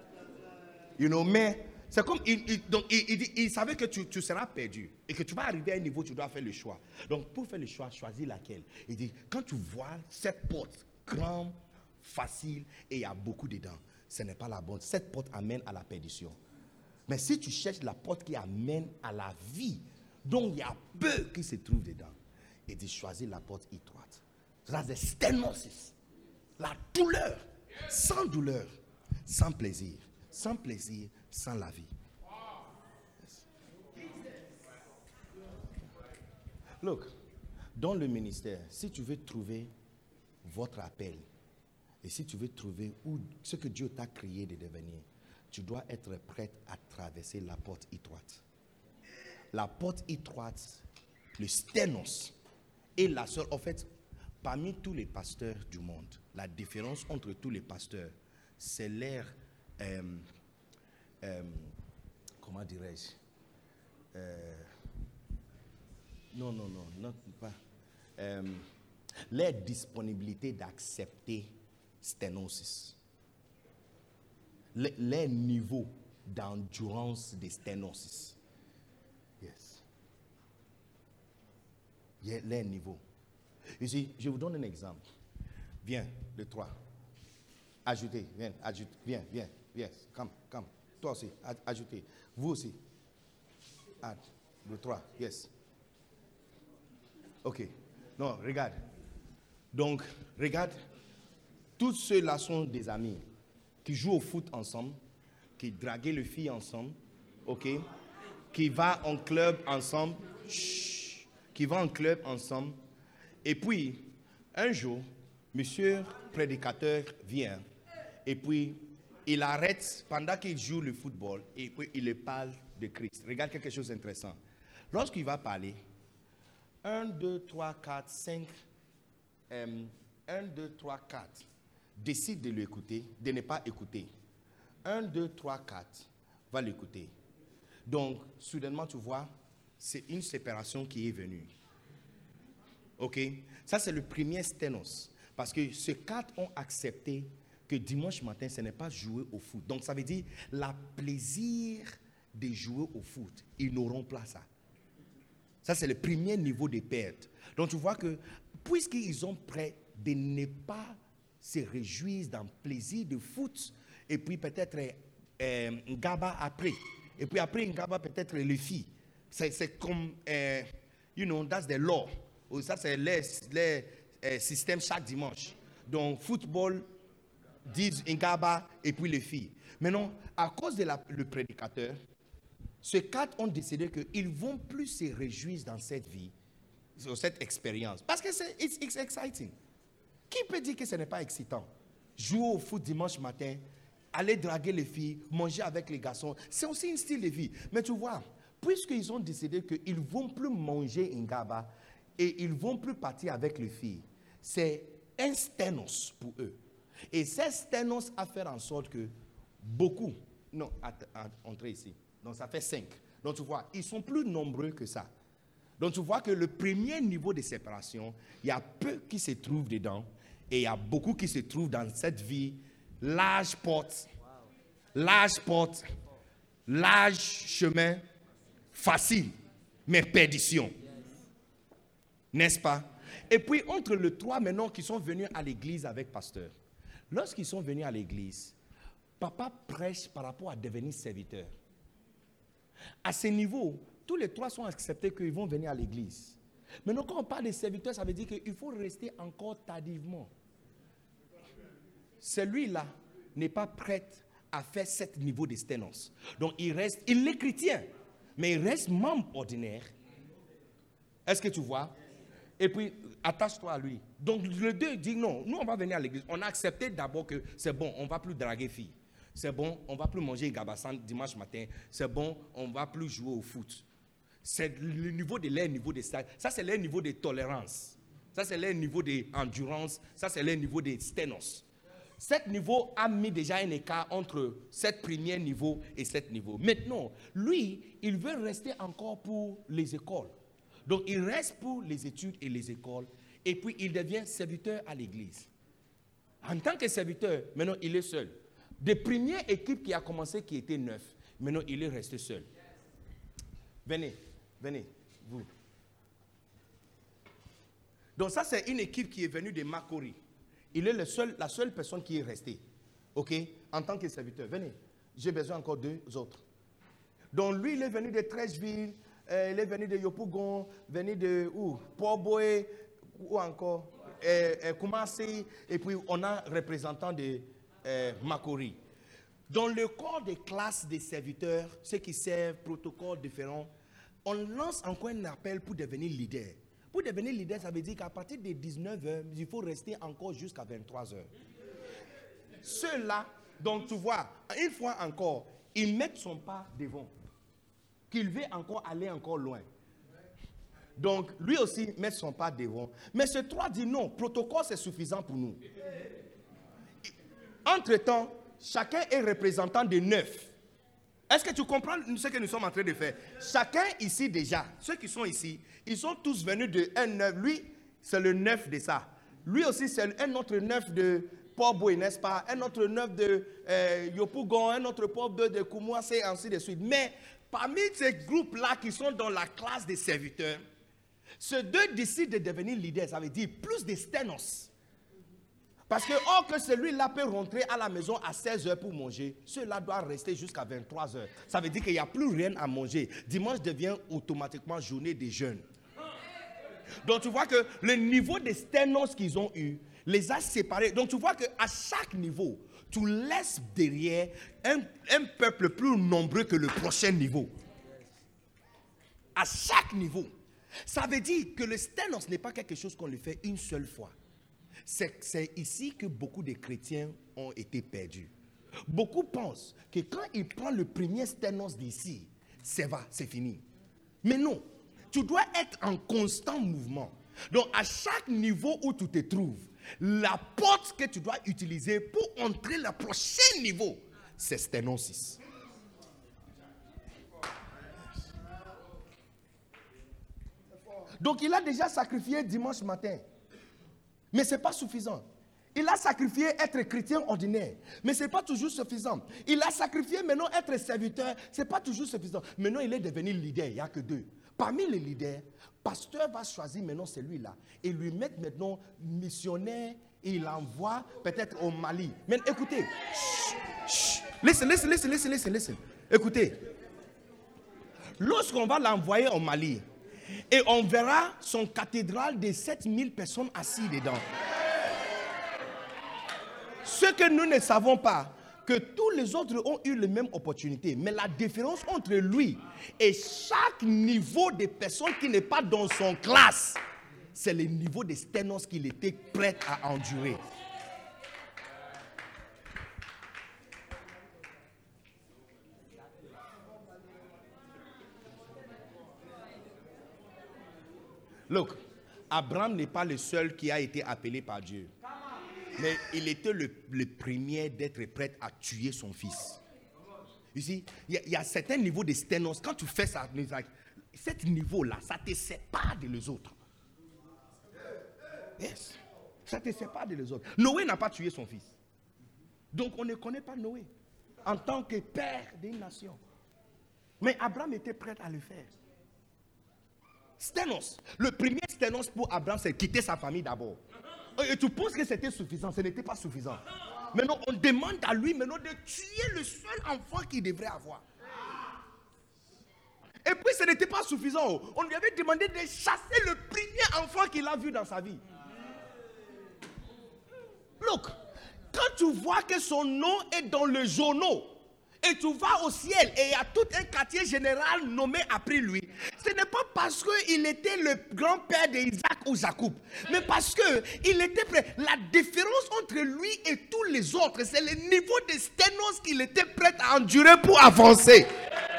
Mais c'est comme il savait que tu seras perdu et que tu vas arriver à un niveau où tu dois faire le choix. Donc pour faire le choix, choisis laquelle. Il dit, quand tu vois cette porte grande, facile et il y a beaucoup dedans, ce n'est pas la bonne. Cette porte amène à la perdition. Mais si tu cherches la porte qui amène à la vie, donc il y a peu qui se trouve dedans, il dit, choisis la porte étroite. C'est la sténosis, la douleur, sans douleur, sans plaisir, sans la vie. Look, dans le ministère, si tu veux trouver votre appel et si tu veux trouver ce que Dieu t'a créé de devenir, tu dois être prêt à traverser la porte étroite. La porte étroite, le sténos, est la seule. En fait, parmi tous les pasteurs du monde, la différence entre tous les pasteurs, c'est leur, comment dirais-je, non, pas, leur disponibilité d'accepter sténosis, leur niveau d'endurance de sténosis. Yes. Leur niveau. Ici, je vous donne un exemple. Viens, le 3. Ajoutez, viens, ajoute, viens, yes, come. Toi aussi, ajoutez. Vous aussi. Add, le 3, yes. Ok. Non, regarde. Donc, regarde. Tous ceux-là sont des amis qui jouent au foot ensemble, qui draguent les filles ensemble, ok, qui vont en club ensemble, et puis, un jour, monsieur prédicateur vient, et puis, il arrête pendant qu'il joue le football, et puis il parle de Christ. Regarde quelque chose d'intéressant. Lorsqu'il va parler, 1, 2, 3, 4, 5, 1, 2, 3, 4, décide de l'écouter, de ne pas écouter. 1, 2, 3, 4, va l'écouter. Donc, soudainement, tu vois, c'est une séparation qui est venue. Ok? Ça, c'est le premier sténos. Parce que ces 4 ont accepté que dimanche matin, ce n'est pas jouer au foot. Donc, ça veut dire, le plaisir de jouer au foot, ils n'auront pas ça. Ça, c'est le premier niveau de perte. Donc, tu vois que, puisqu'ils ont prêt de ne pas se réjouir d'un plaisir de foot, et puis peut-être Ngaba après. Et puis après Ngaba, peut-être les filles. C'est comme, that's the law. Ça, c'est les systèmes chaque dimanche. Donc, football, dit Ngaba, et puis les filles. Maintenant, à cause de le prédicateur, ces 4 ont décidé qu'ils ne vont plus se réjouir dans cette vie, dans cette expérience. Parce que c'est exciting. Qui peut dire que ce n'est pas excitant? Jouer au foot dimanche matin, aller draguer les filles, manger avec les garçons, c'est aussi un style de vie. Mais tu vois, puisqu'ils ont décidé qu'ils ne vont plus manger Ngaba et ils ne vont plus partir avec les filles, c'est un sténos pour eux. Et ce sténos a fait en sorte que beaucoup, non, entrez ici, donc ça fait 5. Donc tu vois, ils sont plus nombreux que ça. Donc tu vois que le premier niveau de séparation, il y a peu qui se trouvent dedans et il y a beaucoup qui se trouvent dans cette vie. Large porte, large chemin, facile, mais perdition. N'est-ce pas? Et puis entre les 3 maintenant qui sont venus à l'église avec pasteur. Lorsqu'ils sont venus à l'église, papa prêche par rapport à devenir serviteur. À ce niveau, tous les 3 sont acceptés qu'ils vont venir à l'église. Maintenant, quand on parle de serviteurs, ça veut dire qu'il faut rester encore tardivement. Celui-là n'est pas prêt à faire ce niveau de sténos. Donc, il est chrétien, mais il reste membre ordinaire. Est-ce que tu vois? Et puis, attache-toi à lui. Donc, le deux dit non, nous on va venir à l'église. On a accepté d'abord que c'est bon, on ne va plus draguer filles. C'est bon, on ne va plus manger gabassan dimanche matin. C'est bon, on ne va plus jouer au foot. C'est le niveau de leur niveau de stade. Ça, c'est leur niveau de tolérance. Ça, c'est leur niveau d'endurance. Ça, c'est leur niveau de sténos. Cet niveau a mis déjà un écart entre cet premier niveau et cet niveau. Maintenant, lui, il veut rester encore pour les écoles. Donc, il reste pour les études et les écoles. Et puis, il devient serviteur à l'église. En tant que serviteur, maintenant, il est seul. Des premières équipes qui a commencé, qui étaient 9, maintenant, il est resté seul. Venez, vous. Donc, ça, c'est une équipe qui est venue de Makori. Il est la seule personne qui est restée, ok, en tant que serviteur. Venez, j'ai besoin encore d'eux autres. Donc lui, il est venu de Trècheville, il est venu de Yopougon, venu de Port-Boué, ou encore Koumassi, et puis on a un représentant de Makori. Dans le corps des classes des serviteurs, ceux qui servent, protocoles différents, on lance encore un appel pour devenir leader. Pour devenir leader, ça veut dire qu'à partir de 19h, il faut rester encore jusqu'à 23h. Ceux-là, donc tu vois, une fois encore, ils mettent son pas devant. Qu'il veut encore aller encore loin. Donc, lui aussi met son pas devant. Mais ce 3 dit non, protocole c'est suffisant pour nous. Entre-temps, chacun est représentant de 9. Est-ce que tu comprends ce que nous sommes en train de faire? Chacun ici déjà, ceux qui sont ici, ils sont tous venus de un 9. Lui, c'est le 9 de ça. Lui aussi, c'est un autre 9 de Port-Boué, n'est-ce pas? Un autre 9 de Yopougon, un autre Port-Boué de Koumoua, et ainsi de suite. Mais parmi ces groupes-là qui sont dans la classe des serviteurs, ceux deux décident de devenir leaders. Ça veut dire plus de sténos. Parce que, or que celui-là peut rentrer à la maison à 16h pour manger, celui-là doit rester jusqu'à 23h. Ça veut dire qu'il n'y a plus rien à manger. Dimanche devient automatiquement journée des jeûnes. Donc tu vois que le niveau de sténos qu'ils ont eu les a séparés. Donc tu vois qu'à chaque niveau, tu laisses derrière un peuple plus nombreux que le prochain niveau. À chaque niveau. Ça veut dire que le sténos n'est pas quelque chose qu'on le fait une seule fois. C'est ici que beaucoup de chrétiens ont été perdus. Beaucoup pensent que quand ils prennent le premier sténos d'ici, c'est fini. Mais non, tu dois être en constant mouvement. Donc à chaque niveau où tu te trouves, la porte que tu dois utiliser pour entrer le prochain niveau, c'est sténosis. Donc il a déjà sacrifié dimanche matin. Mais ce n'est pas suffisant. Il a sacrifié être chrétien ordinaire. Mais ce n'est pas toujours suffisant. Il a sacrifié maintenant être serviteur. Ce n'est pas toujours suffisant. Maintenant, il est devenu leader. Il n'y a que 2. Parmi les leaders, pasteur va choisir maintenant celui-là. Et lui mettre maintenant missionnaire. Et il l'envoie peut-être au Mali. Mais écoutez. Listen. Écoutez. Lorsqu'on va l'envoyer au Mali, et on verra son cathédrale de 7000 personnes assises dedans. Ce que nous ne savons pas, que tous les autres ont eu les mêmes opportunités. Mais la différence entre lui et chaque niveau de personnes qui n'est pas dans son classe, c'est le niveau de sténos qu'il était prêt à endurer. Look, Abraham n'est pas le seul qui a été appelé par Dieu. Mais il était le premier d'être prêt à tuer son fils. Ici, il y a certains niveaux de sténos. Quand tu fais ça, cet niveau-là, ça te sépare de les autres. Yes. Ça te sépare de les autres. Noé n'a pas tué son fils. Donc on ne connaît pas Noé en tant que père d'une nation. Mais Abraham était prêt à le faire. Sténos. Le premier sténos pour Abraham, c'est quitter sa famille d'abord. Et tu penses que c'était suffisant? Ce n'était pas suffisant. Maintenant, on demande à lui maintenant de tuer le seul enfant qu'il devrait avoir. Et puis, ce n'était pas suffisant. On lui avait demandé de chasser le premier enfant qu'il a vu dans sa vie. Look, quand tu vois que son nom est dans le journaux, et tu vas au ciel et il y a tout un quartier général nommé après lui, ce n'est pas parce qu'il était le grand-père d'Isaac ou Jacob, mais parce qu'il était prêt. La différence entre lui et tous les autres, c'est le niveau de sténose qu'il était prêt à endurer pour avancer.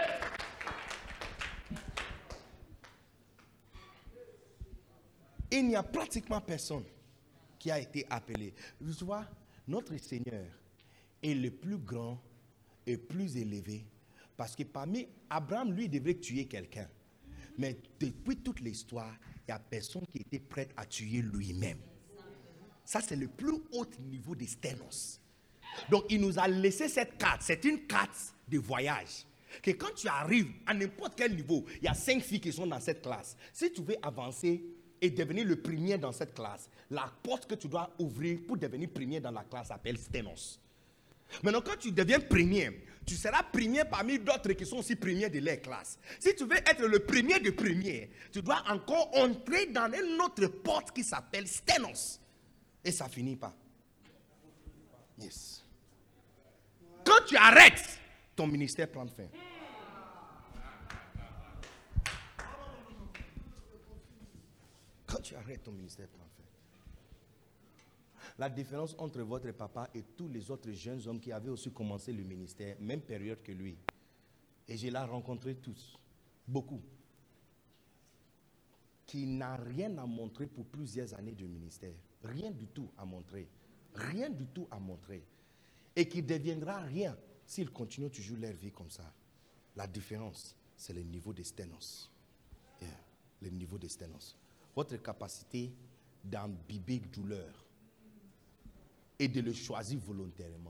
Il n'y a pratiquement personne qui a été appelé. Tu vois, notre Seigneur est le plus grand et plus élevé. Parce que parmi Abraham, lui, devait tuer quelqu'un. Mais depuis toute l'histoire, il n'y a personne qui était prêt à tuer lui-même. Ça, c'est le plus haut niveau de sténose. Donc, il nous a laissé cette carte. C'est une carte de voyage. Que quand tu arrives à n'importe quel niveau, il y a 5 filles qui sont dans cette classe. Si tu veux avancer et devenir le premier dans cette classe, la porte que tu dois ouvrir pour devenir premier dans la classe s'appelle sténose. Maintenant, quand tu deviens premier, tu seras premier parmi d'autres qui sont aussi premiers de leur classe. Si tu veux être le premier de premier, tu dois encore entrer dans une autre porte qui s'appelle sténose. Et ça finit pas. Yes. Quand tu arrêtes, ton ministère prend fin. Quand tu arrêtes, ton ministère prend fin. La différence entre votre papa et tous les autres jeunes hommes qui avaient aussi commencé le ministère, même période que lui, et je l'ai rencontré tous, beaucoup, qui n'a rien à montrer pour plusieurs années de ministère. Rien du tout à montrer. Rien du tout à montrer. Et qui ne deviendra rien s'ils continuent toujours leur vie comme ça. La différence, c'est le niveau de sténose. Yeah. Le niveau de sténose. Votre capacité d'imbiber douleur et de le choisir volontairement.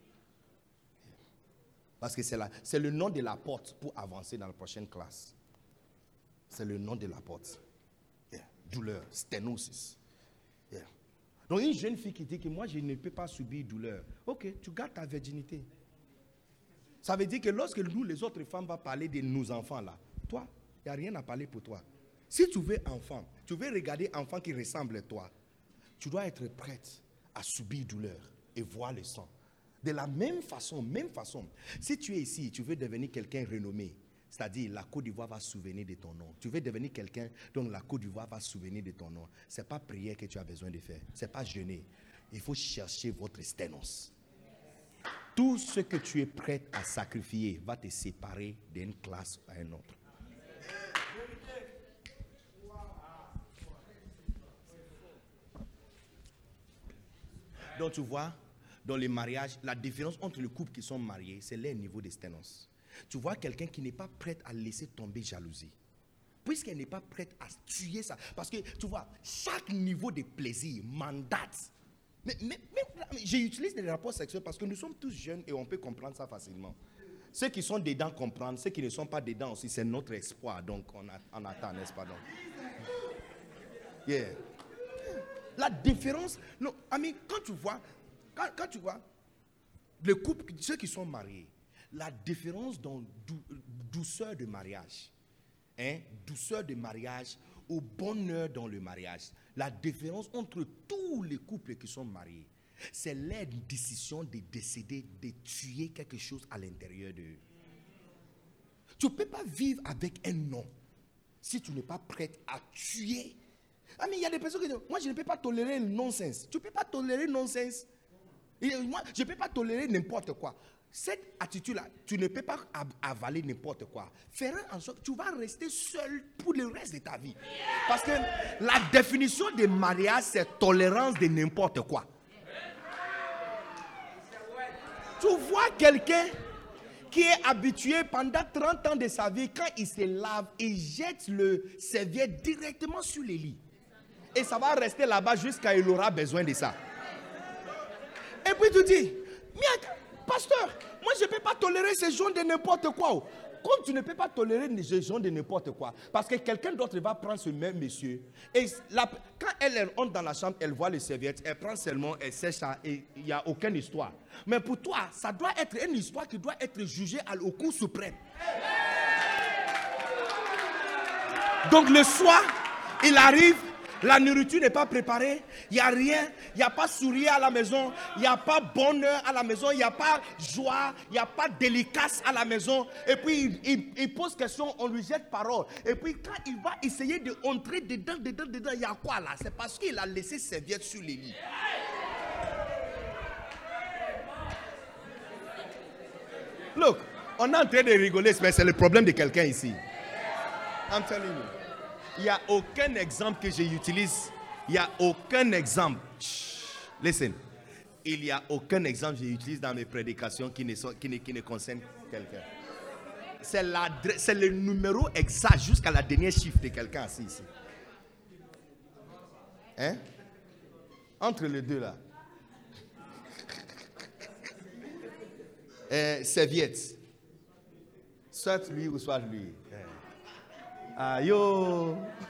Parce que c'est le nom de la porte pour avancer dans la prochaine classe. C'est le nom de la porte. Yeah. Douleur, sténosis. Yeah. Donc une jeune fille qui dit que moi je ne peux pas subir douleur. Ok, tu gardes ta virginité. Ça veut dire que lorsque nous les autres femmes vont parler de nos enfants là, toi, il n'y a rien à parler pour toi. Si tu veux enfant, tu veux regarder enfant qui ressemble à toi, tu dois être prête à subir douleur et voir le sang. De la même façon, si tu es ici, tu veux devenir quelqu'un renommé, c'est-à-dire la Côte d'Ivoire va se souvenir de ton nom. Tu veux devenir quelqu'un dont la Côte d'Ivoire va se souvenir de ton nom. Ce n'est pas prière que tu as besoin de faire. Ce n'est pas jeûner. Il faut chercher votre sténose. Tout ce que tu es prêt à sacrifier va te séparer d'une classe à une autre. Donc tu vois, dans les mariages, la différence entre les couples qui sont mariés, c'est leur niveau de sténose. Tu vois quelqu'un qui n'est pas prêt à laisser tomber jalousie. Puisqu'elle n'est pas prête à tuer ça. Parce que tu vois, chaque niveau de plaisir mandate. Mais j'utilise des rapports sexuels parce que nous sommes tous jeunes et on peut comprendre ça facilement. Ceux qui sont dedans comprennent, ceux qui ne sont pas dedans aussi, c'est notre espoir. Donc on attend, n'est-ce pas? Donc. Yeah. La différence, non, ami, quand tu vois les couples, ceux qui sont mariés, la différence dans douceur de mariage, douceur de mariage au bonheur dans le mariage, la différence entre tous les couples qui sont mariés, c'est leur décision de décider de tuer quelque chose à l'intérieur d'eux. Tu ne peux pas vivre avec un non si tu n'es pas prête à tuer. Ah, mais il y a des personnes qui disent, moi je ne peux pas tolérer le non-sens. Tu ne peux pas tolérer le non-sens. Moi, je ne peux pas tolérer n'importe quoi. Cette attitude-là, tu ne peux pas avaler n'importe quoi. Faire en sorte que tu vas rester seul pour le reste de ta vie. Parce que la définition de mariage, c'est tolérance de n'importe quoi. Tu vois quelqu'un qui est habitué pendant 30 ans de sa vie, quand il se lave, il jette le serviette directement sur le lit. Et ça va rester là-bas jusqu'à il aura besoin de ça. Et puis tu dis, mais pasteur, moi je ne peux pas tolérer ces gens de n'importe quoi. Comme tu ne peux pas tolérer ces gens de n'importe quoi, parce que quelqu'un d'autre va prendre ce même monsieur, et quand elle entre dans la chambre, elle voit les serviettes, elle prend seulement, elle sèche ça, et il n'y a aucune histoire. Mais pour toi, ça doit être une histoire qui doit être jugée au cour suprême. Donc le soir, il arrive, La nourriture n'est pas préparée. Il n'y a rien. Il n'y a pas sourire à la maison. Il n'y a pas bonheur à la maison. Il n'y a pas joie. Il n'y a pas délicace à la maison. Et puis, il pose question, on lui jette parole. Et puis, quand il va essayer d'entrer dedans, il y a quoi là? C'est parce qu'il a laissé serviette sur les lits. Look, on est en train de rigoler, mais c'est le problème de quelqu'un ici. I'm telling you. Il n'y a aucun exemple que j'utilise. Il n'y a aucun exemple. Listen. Il n'y a aucun exemple que j'utilise dans mes prédications qui ne concerne quelqu'un. C'est le numéro exact jusqu'à la dernière chiffre de quelqu'un assis ici. Hein? Entre les deux là. Serviette. Soit lui ou soit lui. Aïe yo.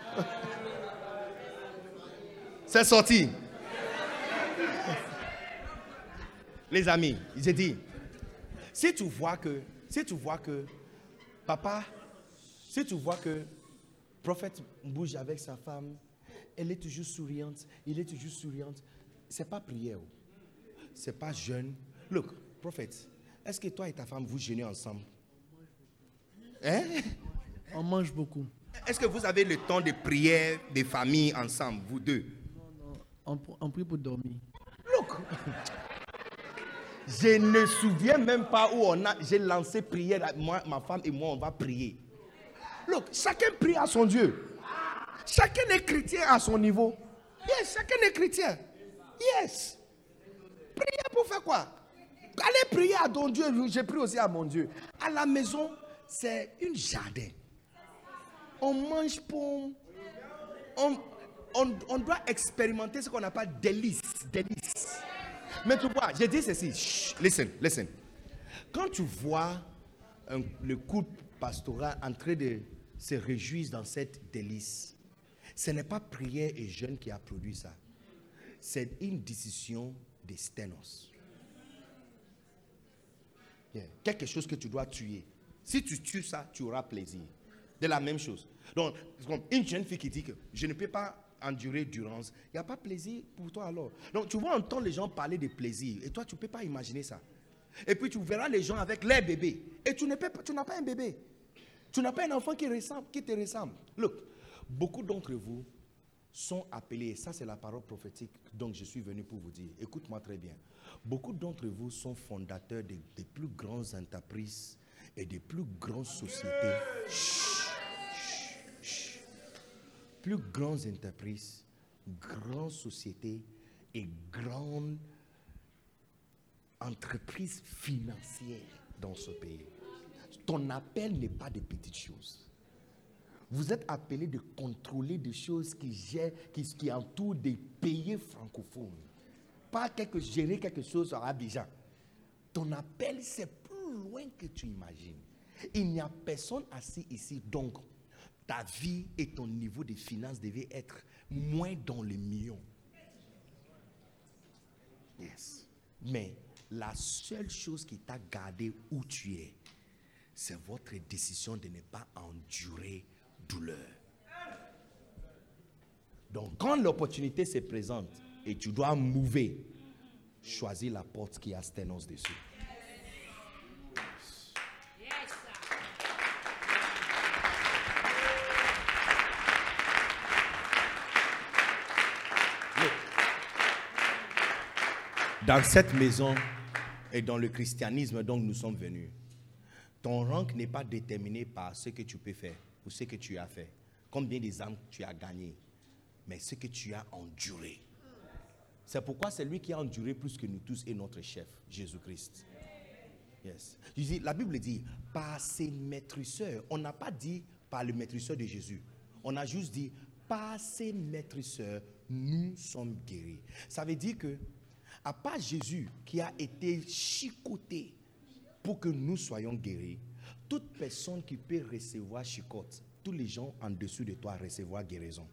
C'est sorti. Les amis, j'ai dit, si tu vois que, papa, si tu vois que prophète bouge avec sa femme, elle est toujours souriante, il est toujours souriante, c'est pas prière, c'est pas jeûne. Look, prophète, est-ce que toi et ta femme vous jeûnez ensemble? Hein? On mange beaucoup. Est-ce que vous avez le temps de prière de famille ensemble, vous deux? Non, on prie pour dormir. Look, je ne me souviens même pas où j'ai lancé prière. Moi, ma femme et moi, on va prier. Look, chacun prie à son Dieu. Chacun est chrétien à son niveau. Yes, chacun est chrétien. Yes. Prier pour faire quoi? Allez prier à ton Dieu. Je prie aussi à mon Dieu. À la maison, c'est une jardin. On mange pomme. On doit expérimenter ce qu'on appelle délice. Mais tu vois, je dis ceci. Chut, listen. Quand tu vois le couple pastoral en train de se réjouir dans cette délice, ce n'est pas prière et jeûne qui a produit ça. C'est une décision de sténos. Yeah. Quelque chose que tu dois tuer. Si tu tues ça, tu auras plaisir. De la même chose. Donc, une jeune fille qui dit que je ne peux pas endurer Durance, il n'y a pas plaisir pour toi alors. Donc, tu vas entendre les gens parler de plaisir et toi, tu ne peux pas imaginer ça. Et puis, tu verras les gens avec leurs bébés et tu n'as pas un bébé. Tu n'as pas un enfant qui te ressemble. Look, beaucoup d'entre vous sont appelés, ça c'est la parole prophétique, donc je suis venu pour vous dire, écoute-moi très bien. Beaucoup d'entre vous sont fondateurs des plus grandes entreprises et des plus grandes sociétés. Plus grandes entreprises, grandes sociétés et grandes entreprises financières dans ce pays. Ton appel n'est pas de petites choses. Vous êtes appelé de contrôler des choses qui entourent des pays francophones. Pas gérer quelque chose à Abidjan. Ton appel, c'est plus loin que tu imagines. Il n'y a personne assis ici, donc ta vie et ton niveau de finances devaient être moins dans les millions. Yes. Mais la seule chose qui t'a gardé où tu es, c'est votre décision de ne pas endurer douleur. Donc, quand l'opportunité se présente et tu dois mouver, choisis la porte qui a sténos dessus. Dans cette maison et dans le christianisme dont nous sommes venus, ton rang n'est pas déterminé par ce que tu peux faire ou ce que tu as fait, combien des âmes tu as gagné, mais ce que tu as enduré. C'est pourquoi c'est lui qui a enduré plus que nous tous et notre chef, Jésus-Christ. Yes. La Bible dit, par ses maîtrisseurs, on n'a pas dit par le maîtrisseur de Jésus, on a juste dit, par ses maîtrisseurs, nous sommes guéris. Ça veut dire que à part Jésus qui a été chicoté pour que nous soyons guéris, toute personne qui peut recevoir chicote, tous les gens en dessous de toi recevoir guérison.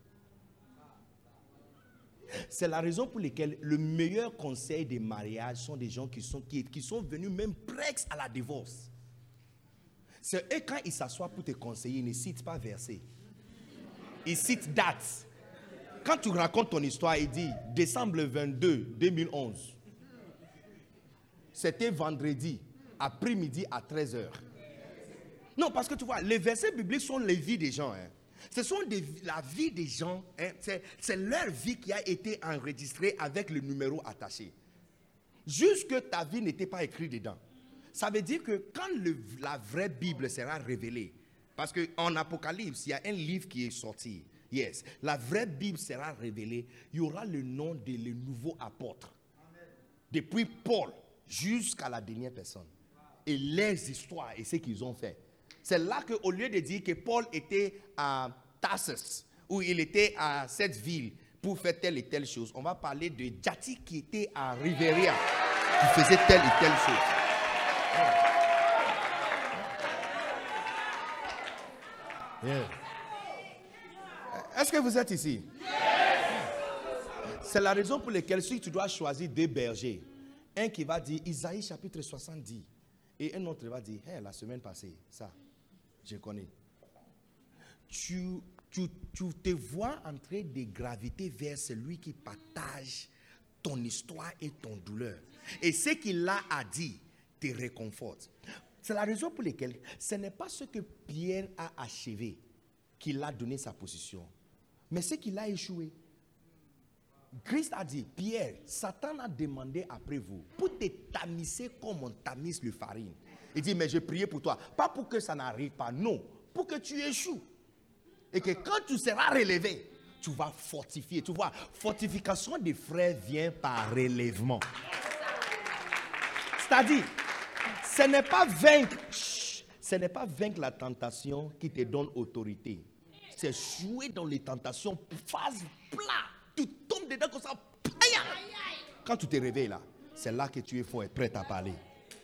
C'est la raison pour laquelle le meilleur conseil des mariages sont des gens qui sont venus même presque à la divorce. C'est eux quand ils s'assoient pour te conseiller, ils ne citent pas verset. Ils citent date. Quand tu racontes ton histoire, il dit décembre 22, 2011. C'était vendredi, après-midi à 13h. Non, parce que tu vois, les versets bibliques sont les vies des gens. Hein. Ce sont la vie des gens. Hein. C'est leur vie qui a été enregistrée avec le numéro attaché. Jusque ta vie n'était pas écrite dedans. Ça veut dire que quand la vraie Bible sera révélée, parce qu'en Apocalypse, il y a un livre qui est sorti. Yes. La vraie Bible sera révélée. Il y aura le nom des nouveaux apôtres. Amen. Depuis Paul jusqu'à la dernière personne. Et leurs histoires et ce qu'ils ont fait. C'est là qu'au lieu de dire que Paul était à Tarsus, ou il était à cette ville pour faire telle et telle chose, on va parler de Jati qui était à Riviera, qui faisait telle et telle chose. Yeah. Est-ce que vous êtes ici? C'est la raison pour laquelle si tu dois choisir deux bergers, un qui va dire Isaïe chapitre 70 et un autre va dire hey, la semaine passée, ça, je connais. Tu te vois en train de graviter vers celui qui partage ton histoire et ton douleur. Et ce qu'il a à dire te réconforte. C'est la raison pour laquelle ce n'est pas ce que Pierre a achevé qu'il a donné sa position, mais ce qu'il a échoué. Christ a dit, Pierre, Satan a demandé après vous pour te tamiser comme on tamise le farine. Il dit, mais j'ai prié pour toi, pas pour que ça n'arrive pas, non, pour que tu échoues. Et que quand tu seras relevé, tu vas fortifier. Tu vois, fortification des frères vient par relèvement. C'est-à-dire, ce n'est pas vaincre la tentation qui te donne autorité. C'est jouer dans les tentations, phase plat. Tu tombes dedans comme ça. Quand tu te réveilles là, c'est là que tu es fort et prêt à parler.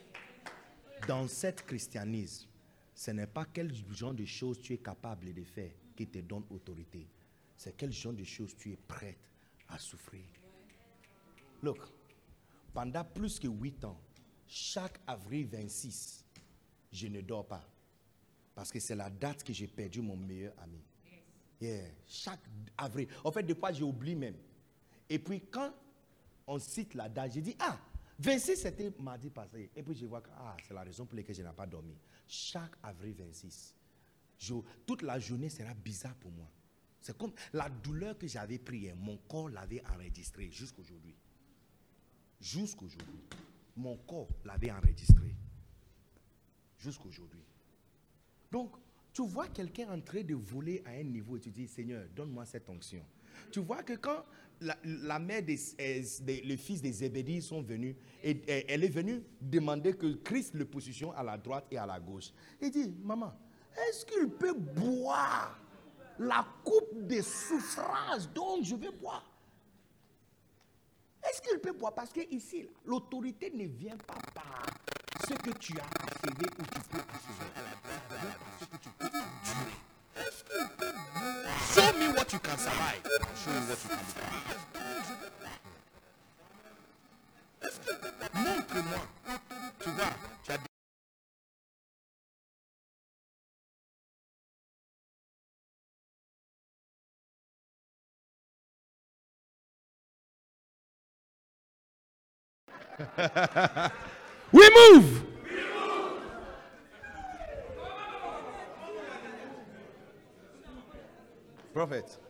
Dans cet christianisme, ce n'est pas quel genre de choses tu es capable de faire qui te donne autorité. C'est quel genre de choses tu es prêt à souffrir. Look, pendant plus que 8 ans, chaque avril 26, je ne dors pas. Parce que c'est la date que j'ai perdu mon meilleur ami. Yeah. Chaque avril. En fait, des fois, j'oublie même. Et puis, quand on cite la date, j'ai dit, 26, c'était mardi passé. Et puis, je vois que, c'est la raison pour laquelle je n'ai pas dormi. Chaque avril 26, toute la journée sera bizarre pour moi. C'est comme la douleur que j'avais prise, mon corps l'avait enregistrée jusqu'aujourd'hui. Jusqu'aujourd'hui. Mon corps l'avait enregistré. Jusqu'aujourd'hui. Donc, tu vois quelqu'un en train de voler à un niveau et tu dis, Seigneur, donne-moi cette onction. Tu vois que quand la mère, les fils des Zébédie sont venus, et elle est venue demander que Christ le positionne à la droite et à la gauche. Il dit, maman, est-ce qu'il peut boire la coupe de souffrance dont je vais boire? Est-ce qu'il peut boire? Parce que ici, l'autorité ne vient pas par ce que tu as achevé ou tu peux achever. Ce que tu peux endurer. Est-ce qu'il peut boire? Show me what you can survive. Show me what you can survive. Est-ce qu'il peut boire? Montre-moi. Tu vois, tu as dit. We move. Prophète.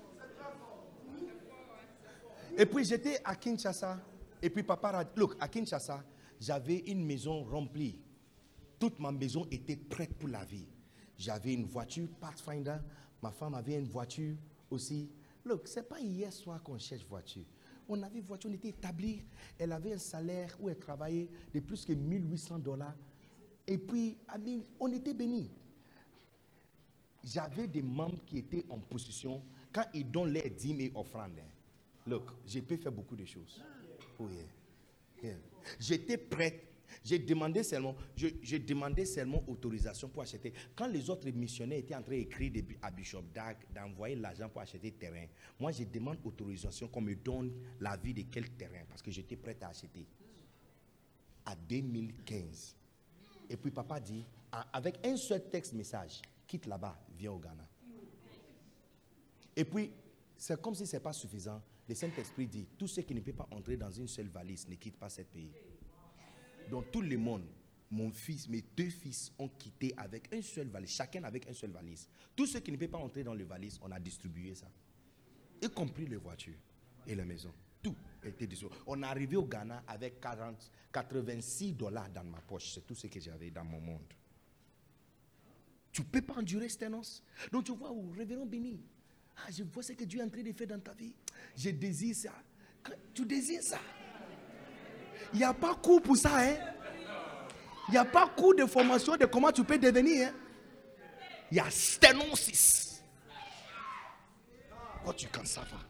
Et puis j'étais à Kinshasa. Et puis papa a dit, look, à Kinshasa, j'avais une maison remplie. Toute ma maison était prête pour la vie. J'avais une voiture Pathfinder. Ma femme avait une voiture aussi. Look, c'est pas hier soir qu'on cherche voiture. On avait une voiture, on était établi. Elle avait un salaire où elle travaillait de plus que $1,800. Et puis, on était bénis. J'avais des membres qui étaient en position, quand ils donnent leurs dîmes et offrandes. Look, j'ai pu faire beaucoup de choses. Oh yeah. Yeah. J'étais prête. J'ai demandé seulement autorisation pour acheter. Quand les autres missionnaires étaient en train d'écrire à Bishop Dag, d'envoyer l'argent pour acheter terrain, moi je demande autorisation qu'on me donne l'avis de quel terrain, parce que j'étais prêt à acheter. À 2015. Et puis papa dit, avec un seul texte message, quitte là-bas, viens au Ghana. Et puis, c'est comme si ce n'est pas suffisant. Le Saint-Esprit dit, tout ce qui ne peut pas entrer dans une seule valise ne quitte pas ce pays. Dans tout le monde, mon fils, mes 2 fils ont quitté avec une seule valise, chacun avec une seule valise. Tout ce qui ne peut pas entrer dans les valises, on a distribué ça. Y compris les voitures et les maisons. Tout était distribué. On est arrivé au Ghana avec 86 $ dans ma poche. C'est tout ce que j'avais dans mon monde. Tu ne peux pas endurer cette annonce. Donc tu vois, révérend béni, je vois ce que Dieu est en train de faire dans ta vie. Je désire ça. Tu désires ça. Il n'y a pas cours pour ça, hein. Il n'y a pas cours de formation de comment tu peux devenir, hein. Il y a sténosis. Quand tu cannes ça va.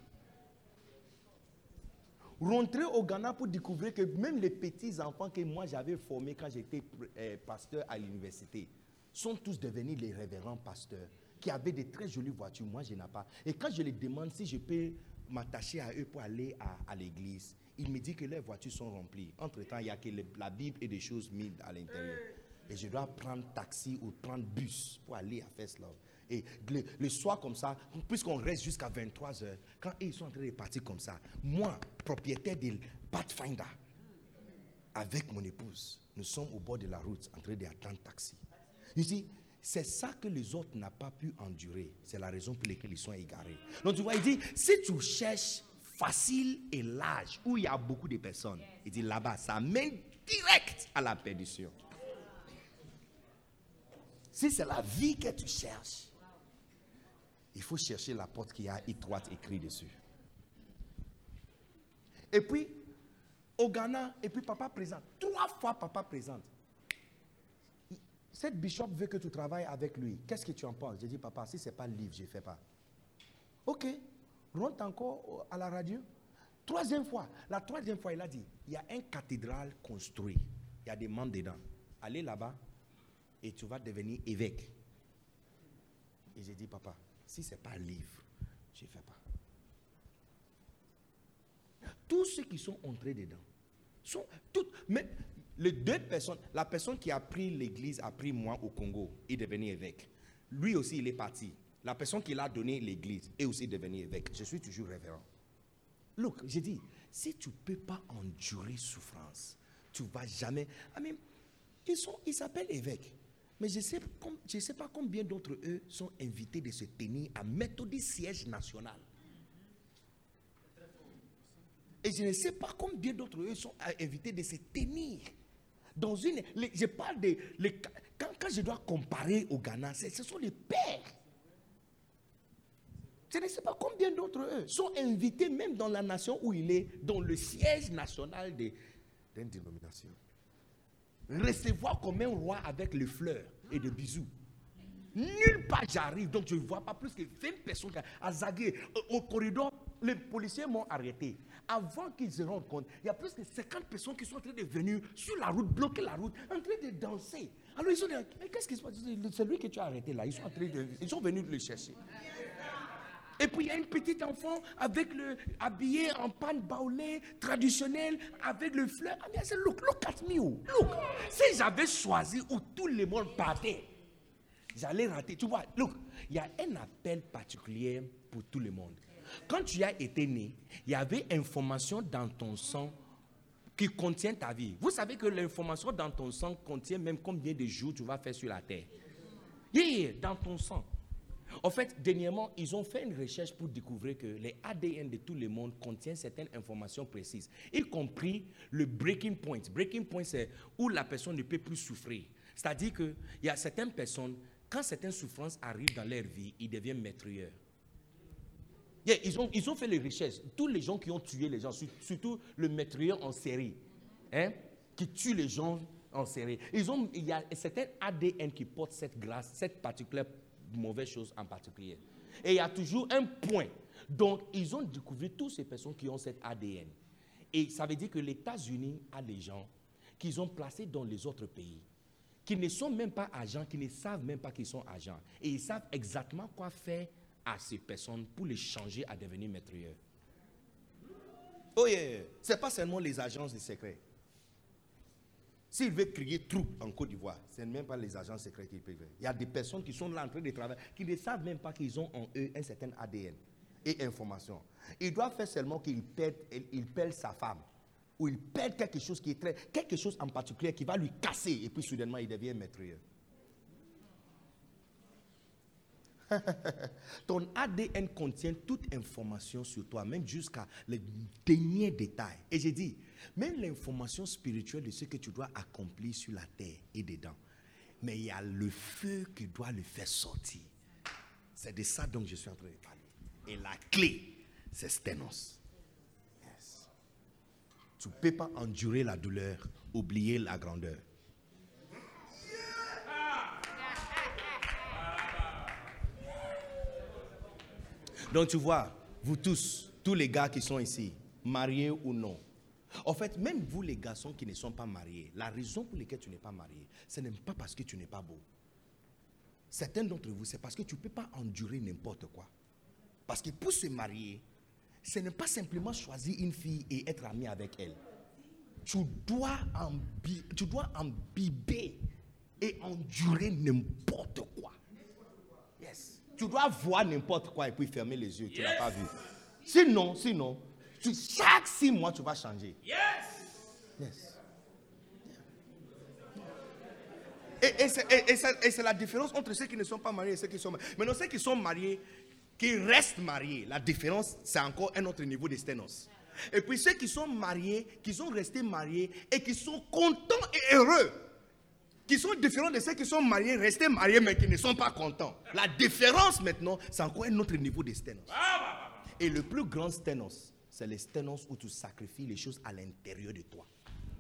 Rentrer au Ghana pour découvrir que même les petits enfants que moi j'avais formés quand j'étais pasteur à l'université sont tous devenus les révérends pasteurs qui avaient de très jolies voitures. Moi, je n'ai pas. Et quand je les demande si je peux m'attacher à eux pour aller à l'église, ils me disent que leurs voitures sont remplies. Entre-temps, il n'y a que la Bible et des choses mises à l'intérieur. Et je dois prendre taxi ou prendre bus pour aller à First Love. Et le soir comme ça, puisqu'on reste jusqu'à 23h, quand ils sont en train de partir comme ça, moi, propriétaire de Pathfinder, avec mon épouse, nous sommes au bord de la route en train d'attendre taxi. Ici, c'est ça que les autres n'ont pas pu endurer. C'est la raison pour laquelle ils sont égarés. Donc tu vois, il dit, si tu cherches facile et large, où il y a beaucoup de personnes, il dit là-bas, ça mène direct à la perdition. Si c'est la vie que tu cherches, il faut chercher la porte qui a étroite écrit dessus. Et puis, au Ghana, et puis papa présente. 3 fois papa présente. Cette bishop veut que tu travailles avec lui. Qu'est-ce que tu en penses? J'ai dit, papa, si ce n'est pas le livre, je ne fais pas. Ok, rentre encore à la radio. 3e fois. La 3e fois, il a dit, il y a une cathédrale construite. Il y a des membres dedans. Allez là-bas et tu vas devenir évêque. Et j'ai dit, papa, si ce n'est pas le livre, je ne fais pas. Tous ceux qui sont entrés dedans sont toutes, mais les 2 personnes, la personne qui a pris l'église a pris moi au Congo, il est devenu évêque. Lui aussi, il est parti. La personne qui l'a donné l'église est aussi devenue évêque. Je suis toujours révérend. Look, j'ai dit, si tu ne peux pas endurer souffrance, tu ne vas jamais. Ils s'appellent évêques. Mais je ne sais pas combien d'entre eux sont invités de se tenir à Méthodiste siège national. Et je ne sais pas combien d'entre eux sont invités de se tenir dans une. Je parle de. Quand je dois comparer au Ghana, ce sont les pères. Je ne sais pas combien d'entre eux sont invités, même dans la nation où il est, dans le siège national d'une dénomination. Recevoir comme un roi avec les fleurs et des bisous. Nulle part j'arrive, donc je ne vois pas plus que 20 personnes à Zagué. Au corridor, les policiers m'ont arrêté. Avant qu'ils se rendent compte, il y a plus de 50 personnes qui sont en train de venir sur la route, bloquer la route, en train de danser. Alors ils sont dit, mais qu'est-ce qui se passe? C'est lui que tu as arrêté là. Ils sont venus le chercher. Et puis il y a une petite enfant habillée en panne baoulée, traditionnelle, avec le fleur. Ah bien, c'est look at me. Look. Si j'avais choisi où tout le monde partait, j'allais rater. Tu vois, look, il y a un appel particulier pour tout le monde. Quand tu as été né, il y avait information dans ton sang qui contient ta vie. Vous savez que l'information dans ton sang contient même combien de jours tu vas faire sur la terre. Dans ton sang. En fait, dernièrement, ils ont fait une recherche pour découvrir que les ADN de tout le monde contiennent certaines informations précises, y compris le breaking point. Breaking point, c'est où la personne ne peut plus souffrir. C'est-à-dire qu'il y a certaines personnes, quand certaines souffrances arrivent dans leur vie, ils deviennent meurtriers. Ils ont fait les recherches. Tous les gens qui ont tué les gens, surtout le meurtrier en série, qui tue les gens en série. Il y a certains ADN qui portent cette grâce, cette particulière mauvaise chose en particulier. Et il y a toujours un point. Donc, ils ont découvert toutes ces personnes qui ont cet ADN. Et ça veut dire que les États-Unis a des gens qu'ils ont placés dans les autres pays, qui ne sont même pas agents, qui ne savent même pas qu'ils sont agents. Et ils savent exactement quoi faire à ces personnes pour les changer à devenir meurtriers. Oh yeah, ce n'est pas seulement les agences de secret. S'il veut crier trou en Côte d'Ivoire, ce n'est même pas les agents secrets qui peuvent. Il y a des personnes qui sont là en train de travailler, qui ne savent même pas qu'ils ont en eux un certain ADN. et information. Il doit faire seulement qu'il perd sa femme. Ou il perd quelque chose qui est quelque chose en particulier qui va lui casser. Et puis soudainement, il devient maîtrieux. Ton ADN contient toute information sur toi, même jusqu'à les derniers détails. Et j'ai dit, même l'information spirituelle de ce que tu dois accomplir sur la terre est dedans. Mais il y a le feu qui doit le faire sortir. C'est de ça dont je suis en train de parler. Et la clé, c'est sténos. Yes. Tu ne peux pas endurer la douleur, oublier la grandeur. Donc tu vois, vous tous les gars qui sont ici, mariés ou non, en fait, même vous les garçons qui ne sont pas mariés, la raison pour laquelle tu n'es pas marié, ce n'est pas parce que tu n'es pas beau. Certains d'entre vous, c'est parce que tu ne peux pas endurer n'importe quoi. Parce que pour se marier, ce n'est pas choisir une fille et être ami avec elle. Tu dois imbiber et endurer n'importe quoi. Yes. Tu dois voir n'importe quoi et puis fermer les yeux. Tu n'as pas vu. Sinon, chaque 6 mois, tu vas changer. Yes. Et c'est la différence entre ceux qui ne sont pas mariés et ceux qui sont mariés. Maintenant, ceux qui sont mariés, qui restent mariés, la différence, c'est encore un autre niveau de sténos. Et puis ceux qui sont mariés, qui sont restés mariés et qui sont contents et heureux, qui sont différents de ceux qui sont mariés, restés mariés, mais qui ne sont pas contents. La différence maintenant, c'est encore un autre niveau de sténos. Et le plus grand sténos, c'est le sténos où tu sacrifies les choses à l'intérieur de toi.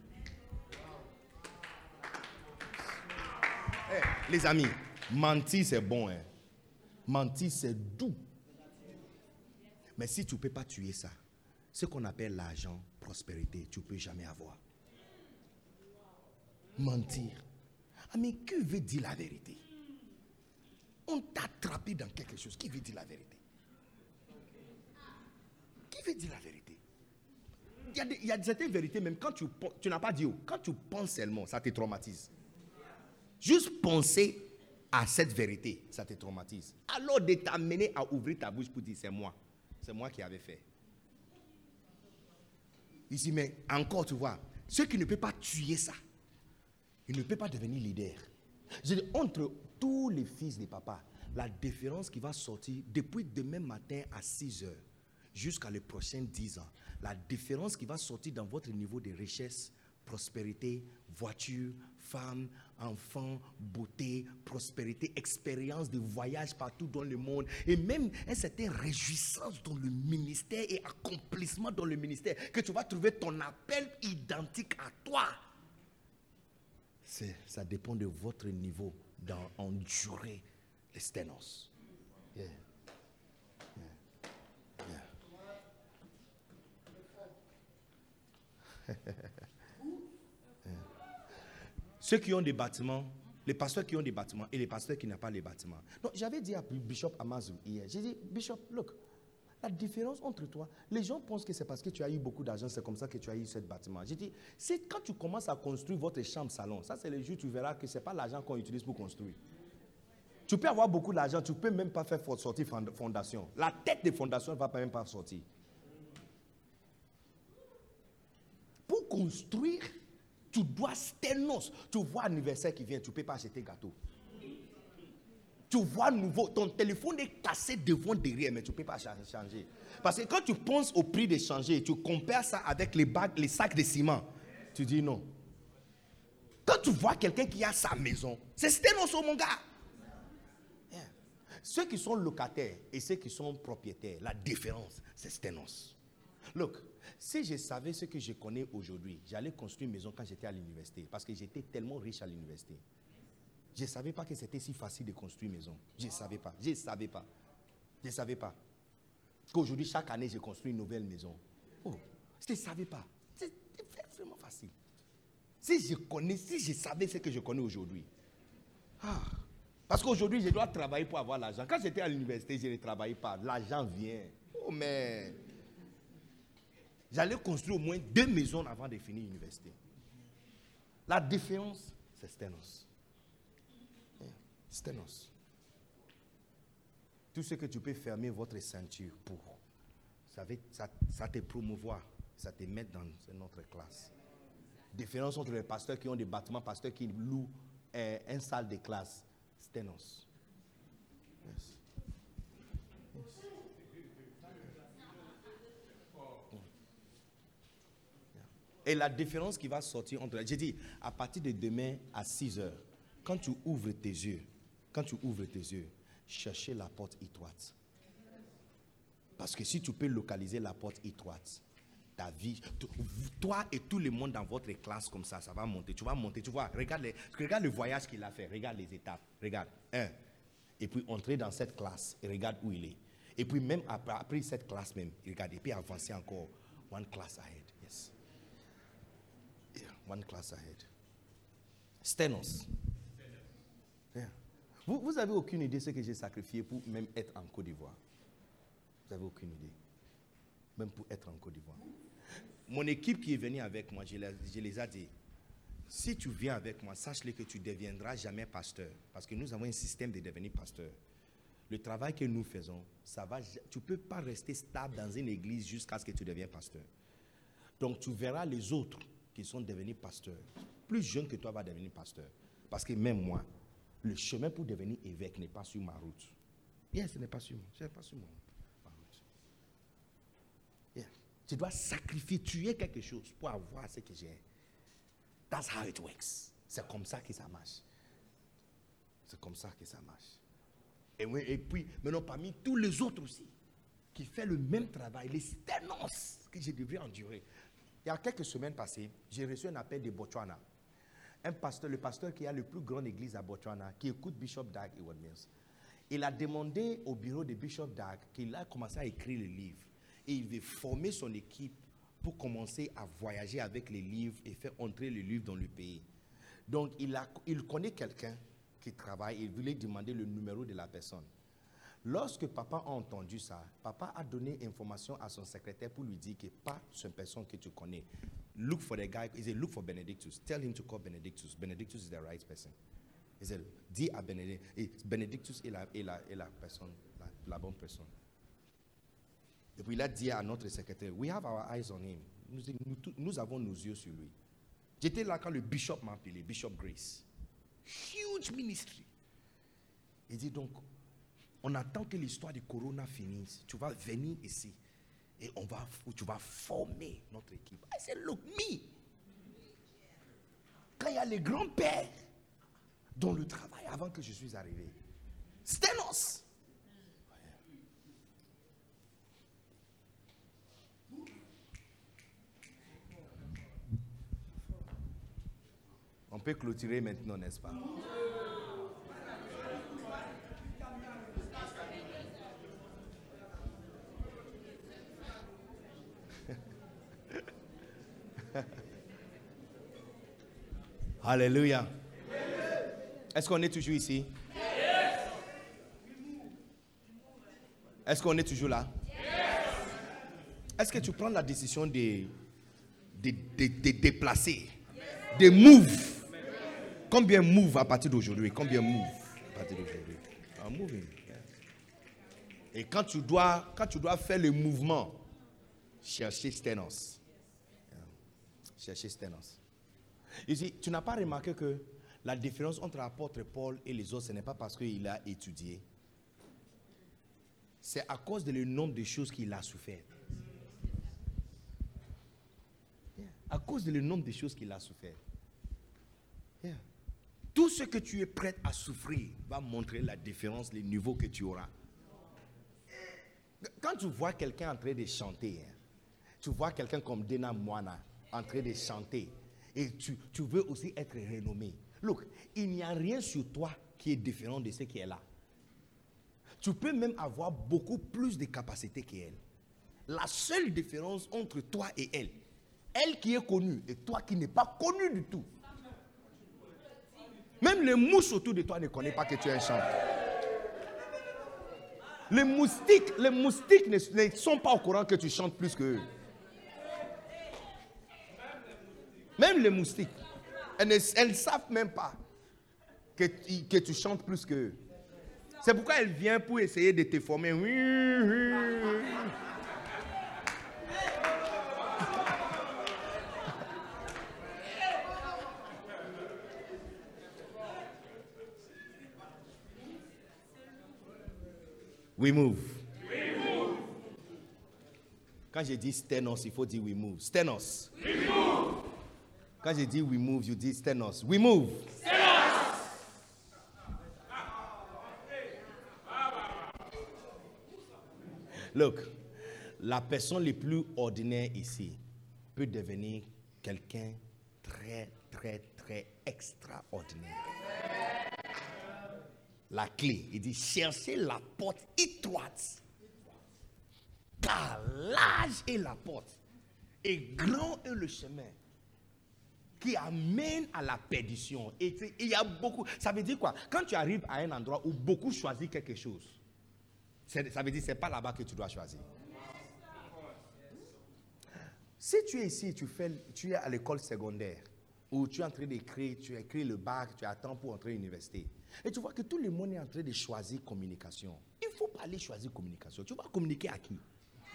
Les amis, mentir c'est bon, hein. Mentir c'est doux. Mais si tu ne peux pas tuer ça, ce qu'on appelle l'argent, prospérité, tu ne peux jamais avoir. Mentir. Ah, mais qui veut dire la vérité? On t'a attrapé dans quelque chose. Qui veut dire la vérité? Qui veut dire la vérité? Il y a certaines vérités, même quand tu n'as pas dit, quand tu penses seulement, ça te traumatise. Juste penser à cette vérité, ça te traumatise. Alors de t'amener à ouvrir ta bouche pour dire c'est moi qui avais fait. Ici, mais encore, tu vois, ceux qui ne peuvent pas tuer ça, ils ne peuvent pas devenir leader. Je dis, entre tous les fils de papa, la différence qui va sortir depuis demain matin à 6 heures jusqu'à les prochains 10 ans, la différence qui va sortir dans votre niveau de richesse, prospérité, voiture, femme, enfants, beauté, prospérité, expérience de voyage partout dans le monde et même une certaine réjouissance dans le ministère et accomplissement dans le ministère, que tu vas trouver ton appel identique à toi. Ça dépend de votre niveau d'endurer les sténos. Yeah. Ceux qui ont des bâtiments, les pasteurs qui ont des bâtiments et les pasteurs qui n'ont pas les bâtiments. Donc, j'avais dit à Bishop Amazou hier, j'ai dit, Bishop, look, la différence entre toi, les gens pensent que c'est parce que tu as eu beaucoup d'argent, c'est comme ça que tu as eu ce bâtiment. J'ai dit, c'est quand tu commences à construire votre chambre salon, ça c'est le jour où tu verras que ce n'est pas l'argent qu'on utilise pour construire. Tu peux avoir beaucoup d'argent, tu ne peux même pas faire sortir fondation. La tête de fondation ne va même pas sortir. Pour construire, tu dois sténos. Tu vois anniversaire qui vient, tu ne peux pas acheter gâteau. Tu vois nouveau, ton téléphone est cassé devant, derrière, mais tu ne peux pas changer. Parce que quand tu penses au prix de changer, tu compares ça avec les sacs de ciment, tu dis non. Quand tu vois quelqu'un qui a sa maison, c'est sténos, mon gars. Yeah. Ceux qui sont locataires et ceux qui sont propriétaires, la différence, c'est sténos. Look, si je savais ce que je connais aujourd'hui, j'allais construire une maison quand j'étais à l'université. Parce que j'étais tellement riche à l'université. Je ne savais pas que c'était si facile de construire une maison. Je ne savais pas. Je ne savais pas. Qu'aujourd'hui, chaque année, je construis une nouvelle maison. Oh, je ne savais pas. C'est vraiment facile. Si je savais ce que je connais aujourd'hui. Parce qu'aujourd'hui, je dois travailler pour avoir l'argent. Quand j'étais à l'université, je ne travaillais pas. L'argent vient. Oh, mais... J'allais construire au moins 2 maisons avant de finir l'université. La différence, c'est sténos. Sténos. Tout ce que tu peux fermer votre ceinture pour, ça te promouvoir, ça te met dans une autre classe. Différence entre les pasteurs qui ont des bâtiments, pasteurs qui louent une salle de classe. Sténos. Yes. Et la différence qui va sortir entre... J'ai dit, à partir de demain à 6 heures, quand tu ouvres tes yeux, cherchez la porte étroite. Parce que si tu peux localiser la porte étroite, ta vie, toi et tout le monde dans votre classe comme ça va monter. Tu vas monter, tu vois, regarde le voyage qu'il a fait, regarde les étapes, regarde. Et puis entrer dans cette classe et regarde où il est. Et puis même après cette classe même, regarde, et puis avancer encore. One class ahead, yes. Yeah, one class ahead. Sténos. Yeah. Vous avez aucune idée de ce que j'ai sacrifié pour même être en Côte d'Ivoire. Vous n'avez aucune idée. Même pour être en Côte d'Ivoire. Mon équipe qui est venue avec moi, je les ai dit, si tu viens avec moi, sache-le que tu ne deviendras jamais pasteur. Parce que nous avons un système de devenir pasteur. Le travail que nous faisons, tu ne peux pas rester stable dans une église jusqu'à ce que tu deviennes pasteur. Donc tu verras les autres qui sont devenus pasteurs. Plus jeunes que toi va devenir pasteur. Parce que même moi, le chemin pour devenir évêque n'est pas sur ma route. Ce n'est pas sur moi. Ma route. Yeah. Tu dois sacrifier, tuer quelque chose pour avoir ce que j'ai. That's how it works. C'est comme ça que ça marche. Et puis, maintenant, parmi tous les autres aussi, qui font le même travail, les sténos que je devrais endurer. Il y a quelques semaines passées, j'ai reçu un appel de Botswana. Le pasteur qui a le plus grande église à Botswana, qui écoute Bishop Dag Heward-Mills. Il a demandé au bureau de Bishop Dag qu'il a commencé à écrire le livre. Et il veut former son équipe pour commencer à voyager avec les livres et faire entrer les livres dans le pays. Donc, il connaît quelqu'un qui travaille et il voulait demander le numéro de la personne. Lorsque papa a entendu ça, papa a donné information à son secrétaire pour lui dire que pas cette personne que tu connais. Look for the guy. He said, look for Benedictus. Tell him to call Benedictus. Benedictus is the right person. He said, dis à Benedictus. Benedictus est la personne, la bonne personne. Et puis il a dit à notre secrétaire, we have our eyes on him. Nous avons nos yeux sur lui. J'étais là quand le bishop m'a appelé, Bishop Grace. Huge ministry. Il dit donc, on attend que l'histoire du corona finisse. Tu vas venir ici et tu vas former notre équipe. I said, look, me. Quand il y a les grands-pères dans le travail avant que je suis arrivé. Sténos. On peut clôturer maintenant, n'est-ce pas? Alléluia. Est-ce qu'on est toujours ici? Est-ce qu'on est toujours là? Est-ce que tu prends la décision de déplacer, de move? Combien move à partir d'aujourd'hui? Combien move à partir d'aujourd'hui? Moving. Et quand tu dois faire le mouvement, cherchez Sténos. Cherchez Sténos. Ici, tu n'as pas remarqué que la différence entre l'apôtre Paul et les autres, ce n'est pas parce qu'il a étudié. C'est à cause de le nombre de choses qu'il a souffert. À cause de le nombre de choses qu'il a souffert. Tout ce que tu es prêt à souffrir va montrer la différence, le niveau que tu auras. Quand tu vois quelqu'un en train de chanter, tu vois quelqu'un comme Dena Moana en train de chanter, et tu veux aussi être renommé. Look, il n'y a rien sur toi qui est différent de ce qui est là. Tu peux même avoir beaucoup plus de capacités qu'elle. La seule différence entre toi et elle qui est connue et toi qui n'es pas connu du tout. Même les mouches autour de toi ne connaissent pas que tu es un chanteur. Les moustiques ne sont pas au courant que tu chantes plus qu'eux. Même les moustiques, elles ne savent même pas que tu chantes plus qu'eux. C'est pourquoi elle vient pour essayer de te former. We move. Quand je dis stenos, il faut dire we move. Stenos. We move. Quand je dis we move, je dis stenos. We move. Stenos. Look, la personne la plus ordinaire ici peut devenir quelqu'un très, très, très extraordinaire. La clé, il dit cherchez la porte étroite. Car large est la porte et grand est le chemin qui amène à la perdition. Et il y a beaucoup. Ça veut dire quoi? Quand tu arrives à un endroit où beaucoup choisissent quelque chose, ça veut dire que ce n'est pas là-bas que tu dois choisir. Si tu es ici, tu es à l'école secondaire, ou tu es en train d'écrire, tu écris le bac, tu attends pour entrer à l'université, et tu vois que tout le monde est en train de choisir communication. Il ne faut pas aller choisir communication. Tu vas communiquer à qui?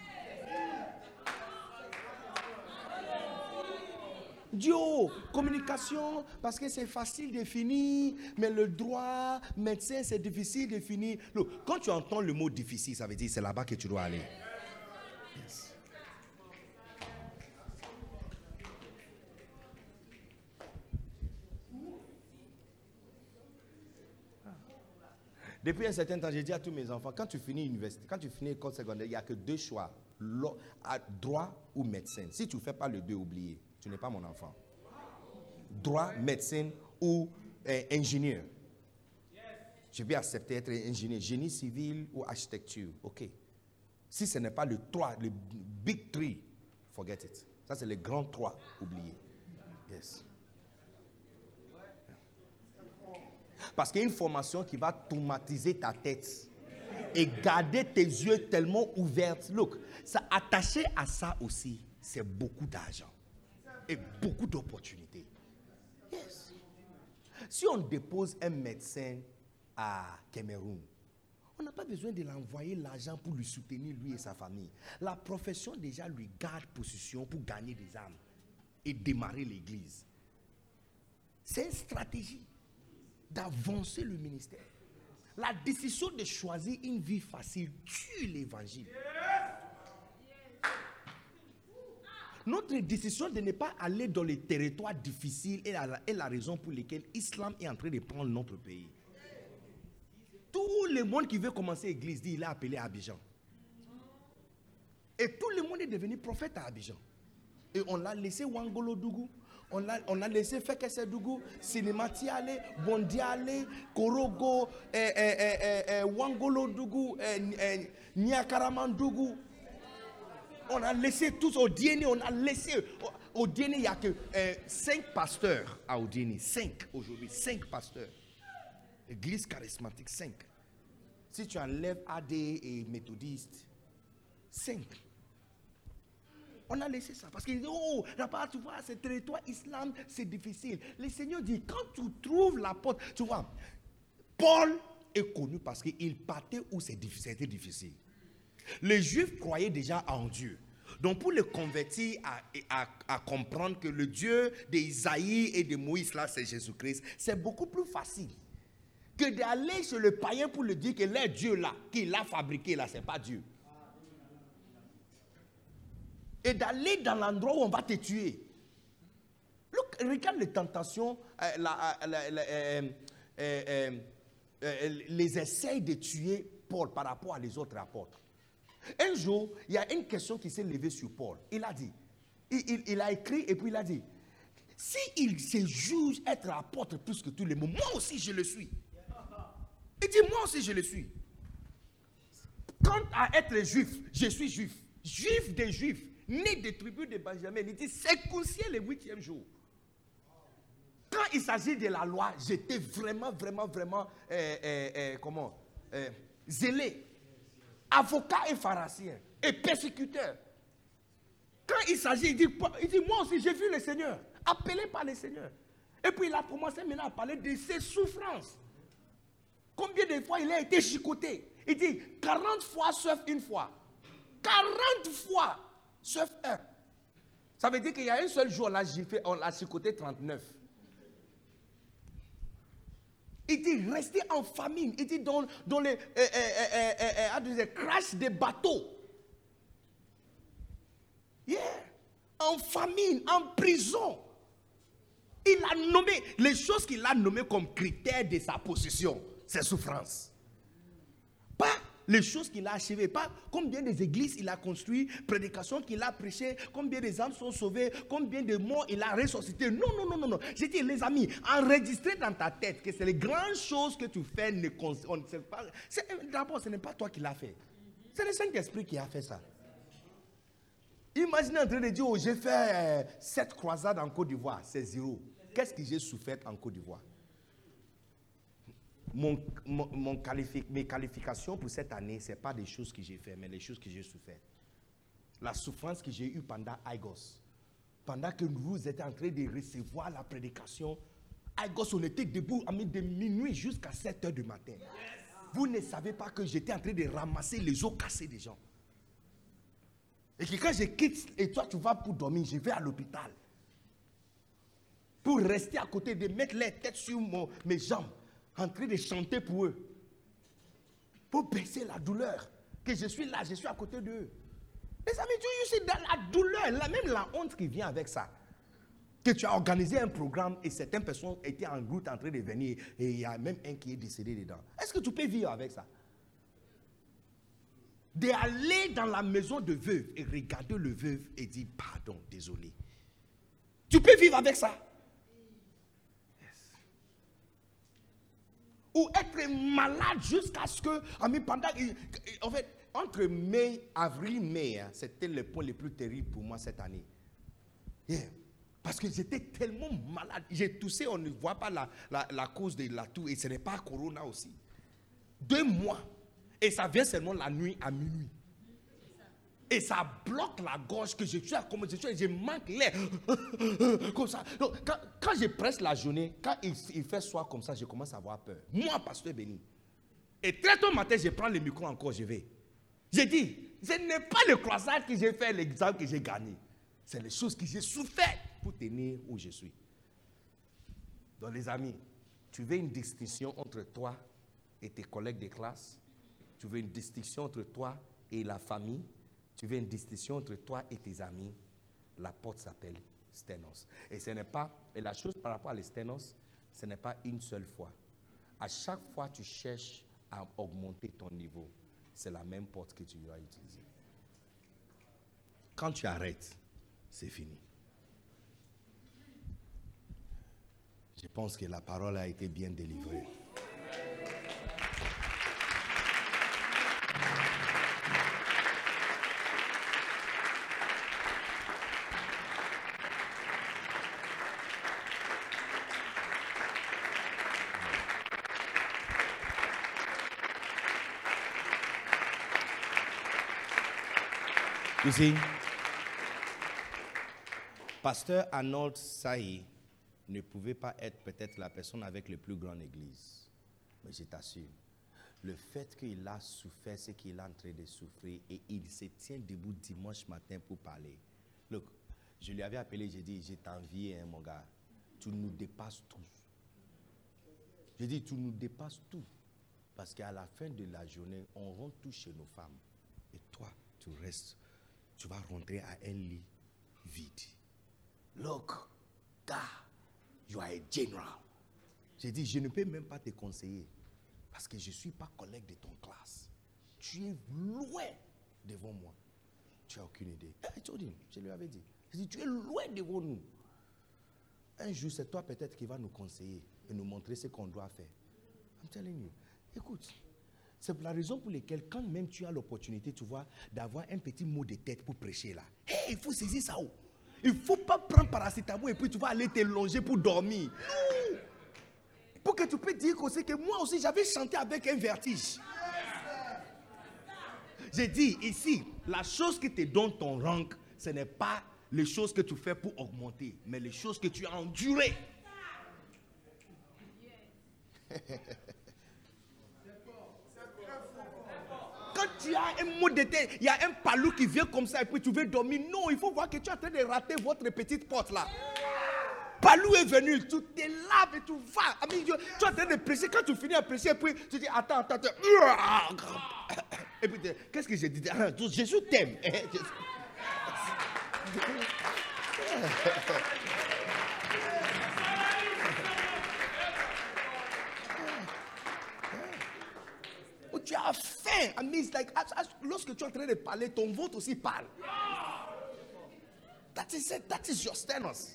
Dieu, communication, parce que c'est facile de finir, mais le droit, médecin, c'est difficile de finir. Look, quand tu entends le mot difficile, ça veut dire que c'est là-bas que tu dois aller. Yes. Depuis un certain temps, j'ai dit à tous mes enfants, quand tu finis l'université, quand tu finis l'école secondaire, il n'y a que deux choix, droit ou médecin. Si tu ne fais pas les deux, oubliez. Tu n'es pas mon enfant. Droit, médecine ou ingénieur. Je vais accepter d'être ingénieur, génie civil ou architecture. Ok. Si ce n'est pas le 3, le big 3, forget it. Ça, c'est le grand 3, oubliez. Yes. Parce qu'il y a une formation qui va traumatiser ta tête et garder tes yeux tellement ouverts. Look, ça, attaché à ça aussi, c'est beaucoup d'argent. Et beaucoup d'opportunités. Yes. Si on dépose un médecin à Cameroun, on n'a pas besoin de l'envoyer l'argent pour lui soutenir, lui et sa famille. La profession déjà lui garde position pour gagner des âmes et démarrer l'église. C'est une stratégie d'avancer le ministère. La décision de choisir une vie facile tue l'évangile. Notre décision de ne pas aller dans les territoires difficiles est la raison pour laquelle l'islam est en train de prendre notre pays. Tout le monde qui veut commencer l'église dit il est appelé à Abidjan. Et tout le monde est devenu prophète à Abidjan. Et on l'a laissé Wangolo Dougou, on a laissé Fekese Dougou, Sinematiale, Bondiale, Korogo, Wangolo Dougou, Niakaraman Dougou. On a laissé tous au Odiéné, on a laissé. Au Odiéné, il n'y a que 5 pasteurs à Odiéné. 5 aujourd'hui, 5 pasteurs. Église charismatique, 5. Si tu enlèves AD et méthodiste, 5. On a laissé ça parce qu'il dit, oh, là-bas, tu vois, ce territoire islam, c'est difficile. Le Seigneur dit, quand tu trouves la porte, tu vois, Paul est connu parce qu'il partait où c'était difficile. Les Juifs croyaient déjà en Dieu. Donc pour les convertir à comprendre que le Dieu d'Isaïe et de Moïse, là, c'est Jésus-Christ, c'est beaucoup plus facile que d'aller chez le païen pour lui dire que le Dieu là, qu'il a fabriqué là, c'est pas Dieu. Et d'aller dans l'endroit où on va te tuer. Look, regarde les tentations, les essais de tuer Paul par rapport à les autres apôtres. Un jour, il y a une question qui s'est levée sur Paul. Il a dit, il a écrit et puis il a dit, s'il se juge être apôtre plus que tous les mots, moi aussi je le suis. Il dit, moi aussi je le suis. Quant à être juif, je suis juif. Juif des juifs, né des tribus de Benjamin. Il dit, circoncis le 8e jour. Quand il s'agit de la loi, j'étais vraiment zélé. Avocat et pharisien et persécuteur. Quand il s'agit, il dit, moi aussi j'ai vu le Seigneur, appelé par le Seigneur. Et puis il a commencé maintenant à parler de ses souffrances. Combien de fois il a été chicoté? Il dit 40 fois sauf une fois. 40 fois sauf un. Ça veut dire qu'il y a un seul jour, on l'a chicoté 39. Il dit rester en famine. Il dit dans les crash des bateaux. Yeah. En famine, en prison. Il a nommé les choses qu'il a nommées comme critères de sa position, c'est souffrance. Pas les choses qu'il a achevées, pas combien des églises il a construit, prédications qu'il a prêchées, combien des âmes sont sauvées, combien de morts il a ressuscité. Non. J'ai dit, les amis, enregistrez dans ta tête que c'est les grandes choses que tu fais, on ne sait pas. D'abord, ce n'est pas toi qui l'as fait. C'est le Saint-Esprit qui a fait ça. Imaginez en train de dire, oh, j'ai fait 7 croisades en Côte d'Ivoire, c'est 0. Qu'est-ce que j'ai souffert en Côte d'Ivoire? Mes qualifications pour cette année, ce n'est pas des choses que j'ai fait, mais les choses que j'ai souffert. La souffrance que j'ai eue pendant Aigos. Pendant que vous étiez en train de recevoir la prédication, Aigos, on était debout de minuit jusqu'à 7 h du matin. Yes. Vous ne savez pas que j'étais en train de ramasser les os cassés des gens. Et que quand je quitte, et toi tu vas pour dormir, je vais à l'hôpital. Pour rester à côté, de mettre les têtes sur mes jambes, en train de chanter pour eux. Pour baisser la douleur. Que je suis là, je suis à côté d'eux. Les amis, tu sais, dans la douleur, même la honte qui vient avec ça. Que tu as organisé un programme et certaines personnes étaient en route en train de venir et il y a même un qui est décédé dedans. Est-ce que tu peux vivre avec ça? D'aller dans la maison de veuve et regarder le veuve et dire pardon, désolé. Tu peux vivre avec ça? Yes. Ou être malade jusqu'à ce que, en fait, entre avril, mai, c'était le point le plus terrible pour moi cette année. Yeah. Parce que j'étais tellement malade. J'ai toussé, on ne voit pas la cause de la toux et ce n'est pas Corona aussi. 2 mois. Et ça vient seulement la nuit à minuit. Et ça bloque la gorge que je suis comme je manque l'air. Comme ça. Donc, quand je presse la journée, quand il fait soir comme ça, je commence à avoir peur. Moi, pasteur Béni. Et très tôt matin, je prends le micro encore, je vais. J'ai dit, ce n'est pas le croisade que j'ai fait, l'examen que j'ai gagné. C'est les choses que j'ai souffert pour tenir où je suis. Donc les amis, tu veux une distinction entre toi et tes collègues de classe? Tu veux une distinction entre toi et la famille? Tu veux une distinction entre toi et tes amis? La porte s'appelle sténos. Et ce n'est pas, et la chose par rapport à les sténos, ce n'est pas une seule fois. À chaque fois tu cherches à augmenter ton niveau, c'est la même porte que tu dois utiliser. Quand tu arrêtes, c'est fini. Je pense que la parole a été bien délivrée. You see, Pasteur Arnold Sahi ne pouvait pas être peut-être la personne avec la plus grande église. Mais je t'assure, le fait qu'il a souffert, c'est qu'il est en train de souffrir et il se tient debout dimanche matin pour parler. Look, je lui avais appelé, j'ai dit, je t'envie, hein, mon gars. Tu nous dépasses tous. J'ai dit, tu nous dépasses tous. Parce qu'à la fin de la journée, on rentre tous chez nos femmes. Et toi, tu restes. Tu vas rentrer à un lit vide. Look, God, you are a general. J'ai dit, je ne peux même pas te conseiller. Parce que je ne suis pas collègue de ton classe. Tu es loin devant moi. Tu n'as aucune idée. Je lui avais dit. J'ai dit, tu es loin devant nous. Un jour, c'est toi peut-être qui va nous conseiller et nous montrer ce qu'on doit faire. I'm telling you. Écoute. C'est la raison pour laquelle, quand même tu as l'opportunité, tu vois, d'avoir un petit mot de tête pour prêcher là, hey, il faut saisir ça. Il ne faut pas prendre paracétamol et puis tu vas aller te longer pour dormir. Non. Pour que tu peux dire aussi que moi aussi, j'avais chanté avec un vertige. J'ai dit, ici, la chose qui te donne ton rang, ce n'est pas les choses que tu fais pour augmenter, mais les choses que tu as endurées. Tu as un mot de tête. Il y a un palou qui vient comme ça et puis tu veux dormir. Non, il faut voir que tu es en train de rater votre petite porte là. Palou est venu, tu te laves et tu vas. Ami, tu es en train de prêcher. Quand tu finis à prêcher, puis tu dis attends. Et puis qu'est-ce que j'ai dit? Jésus t'aime. Tu as faim. I mean, it's like, lorsque tu es en train de parler, ton ventre aussi parle. That is it. That is your stance.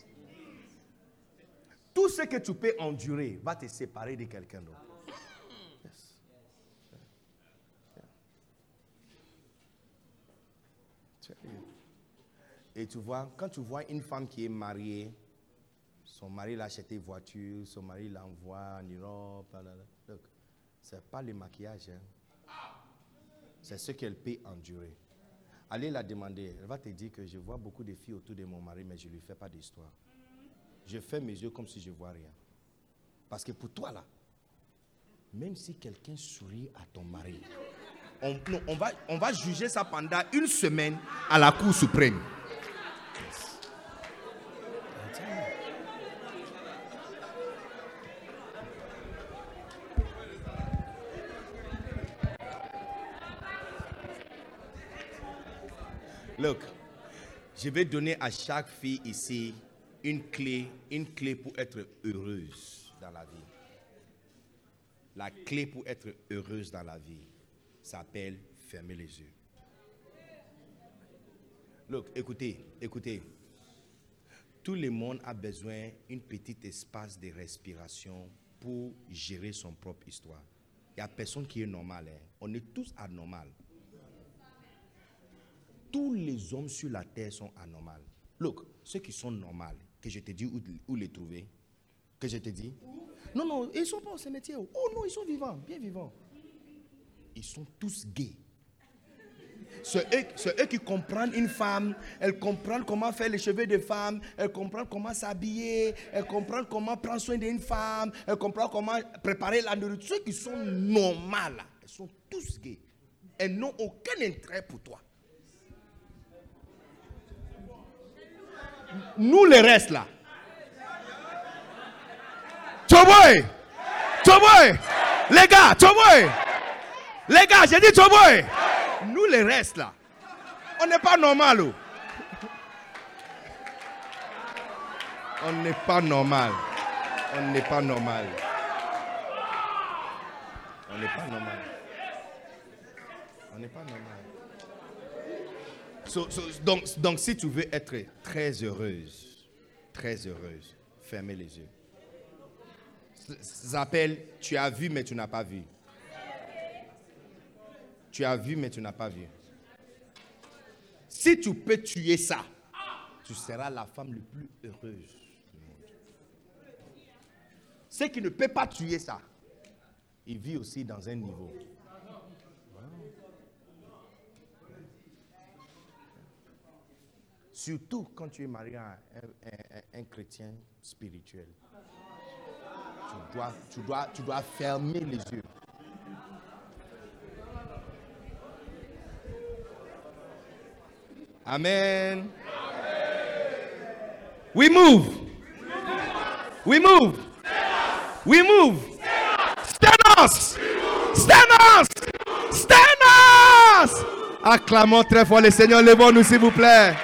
Tout ce que tu peux endurer va te séparer de quelqu'un d'autre. Yes. Yeah. Et tu vois, quand tu vois une femme qui est mariée, son mari l'a acheté une voiture, son mari l'envoie en Europe. Look, ce n'est pas le maquillage. Hein. C'est ce qu'elle peut endurer. Allez la demander. Elle va te dire que je vois beaucoup de filles autour de mon mari, mais je ne lui fais pas d'histoire. Je fais mes yeux comme si je ne vois rien. Parce que pour toi, là, même si quelqu'un sourit à ton mari, on va juger ça pendant une semaine à la Cour suprême. Yes. Look, je vais donner à chaque fille ici une clé pour être heureuse dans la vie. La clé pour être heureuse dans la vie s'appelle fermer les yeux. Look, écoutez. Tout le monde a besoin d'un petit espace de respiration pour gérer son propre histoire. Il n'y a personne qui est normal. Hein. On est tous anormaux. Tous les hommes sur la terre sont anormaux. Look, ceux qui sont normaux, que je te dis où les trouver, que je te dis. Non, ils ne sont pas au cimetière. Oh non, ils sont vivants, bien vivants. Ils sont tous gays. C'est eux qui comprennent une femme, elles comprennent comment faire les cheveux de femme, elles comprennent comment s'habiller, elles comprennent comment prendre soin d'une femme, elles comprennent comment préparer la nourriture. Ceux qui sont normaux, elles sont tous gays. Elles n'ont aucun intérêt pour toi. Nous les restes là. Choboy! Les gars, Choboy! Les gars, j'ai dit Choboy! Nous les restes là. On n'est pas normal. Oh. On n'est pas normal. Donc si tu veux être très heureuse, fermez les yeux. Ça s'appelle tu as vu mais tu n'as pas vu. Tu as vu mais tu n'as pas vu. Si tu peux tuer ça, tu seras la femme la plus heureuse du monde. Ceux qui ne peuvent pas tuer ça, ils vivent aussi dans un niveau. Surtout quand tu es marié à un chrétien spirituel. Tu dois fermer les yeux. Amen. We move. Stand us. Acclamons très fort le Seigneur. Levons-nous s'il vous plaît.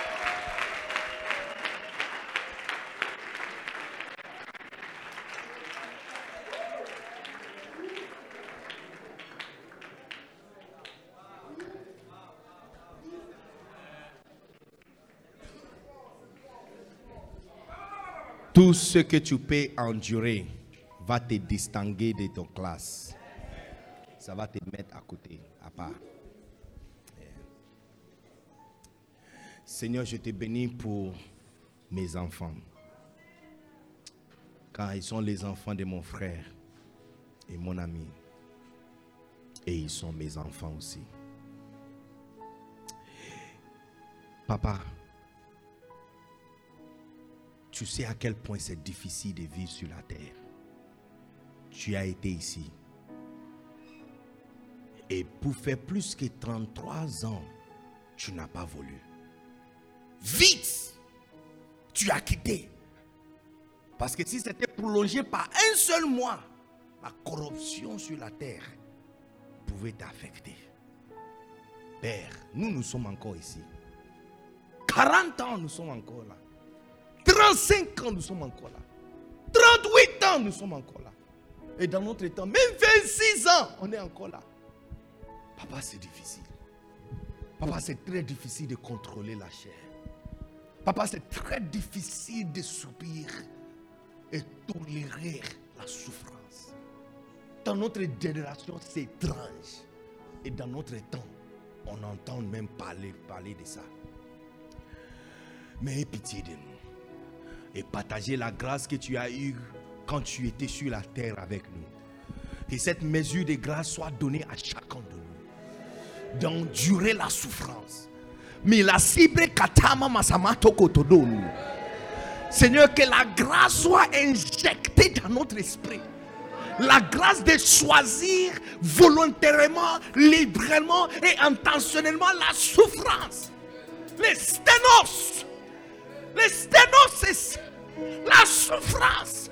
Tout ce que tu peux endurer va te distinguer de ton classe. Ça va te mettre à côté, à part. Seigneur, je te bénis pour mes enfants. Car ils sont les enfants de mon frère et mon ami. Et ils sont mes enfants aussi. Papa, tu sais à quel point c'est difficile de vivre sur la terre. Tu as été ici. Et pour faire plus que 33 ans, tu n'as pas voulu. Vite, tu as quitté. Parce que si c'était prolongé par un seul mois, la corruption sur la terre pouvait t'affecter. Père, nous sommes encore ici. 40 ans, nous sommes encore là. 35 ans, nous sommes encore là. 38 ans, nous sommes encore là. Et dans notre temps, même 26 ans, on est encore là. Papa, c'est difficile. Papa, c'est très difficile de contrôler la chair. Papa, c'est très difficile de subir et tolérer la souffrance. Dans notre génération, c'est étrange. Et dans notre temps, on entend même parler de ça. Mais aie pitié de nous. Et partager la grâce que tu as eue quand tu étais sur la terre avec nous. Que cette mesure de grâce soit donnée à chacun de nous. D'endurer la souffrance. Mais la cible katama masamato kotodonu. Seigneur, que la grâce soit injectée dans notre esprit. La grâce de choisir volontairement, librement et intentionnellement la souffrance. Les sténos. Les sténos, c'est la souffrance.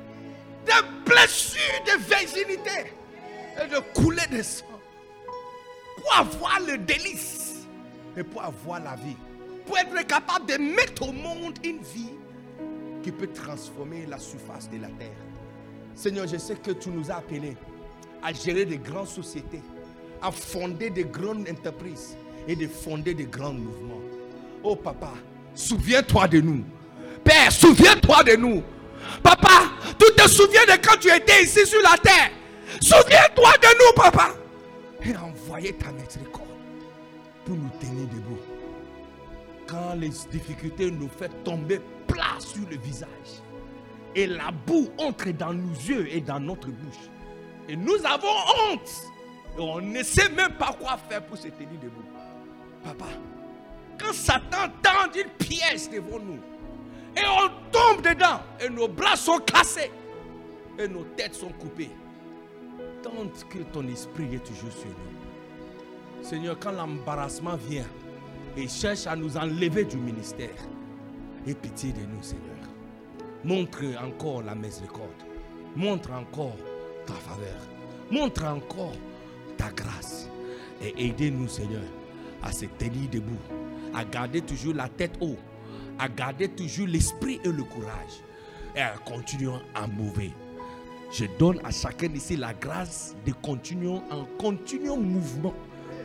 De blessures de virginité et de couler de sang. Pour avoir le délice et pour avoir la vie. Pour être capable de mettre au monde une vie qui peut transformer la surface de la terre. Seigneur, je sais que tu nous as appelés à gérer de grandes sociétés, à fonder de grandes entreprises et de fonder de grands mouvements. Oh papa, souviens-toi de nous. Père, souviens-toi de nous. Papa, tu te souviens de quand tu étais ici sur la terre. Souviens-toi de nous, papa. Et envoyez ta miséricorde pour nous tenir debout. Quand les difficultés nous font tomber plat sur le visage et la boue entre dans nos yeux et dans notre bouche. Et nous avons honte. Et on ne sait même pas quoi faire pour se tenir debout. Papa, quand Satan tend une pièce devant nous, et on tombe dedans, et nos bras sont cassés, et nos têtes sont coupées, tente que ton esprit est toujours sur nous. Seigneur, quand l'embarrassement vient et cherche à nous enlever du ministère, aie pitié de nous, Seigneur. Montre encore la miséricorde. Montre encore ta faveur. Montre encore ta grâce. Et aidez-nous, Seigneur, à se tenir debout, à garder toujours la tête haute, à garder toujours l'esprit et le courage, et à continuer à mouvoir. Je donne à chacun ici la grâce de continuer en continuant mouvement.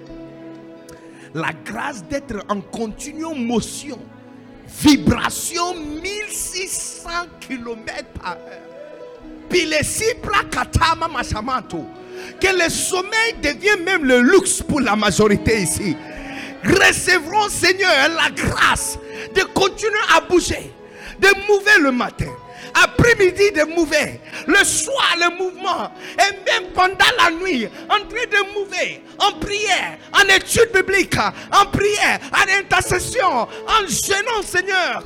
La grâce d'être en continue motion. Vibration 1600 km par heure. Puis les cipla katama masamato. Que le sommeil devienne même le luxe pour la majorité ici. Recevrons, Seigneur, la grâce de continuer à bouger, de mouver le matin, après-midi de mouver, le soir le mouvement, et même pendant la nuit, en train de mouver, en prière, en étude biblique, en prière, en intercession, en jeûnant, Seigneur.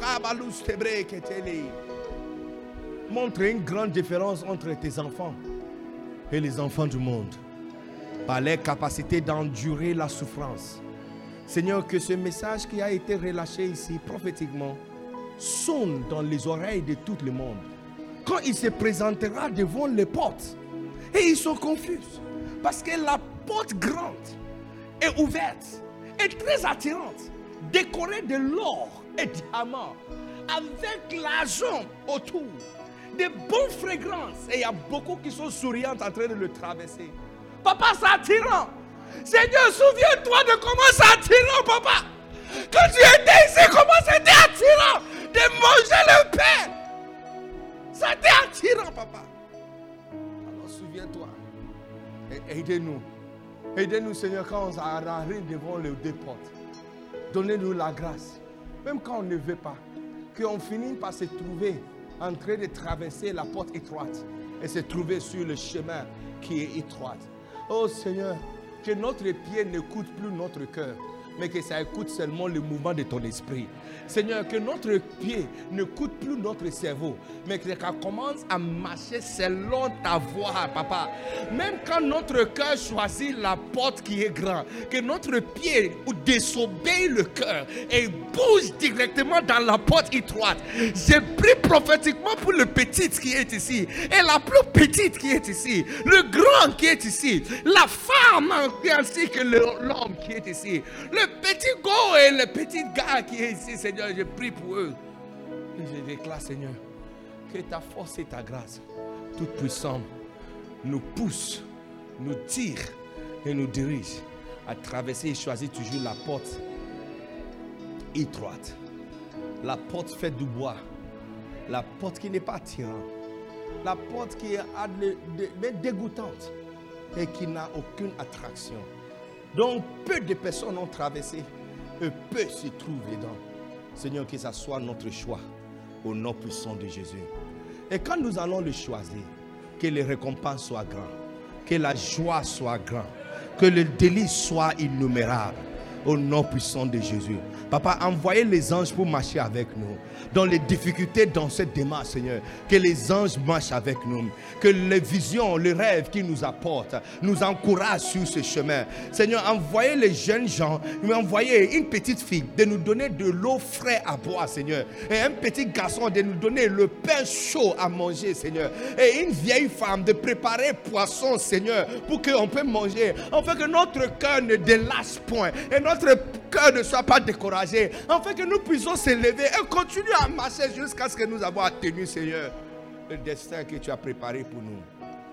Montre une grande différence entre tes enfants et les enfants du monde, par leur capacité d'endurer la souffrance. Seigneur, que ce message qui a été relâché ici prophétiquement sonne dans les oreilles de tout le monde. Quand il se présentera devant les portes, et ils sont confus, parce que la porte grande est ouverte, est très attirante, décorée de l'or et diamants, avec l'argent autour, de bonnes fragrances, et il y a beaucoup qui sont souriantes en train de le traverser. Papa, c'est attirant. Seigneur, souviens-toi de comment c'est attirant, papa. Quand tu étais ici, comment c'était attirant de manger le pain. C'était attirant, papa. Alors souviens-toi. Et aidez-nous. Aidez-nous, Seigneur, quand on arrive devant les deux portes. Donnez-nous la grâce. Même quand on ne veut pas. Qu'on finisse par se trouver en train de traverser la porte étroite. Et se trouver sur le chemin qui est étroit. Oh Seigneur, que notre pied ne coûte plus notre cœur. mais que ça écoute seulement le mouvement de ton esprit. Seigneur, que notre pied ne coûte plus notre cerveau, mais que ça commence à marcher selon ta voix, papa. Même quand notre cœur choisit la porte qui est grande, que notre pied désobéit le cœur et bouge directement dans la porte étroite. J'ai pris prophétiquement pour le petit qui est ici, et la plus petite qui est ici, le grand qui est ici, la femme ainsi que l'homme qui est ici, le petit go et le petit gars qui est ici, Seigneur. Je prie pour eux. Et je déclare, Seigneur, que ta force et ta grâce, toute puissante, nous pousse, nous tire et nous dirige à traverser et choisir toujours la porte étroite. La porte faite du bois. La porte qui n'est pas attirante. La porte qui est dégoûtante et qui n'a aucune attraction. Donc peu de personnes ont traversé et peu se trouvent dedans. Seigneur, que ce soit notre choix au nom puissant de Jésus. Et quand nous allons le choisir, que les récompenses soient grandes, que la joie soit grande, que le délice soit innumérables au nom puissant de Jésus. Papa, envoyez les anges pour marcher avec nous. Dans les difficultés dans cette démarche, Seigneur, que les anges marchent avec nous. Que les visions, les rêves qu'ils nous apportent, nous encouragent sur ce chemin. Seigneur, envoyez les jeunes gens, envoyez une petite fille de nous donner de l'eau fraîche à boire, Seigneur. Et un petit garçon de nous donner le pain chaud à manger, Seigneur. Et une vieille femme de préparer poisson, Seigneur, pour qu'on puisse manger. Afin que notre cœur ne délasse point. Et notre cœur ne soit pas découragé. Afin que nous puissions s'élever et continuer à marcher jusqu'à ce que nous avons atteint, Seigneur, le destin que tu as préparé pour nous.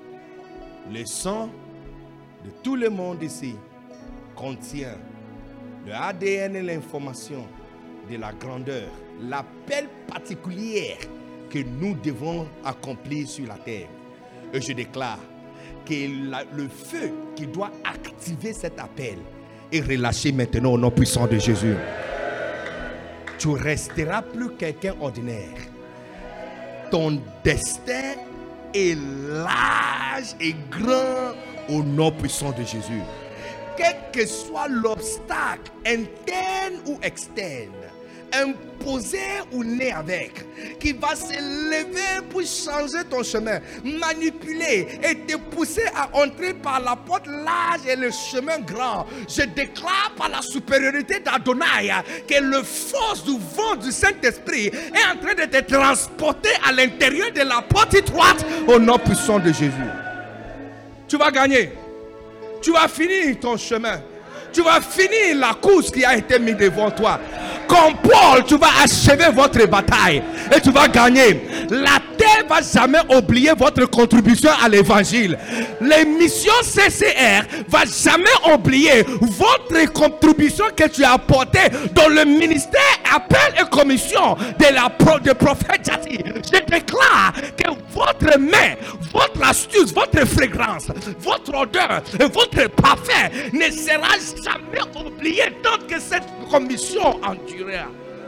Le sang de tout le monde ici contient le ADN et l'information de la grandeur, l'appel particulier que nous devons accomplir sur la terre. Et je déclare que le feu qui doit activer cet appel est relâché maintenant au nom puissant de Jésus. Tu ne resteras plus quelqu'un ordinaire. Ton destin est large et grand au nom puissant de Jésus. Quel que soit l'obstacle, interne ou externe, imposé ou né avec, qui va s'élever pour changer ton chemin, manipuler et te pousser à entrer par la porte large et le chemin grand. Je déclare par la supériorité d'Adonai que le force du vent du Saint-Esprit est en train de te transporter à l'intérieur de la porte étroite au nom puissant de Jésus. Tu vas gagner. Tu vas finir ton chemin. Tu vas finir la course qui a été mise devant toi. Comme Paul, tu vas achever votre bataille et tu vas gagner. La terre ne va jamais oublier votre contribution à l'évangile. Les missions CCR ne vont jamais oublier votre contribution que tu as apportée dans le ministère appel et commission de prophète Jati. Je déclare que votre main, votre astuce, votre fragrance, votre odeur et votre parfum ne sera jamais oublié tant que cette commission endurera.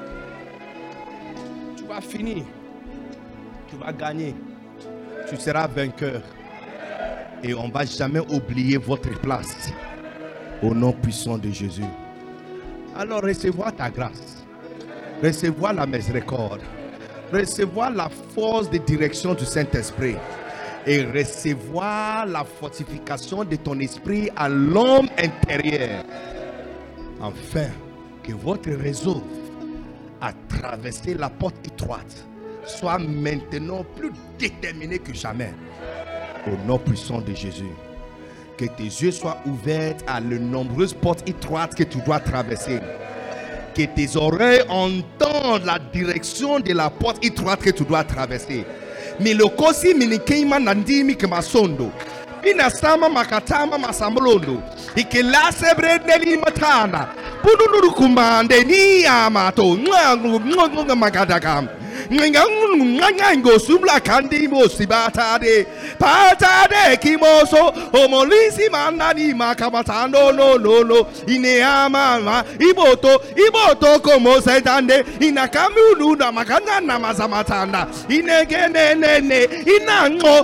Tu vas finir, tu vas gagner, tu seras vainqueur et on ne va jamais oublier votre place au nom puissant de Jésus. Alors recevoir ta grâce, recevoir la miséricorde, recevoir la force de direction du Saint-Esprit et recevoir la fortification de ton esprit à l'homme intérieur, afin que votre réseau à traverser la porte étroite soit maintenant plus déterminé que jamais au nom puissant de Jésus. Que tes yeux soient ouverts à les nombreuses portes étroites que tu dois traverser. Que tes oreilles entendent la direction de la porte étroite que tu dois traverser. Milokosi minikema nandimi kemasondo. Inasama makatama masamlondo. Ikela sebredeli matana. Pununu kumande ni amato. Ngangu magadagam. Ngango subla kandi mo sibata de. Patade kimoso omolisi mandani makamatando no no no ineama iboto como setande inakamulu na makana na mazamatanda inegene nene inango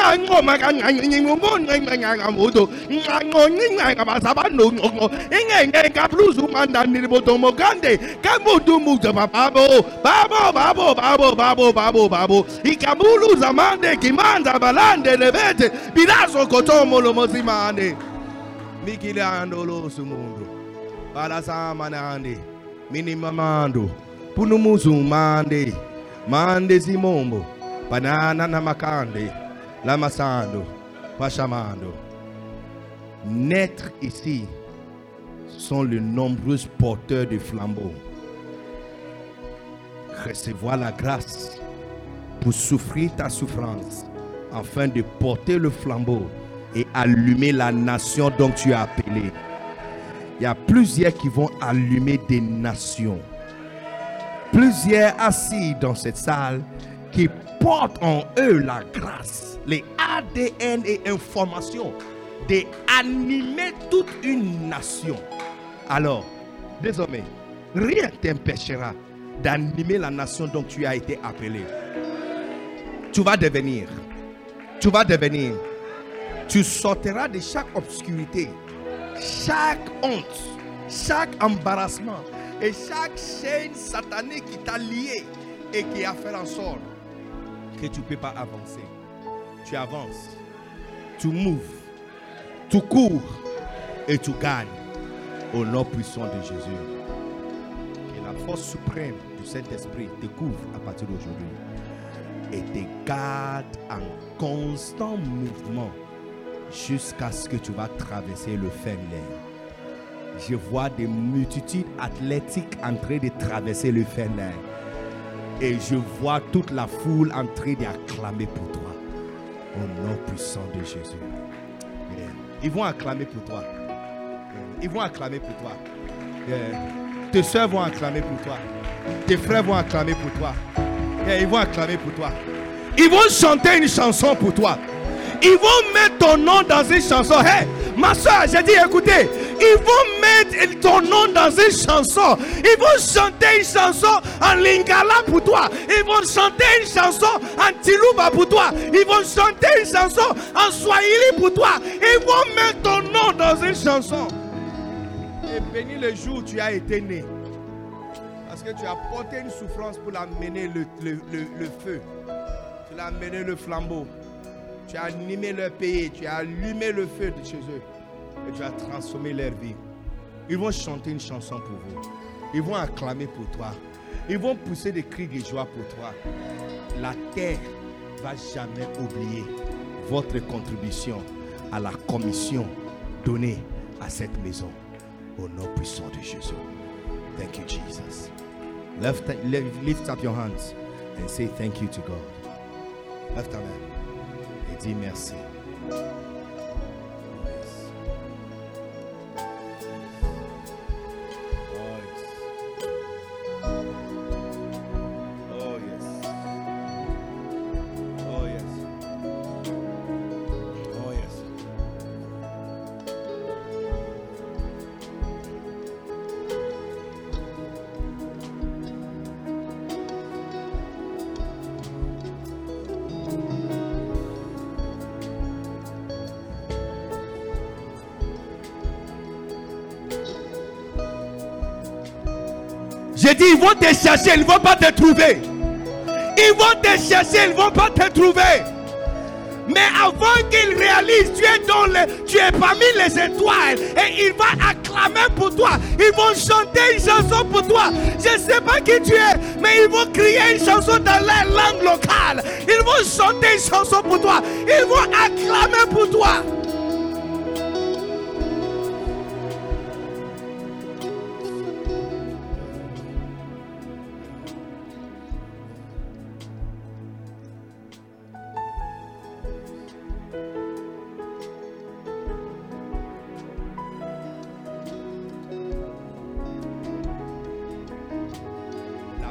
makanya mudo inango mazabano ingenge kapluzu mandani botomo gande kamudu muda babo ikamulu zamande kimanda balande lebete bilazo kotomo lo mozimane mikilando lo sumundo balasamanande minimamando punumuzumande mande zimombo banana namakande lamasando pachamando. Naître ici sont les nombreux porteurs de flambeaux. Recevoir la grâce pour souffrir ta souffrance afin de porter le flambeau et allumer la nation dont tu es appelé. Il y a plusieurs qui vont allumer des nations. Plusieurs assis dans cette salle qui portent en eux la grâce, les ADN et informations d'animer toute une nation. Alors, désormais, rien ne t'empêchera d'animer la nation dont tu as été appelé. Tu vas devenir. Tu sortiras de chaque obscurité, chaque honte, chaque embarrassement et chaque chaîne satanique qui t'a lié et qui a fait en sorte que tu ne peux pas avancer. Tu avances, tu moves, tu cours et tu gagnes au nom puissant de Jésus. Que la force suprême du Saint-Esprit te couvre à partir d'aujourd'hui et te garde en constant mouvement jusqu'à ce que tu vas traverser le Fenelon. Je vois des multitudes athlétiques en train de traverser le Fenelon et je vois toute la foule en train d'acclamer pour toi au nom puissant de Jésus. Ils vont acclamer pour toi. Ils vont acclamer pour toi. Tes soeurs vont acclamer pour toi. Tes frères vont acclamer pour toi. Ils vont acclamer pour toi. Ils vont chanter une chanson pour toi. Ils vont mettre ton nom dans une chanson. Hey, ma soeur, j'ai dit écoutez, ils vont mettre ton nom dans une chanson. Ils vont chanter une chanson en lingala pour toi. Ils vont chanter une chanson en tilouba pour toi. Ils vont chanter une chanson en swahili pour toi. Ils vont mettre ton nom dans une chanson. Et béni le jour où tu as été né. Parce que tu as porté une souffrance pour amener le feu. Tu l'as amené le flambeau. Tu as animé leur pays. Tu as allumé le feu de chez eux. Et tu as transformé leur vie. Ils vont chanter une chanson pour vous. Ils vont acclamer pour toi. Ils vont pousser des cris de joie pour toi. La terre ne va jamais oublier votre contribution à la commission donnée à cette maison. Au nom puissant de Jésus. Thank you, Jesus. Lift up your hands and say thank you to God. Lift ta main et dis merci. J'ai dit, ils vont te chercher, ils ne vont pas te trouver. Ils vont te chercher, ils ne vont pas te trouver. Mais avant qu'ils réalisent, tu es parmi les étoiles. Et ils vont acclamer pour toi. Ils vont chanter une chanson pour toi. Je ne sais pas qui tu es, mais ils vont crier une chanson dans leur langue locale. Ils vont chanter une chanson pour toi. Ils vont acclamer pour toi.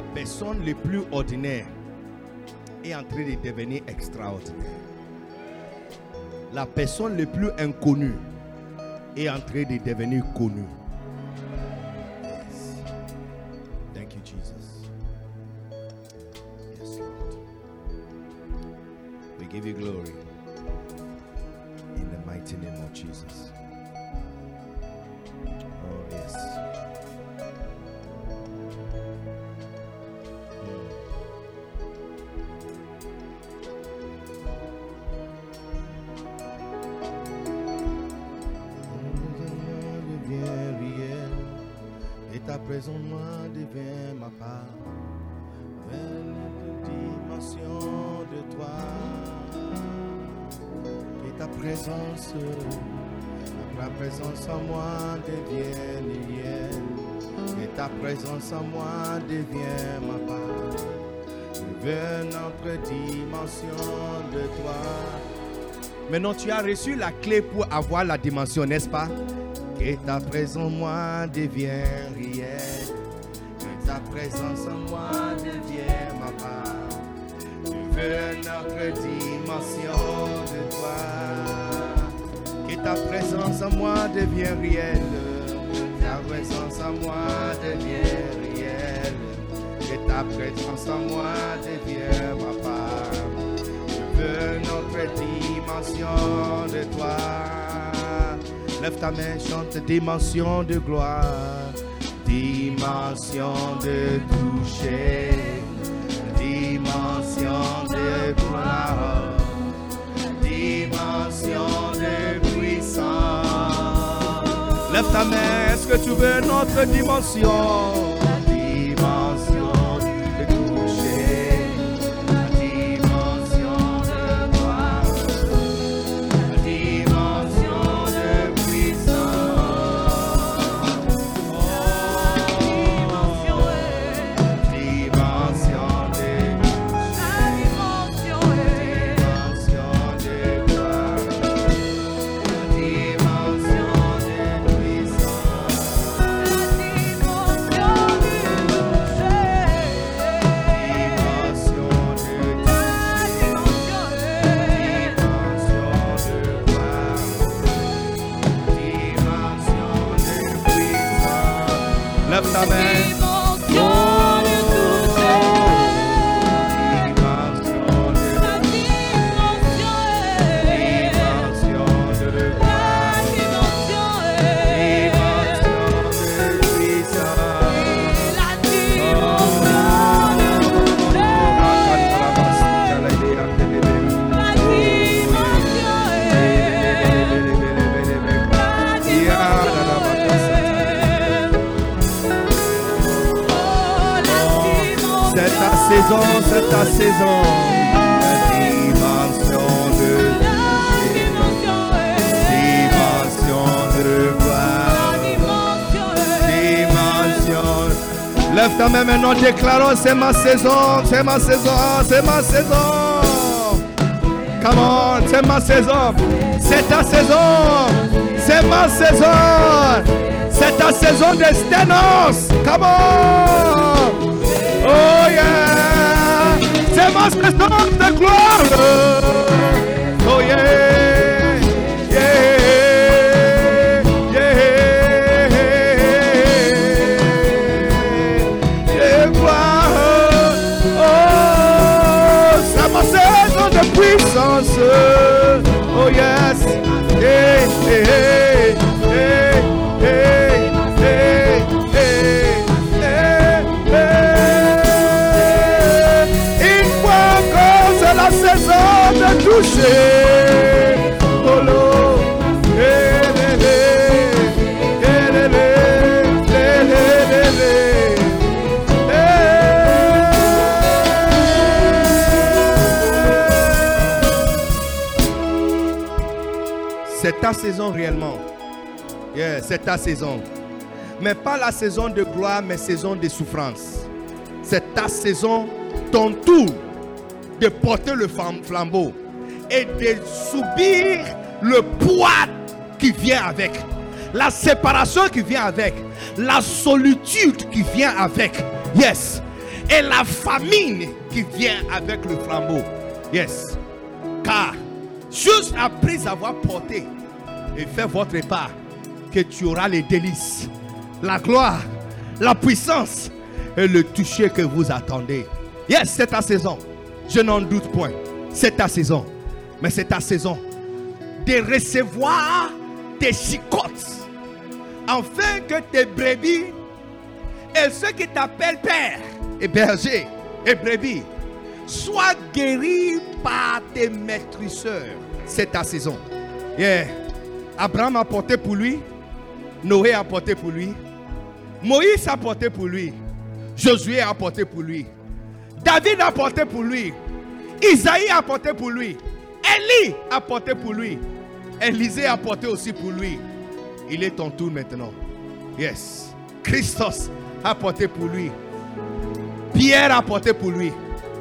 Personne le plus ordinaire est en train de devenir extraordinaire. la personne la plus inconnue est en train de devenir connue. Yes. Thank you, Jesus. Yes, Lord. We give you glory in the mighty name of Jesus. Oh, yes. Ta présence moi devient ma part. Une dimension de toi. Que ta présence en moi devienne réelle. Que ta présence en moi devient ma part. Une autre dimension de toi. Maintenant tu as reçu la clé pour avoir la dimension, n'est-ce pas? Que ta présence en moi devient réelle. Que ta présence en moi devient ma part. Tu veux notre dimension de toi. Que ta présence en moi devient réelle. Ta présence en moi devient réelle. Que ta présence en moi devient ma part. Tu veux notre dimension de toi. Lève ta main, chante dimension de gloire, dimension de toucher, dimension de gloire, dimension de puissance. Lève ta main, est-ce que tu veux notre dimension? Dimension de toucher, dimension de gloire, dimension de lève ta main. C'est ta saison, dimension de gloire, dimension. Lève ta main maintenant, déclarons, c'est ma saison, c'est ma saison, c'est ma saison. Come on, c'est ma saison, c'est ta saison, c'est ma saison, c'est ta saison d'externance. Come on, oh yeah. C'est ma saison de gloire. Oh yeah, yeah, yeah, yeah, gloire. Oh, c'est ma saison de puissance. Oh yes, yeah, yeah, yeah, yeah, yeah, la saison de toucher. Oh l'eau. C'est ta saison réellement. Yeah, c'est ta saison. Mais pas la saison de gloire, mais saison de souffrance. C'est ta saison, ton tour de porter le flambeau et de subir le poids qui vient avec, la séparation qui vient avec, la solitude qui vient avec, yes, et la famine qui vient avec le flambeau, yes, car Juste après avoir porté et fait votre part, que tu auras les délices, la gloire, la puissance et le toucher que vous attendez. Yes, c'est ta saison. Je n'en doute point. C'est ta saison. Mais c'est ta saison de recevoir tes chicottes, afin que tes brebis et ceux qui t'appellent père et berger et brebis soient guéris par tes maîtrisseurs. C'est ta saison. Yeah. Abraham a porté pour lui, Noé a porté pour lui, Moïse a porté pour lui, Josué a porté pour lui, David a porté pour lui, Isaïe a porté pour lui, Élie a porté pour lui, Élisée a porté aussi pour lui. Il est ton tour maintenant. Yes. Christos a porté pour lui. Pierre a porté pour lui.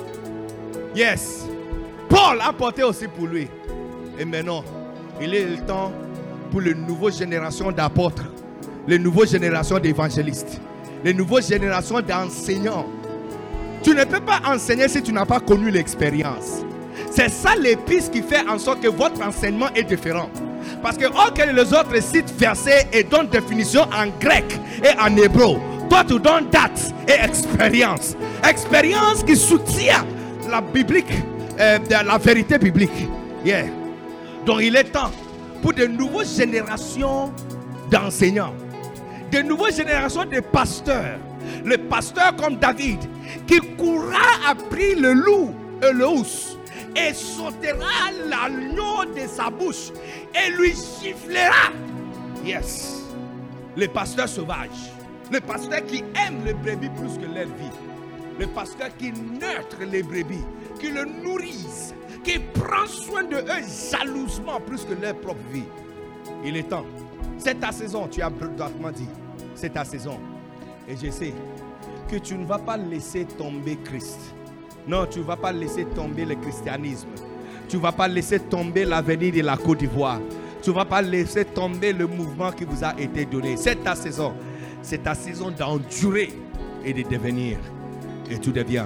Yes. Paul a porté aussi pour lui. Et maintenant, il est le temps pour les nouvelles générations d'apôtres, les nouvelles générations d'évangélistes, les nouvelles générations d'enseignants. Tu ne peux pas enseigner si tu n'as pas connu l'expérience. C'est ça l'épice qui fait en sorte que votre enseignement est différent. Parce que les autres citent versets et donnent définition en grec et en hébreu, toi tu donnes date et expérience. Expérience qui soutient la biblique, la vérité biblique. Yeah. Donc il est temps pour de nouvelles générations d'enseignants, de nouvelles générations de pasteurs. Le pasteur comme David qui courra après le loup et le ours et sautera l'agneau de sa bouche et lui giflera. Yes. Le pasteur sauvage, le pasteur qui aime les brebis plus que leur vie, le pasteur qui nurture les brebis, qui le nourrissent, qui prend soin de eux jalousement plus que leur propre vie. Il est temps. C'est ta saison, tu as brutalement dit. C'est ta saison. Et je sais que tu ne vas pas laisser tomber Christ. Non, tu ne vas pas laisser tomber le christianisme. Tu ne vas pas laisser tomber l'avenir de la Côte d'Ivoire. Tu ne vas pas laisser tomber le mouvement qui vous a été donné. C'est ta saison. C'est ta saison d'endurer et de devenir. Et tu deviens.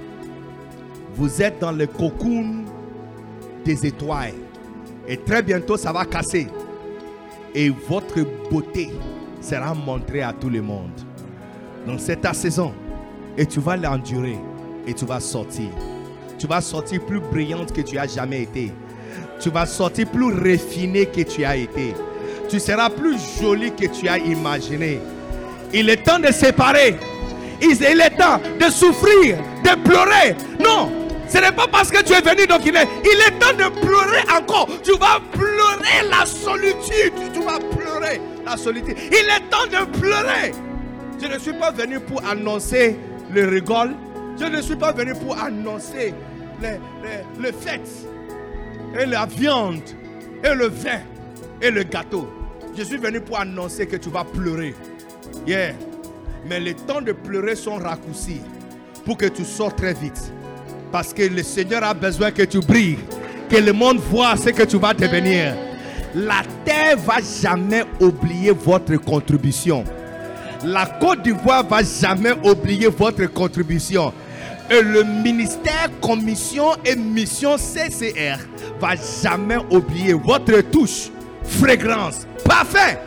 Vous êtes dans le cocoon des étoiles. Et très bientôt, ça va casser. Et votre beauté sera montrée à tout le monde. Donc c'est ta saison. Et tu vas l'endurer. Et tu vas sortir. Tu vas sortir plus brillante que tu as jamais été. Tu vas sortir plus raffinée que tu as été. Tu seras plus jolie que tu as imaginé. Il est temps de séparer. Il est temps de souffrir, de pleurer. Non, ce n'est pas parce que tu es venu donc il est temps de pleurer encore. Tu vas pleurer la solitude. Tu vas pleurer la solitude. Il est temps de pleurer. Je ne suis pas venu pour annoncer le rigole. Je ne suis pas venu pour annoncer le fête et la viande et le vin et le gâteau. Je suis venu pour annoncer que tu vas pleurer. Yeah. Mais les temps de pleurer sont raccourcis pour que tu sortes très vite. Parce que le Seigneur a besoin que tu brilles, que le monde voit ce que tu vas devenir. La terre ne va jamais oublier votre contribution. La Côte d'Ivoire ne va jamais oublier votre contribution. Et le ministère, commission et mission CCR ne va jamais oublier votre touche, fragrance, parfum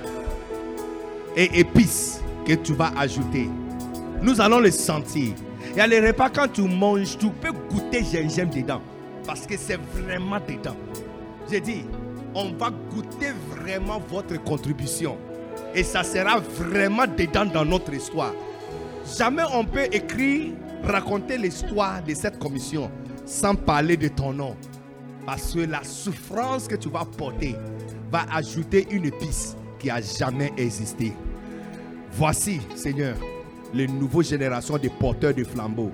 et épices que tu vas ajouter. Nous allons le sentir. Il y a les repas, quand tu manges, tu peux goûter gingembre dedans. Parce que c'est vraiment dedans. J'ai dit, on va goûter vraiment votre contribution. Et ça sera vraiment dedans dans notre histoire. Jamais on peut écrire, raconter l'histoire de cette commission sans parler de ton nom. Parce que la souffrance que tu vas porter va ajouter une épice qui n'a jamais existé. Voici, Seigneur, les nouvelles générations de porteurs de flambeaux.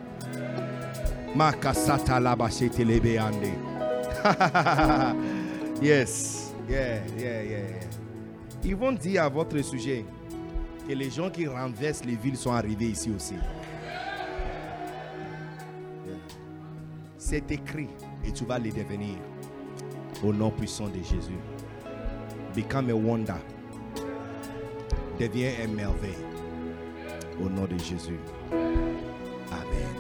Yes. Yeah. Ils vont dire à votre sujet que les gens qui renversent les villes sont arrivés ici aussi. C'est écrit et tu vas les devenir. Au nom puissant de Jésus. Become a wonder. Deviens une merveille. Au nom de Jésus. Amen.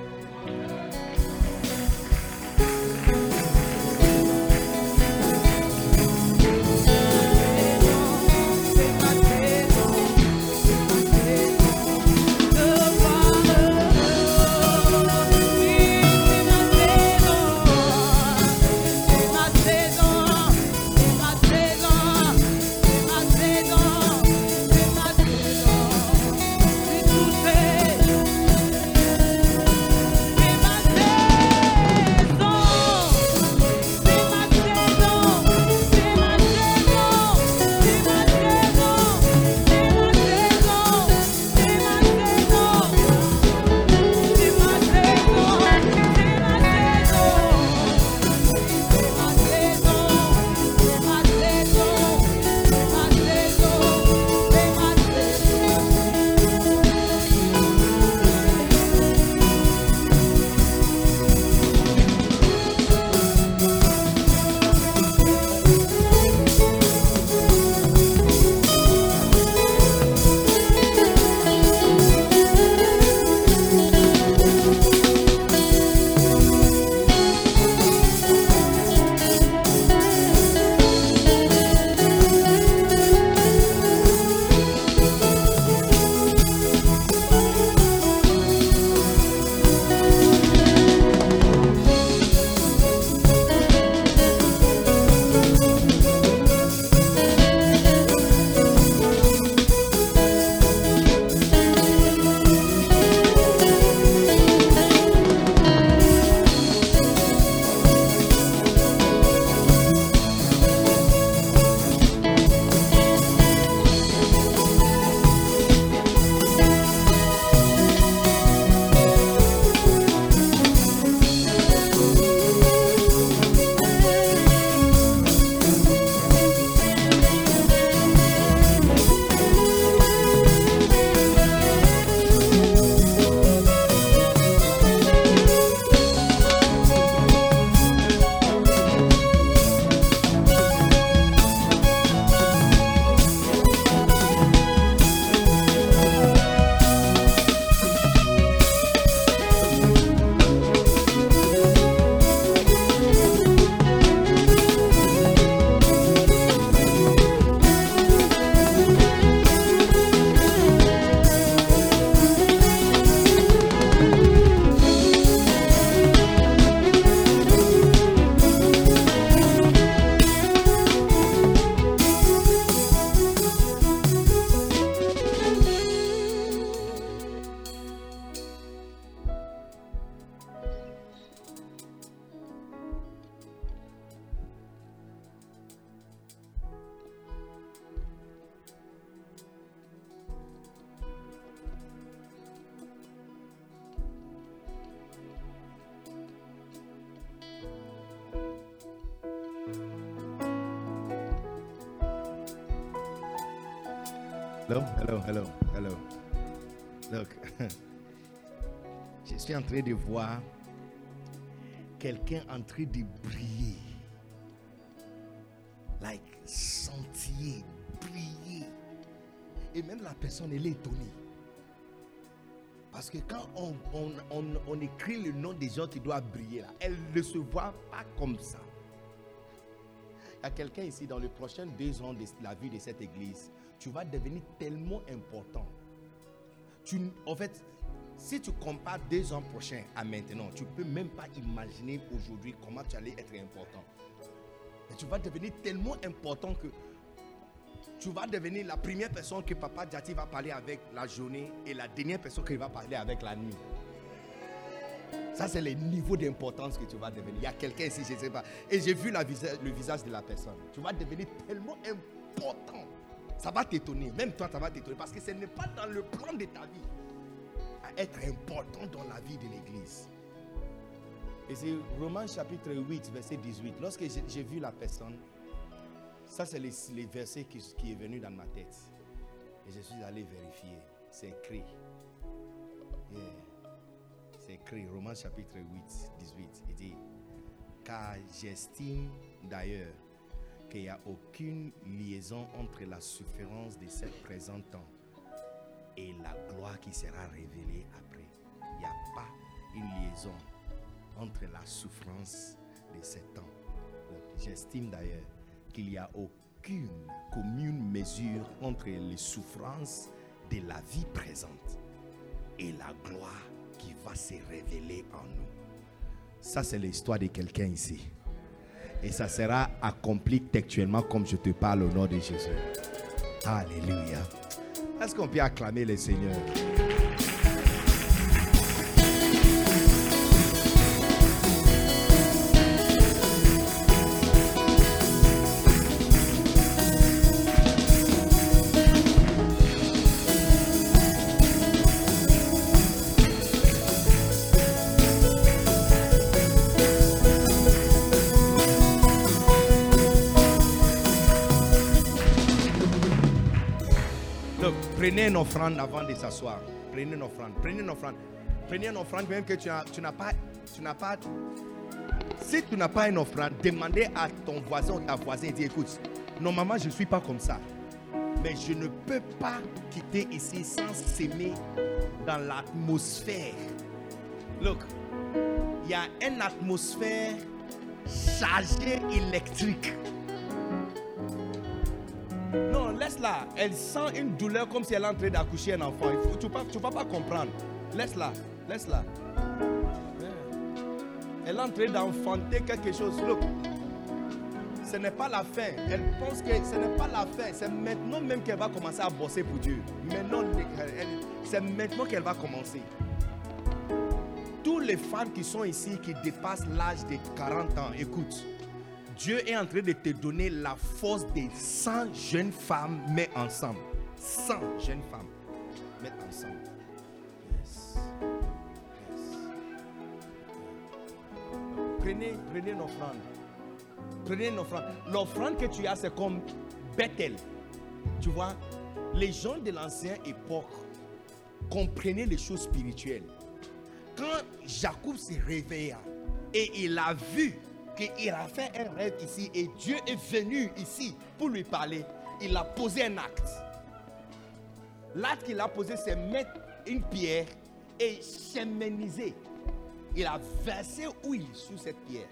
Hello. Look, je suis en train de voir quelqu'un en train de briller. Like sentier, briller. Et même la personne, elle est étonnée. Parce que quand on écrit le nom des gens qui doivent briller, là, elle ne se voit pas comme ça. Il y a quelqu'un ici, dans les prochains 2 ans de la vie de cette église, tu vas devenir tellement important. En fait, si tu compares 2 ans prochains à maintenant, tu ne peux même pas imaginer aujourd'hui comment tu allais être important. Mais tu vas devenir tellement important que tu vas devenir la première personne que Papa Jati va parler avec la journée et la dernière personne qu'il va parler avec la nuit. Ça, c'est le niveau d'importance que tu vas devenir. Il y a quelqu'un ici, je ne sais pas. Et j'ai vu le visage de la personne. Tu vas devenir tellement important. Ça va t'étonner. Même toi, ça va t'étonner. Parce que ce n'est pas dans le plan de ta vie à être important dans la vie de l'église. Et c'est Romains chapitre 8, verset 18. Lorsque j'ai vu la personne, ça, c'est les versets qui est venu dans ma tête. Et je suis allé vérifier. C'est écrit. Yeah. C'est écrit, Romains chapitre 8, 18. Il dit, car j'estime d'ailleurs qu'il n'y a aucune liaison entre la souffrance de ce présent temps et la gloire qui sera révélée après. Il n'y a pas une liaison entre la souffrance de ce temps. Donc, j'estime d'ailleurs qu'il n'y a aucune commune mesure entre les souffrances de la vie présente et la gloire qui va se révéler en nous. Ça, c'est l'histoire de quelqu'un ici. Et ça sera accompli textuellement comme je te parle au nom de Jésus. Alléluia. Est-ce qu'on peut acclamer le Seigneur? Prenez une offrande avant de s'asseoir. Prenez une offrande. Prenez une offrande. Prenez une offrande même que tu n'as pas. Si tu n'as pas une offrande, demandez à ton voisin ou ta voisine. Dis, écoute, normalement je ne suis pas comme ça. Mais je ne peux pas quitter ici sans s'aimer dans l'atmosphère. Look, il y a une atmosphère chargée électrique. Non, laisse-la. Elle sent une douleur comme si elle est en train d'accoucher un enfant. Tu ne vas pas comprendre. Laisse-la. Laisse-la. Elle est en train d'enfanter quelque chose. Look. Ce n'est pas la fin. Elle pense que ce n'est pas la fin. C'est maintenant même qu'elle va commencer à bosser pour Dieu. Maintenant, c'est maintenant qu'elle va commencer. Tous les femmes qui sont ici, qui dépassent l'âge de 40 ans, écoute. Dieu est en train de te donner la force de 100 jeunes femmes, mais ensemble. 100 jeunes femmes, mais ensemble. Yes. Prenez une offrande. Prenez une offrande. L'offrande que tu as, c'est comme Bethel. Tu vois, les gens de l'ancienne époque comprenaient les choses spirituelles. Quand Jacob se réveilla et il a vu qu'il a fait un rêve ici et Dieu est venu ici pour lui parler, il a posé un acte. L'acte qu'il a posé, c'est mettre une pierre et chémeniser. Il a versé huile sur cette pierre.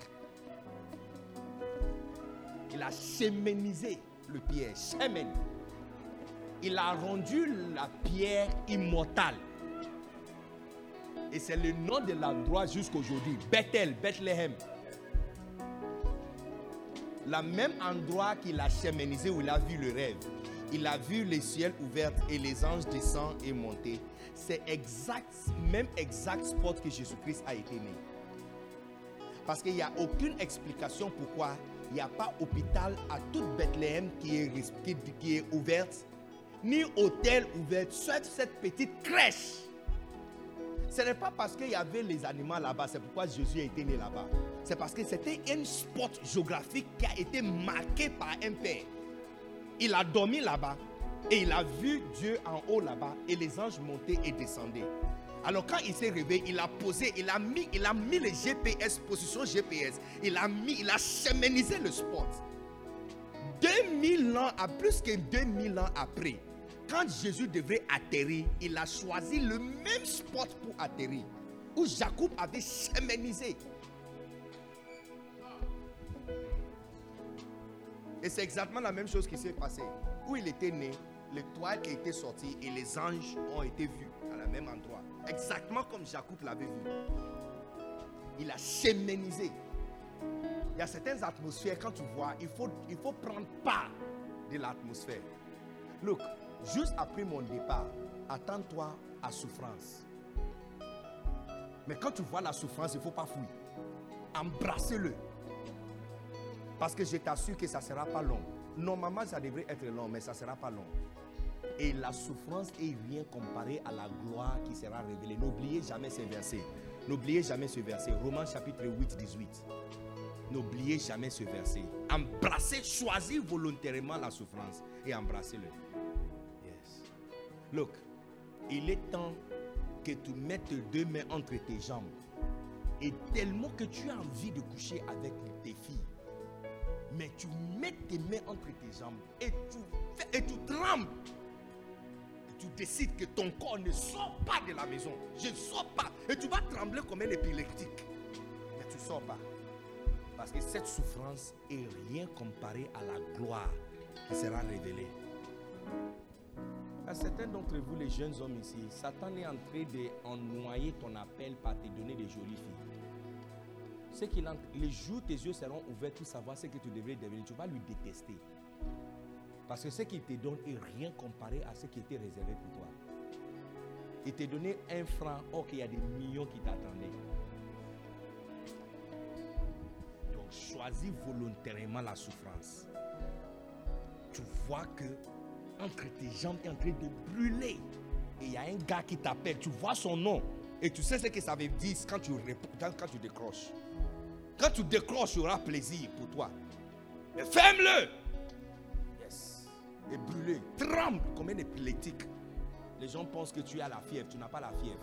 Il a chémenisé le pierre, chémen. Il a rendu la pierre immortale. Et c'est le nom de l'endroit jusqu'à aujourd'hui, Bethel, Bethléem. Le même endroit qu'il a chémenisé où il a vu le rêve. Il a vu les ciels ouverts et les anges descendre et monter. C'est même exact spot que Jésus-Christ a été né. Parce qu'il n'y a aucune explication pourquoi il n'y a pas hôpital à toute Bethléem qui est ouverte, ni hôtel ouvert, sauf cette petite crèche. Ce n'est pas parce qu'il y avait les animaux là-bas, c'est pourquoi Jésus a été né là-bas. C'est parce que c'était un spot géographique qui a été marqué par un père. Il a dormi là-bas Et il a vu Dieu en haut là-bas et les anges montaient et descendaient. Alors quand il s'est réveillé, il a posé, il a mis les GPS, position GPS. Il a chemisé le spot. 2000 ans, à plus que 2000 ans après, quand Jésus devrait atterrir, il a choisi le même spot pour atterrir, où Jacob avait chemisé. Et c'est exactement la même chose qui s'est passée. Où il était né, l'étoile était sortie et les anges ont été vus à la même endroit. Exactement comme Jacob l'avait vu. Il a chemisé. Il y a certaines atmosphères, quand tu vois, il faut prendre part de l'atmosphère. Look, juste après mon départ, attends-toi à souffrance. Mais quand tu vois la souffrance, il ne faut pas fuir. Embrassez-le. Parce que je t'assure que ça ne sera pas long. Normalement, ça devrait être long, mais ça ne sera pas long. Et la souffrance est rien comparée à la gloire qui sera révélée. N'oubliez jamais ces versets. N'oubliez jamais ce verset. Romains chapitre 8, 18. N'oubliez jamais ce verset. Embrassez, choisissez volontairement la souffrance et embrassez-le. Yes. Look, il est temps que tu mettes tes deux mains entre tes jambes. Et tellement que tu as envie de coucher avec tes filles. Mais tu mets tes mains entre tes jambes et tu trembles. Et tu décides que ton corps ne sort pas de la maison. Je ne sors pas. Et tu vas trembler comme un épileptique. Mais tu ne sors pas. Parce que cette souffrance est rien comparée à la gloire qui sera révélée. À certains d'entre vous, les jeunes hommes ici, Satan est en train d'ennoyer ton appel par te donner des jolies filles. C'est qu'il les jours tes yeux seront ouverts pour savoir ce que tu devrais devenir, tu vas lui détester. Parce que ce qu'il te donne est rien comparé à ce qui était réservé pour toi. Il t'a donné 1 franc, or qu'il y a des millions qui t'attendaient. Donc choisis volontairement la souffrance. Tu vois que entre tes jambes est en train de brûler. Et il y a un gars qui t'appelle, tu vois son nom. Et tu sais ce que ça veut dire quand tu décroches. Quand tu décroches, il y aura plaisir pour toi. Et ferme-le. Yes. Et brûlé. Tremble comme un épileptique. Les gens pensent que tu as la fièvre. Tu n'as pas la fièvre.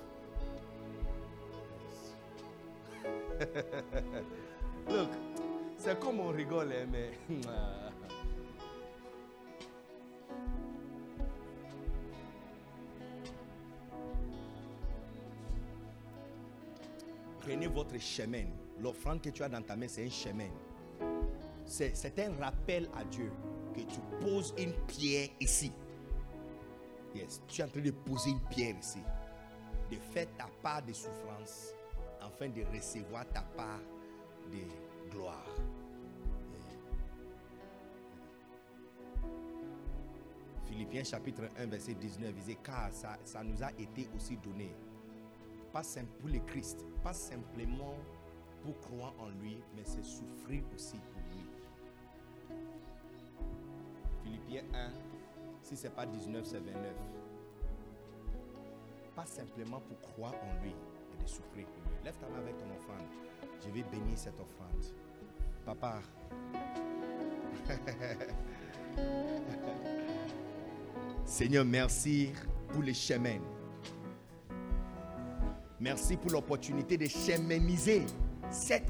Yes. Look, c'est comme on rigole, hein, mais... Prenez votre chemin. L'offrande que tu as dans ta main, c'est un chemin. C'est un rappel à Dieu que tu poses une pierre ici. Yes, tu es en train de poser une pierre ici. De faire ta part de souffrance afin de recevoir ta part de gloire. Philippiens chapitre 1 verset 19 disait car ça nous a été aussi donné. Pas simple pour le Christ, pas simplement pour croire en lui, mais c'est souffrir aussi pour lui. Philippiens 1, si ce n'est pas 19, c'est 29. Pas simplement pour croire en lui, mais de souffrir pour lui. Lève ta main avec ton offrande. Je vais bénir cette offrande. Papa. Seigneur, merci pour les chemins. Merci pour l'opportunité de cheminiser cet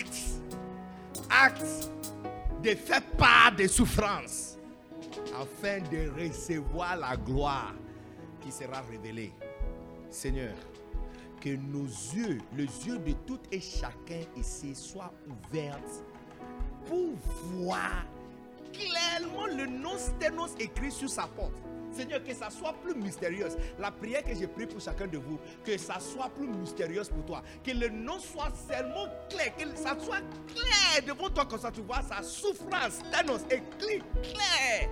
acte de faire part des souffrances afin de recevoir la gloire qui sera révélée. Seigneur, que nos yeux, les yeux de tout et chacun ici soient ouverts pour voir clairement le nom Sténos écrit sur sa porte. Seigneur, que ça soit plus mystérieuse. La prière que j'ai prie pour chacun de vous, que ça soit plus mystérieuse pour toi. Que le nom soit seulement clair, que ça soit clair devant toi, comme ça tu vois sa souffrance. Thanos écrit clair.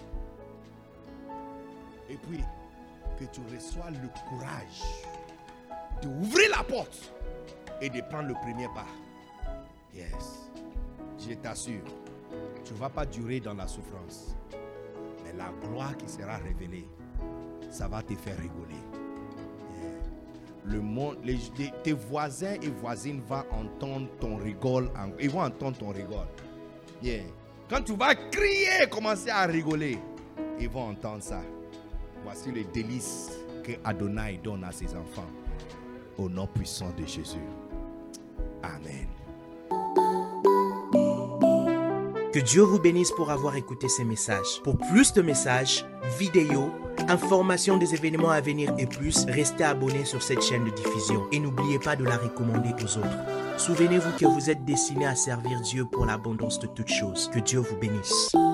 Et puis, que tu reçois le courage d'ouvrir la porte et de prendre le premier pas. Yes. Je t'assure, tu ne vas pas durer dans la souffrance. Mais la gloire qui sera révélée, ça va te faire rigoler. Yeah. Le monde, tes voisins et voisines vont entendre ton rigole. Ils vont entendre ton rigole. Yeah. Quand tu vas crier, commencer à rigoler, ils vont entendre ça. Voici les délices que Adonai donne à ses enfants. Au nom puissant de Jésus. Amen. Que Dieu vous bénisse pour avoir écouté ces messages. Pour plus de messages, vidéos, informations des événements à venir et plus, restez abonnés sur cette chaîne de diffusion et n'oubliez pas de la recommander aux autres. Souvenez-vous que vous êtes destinés à servir Dieu pour l'abondance de toutes choses. Que Dieu vous bénisse.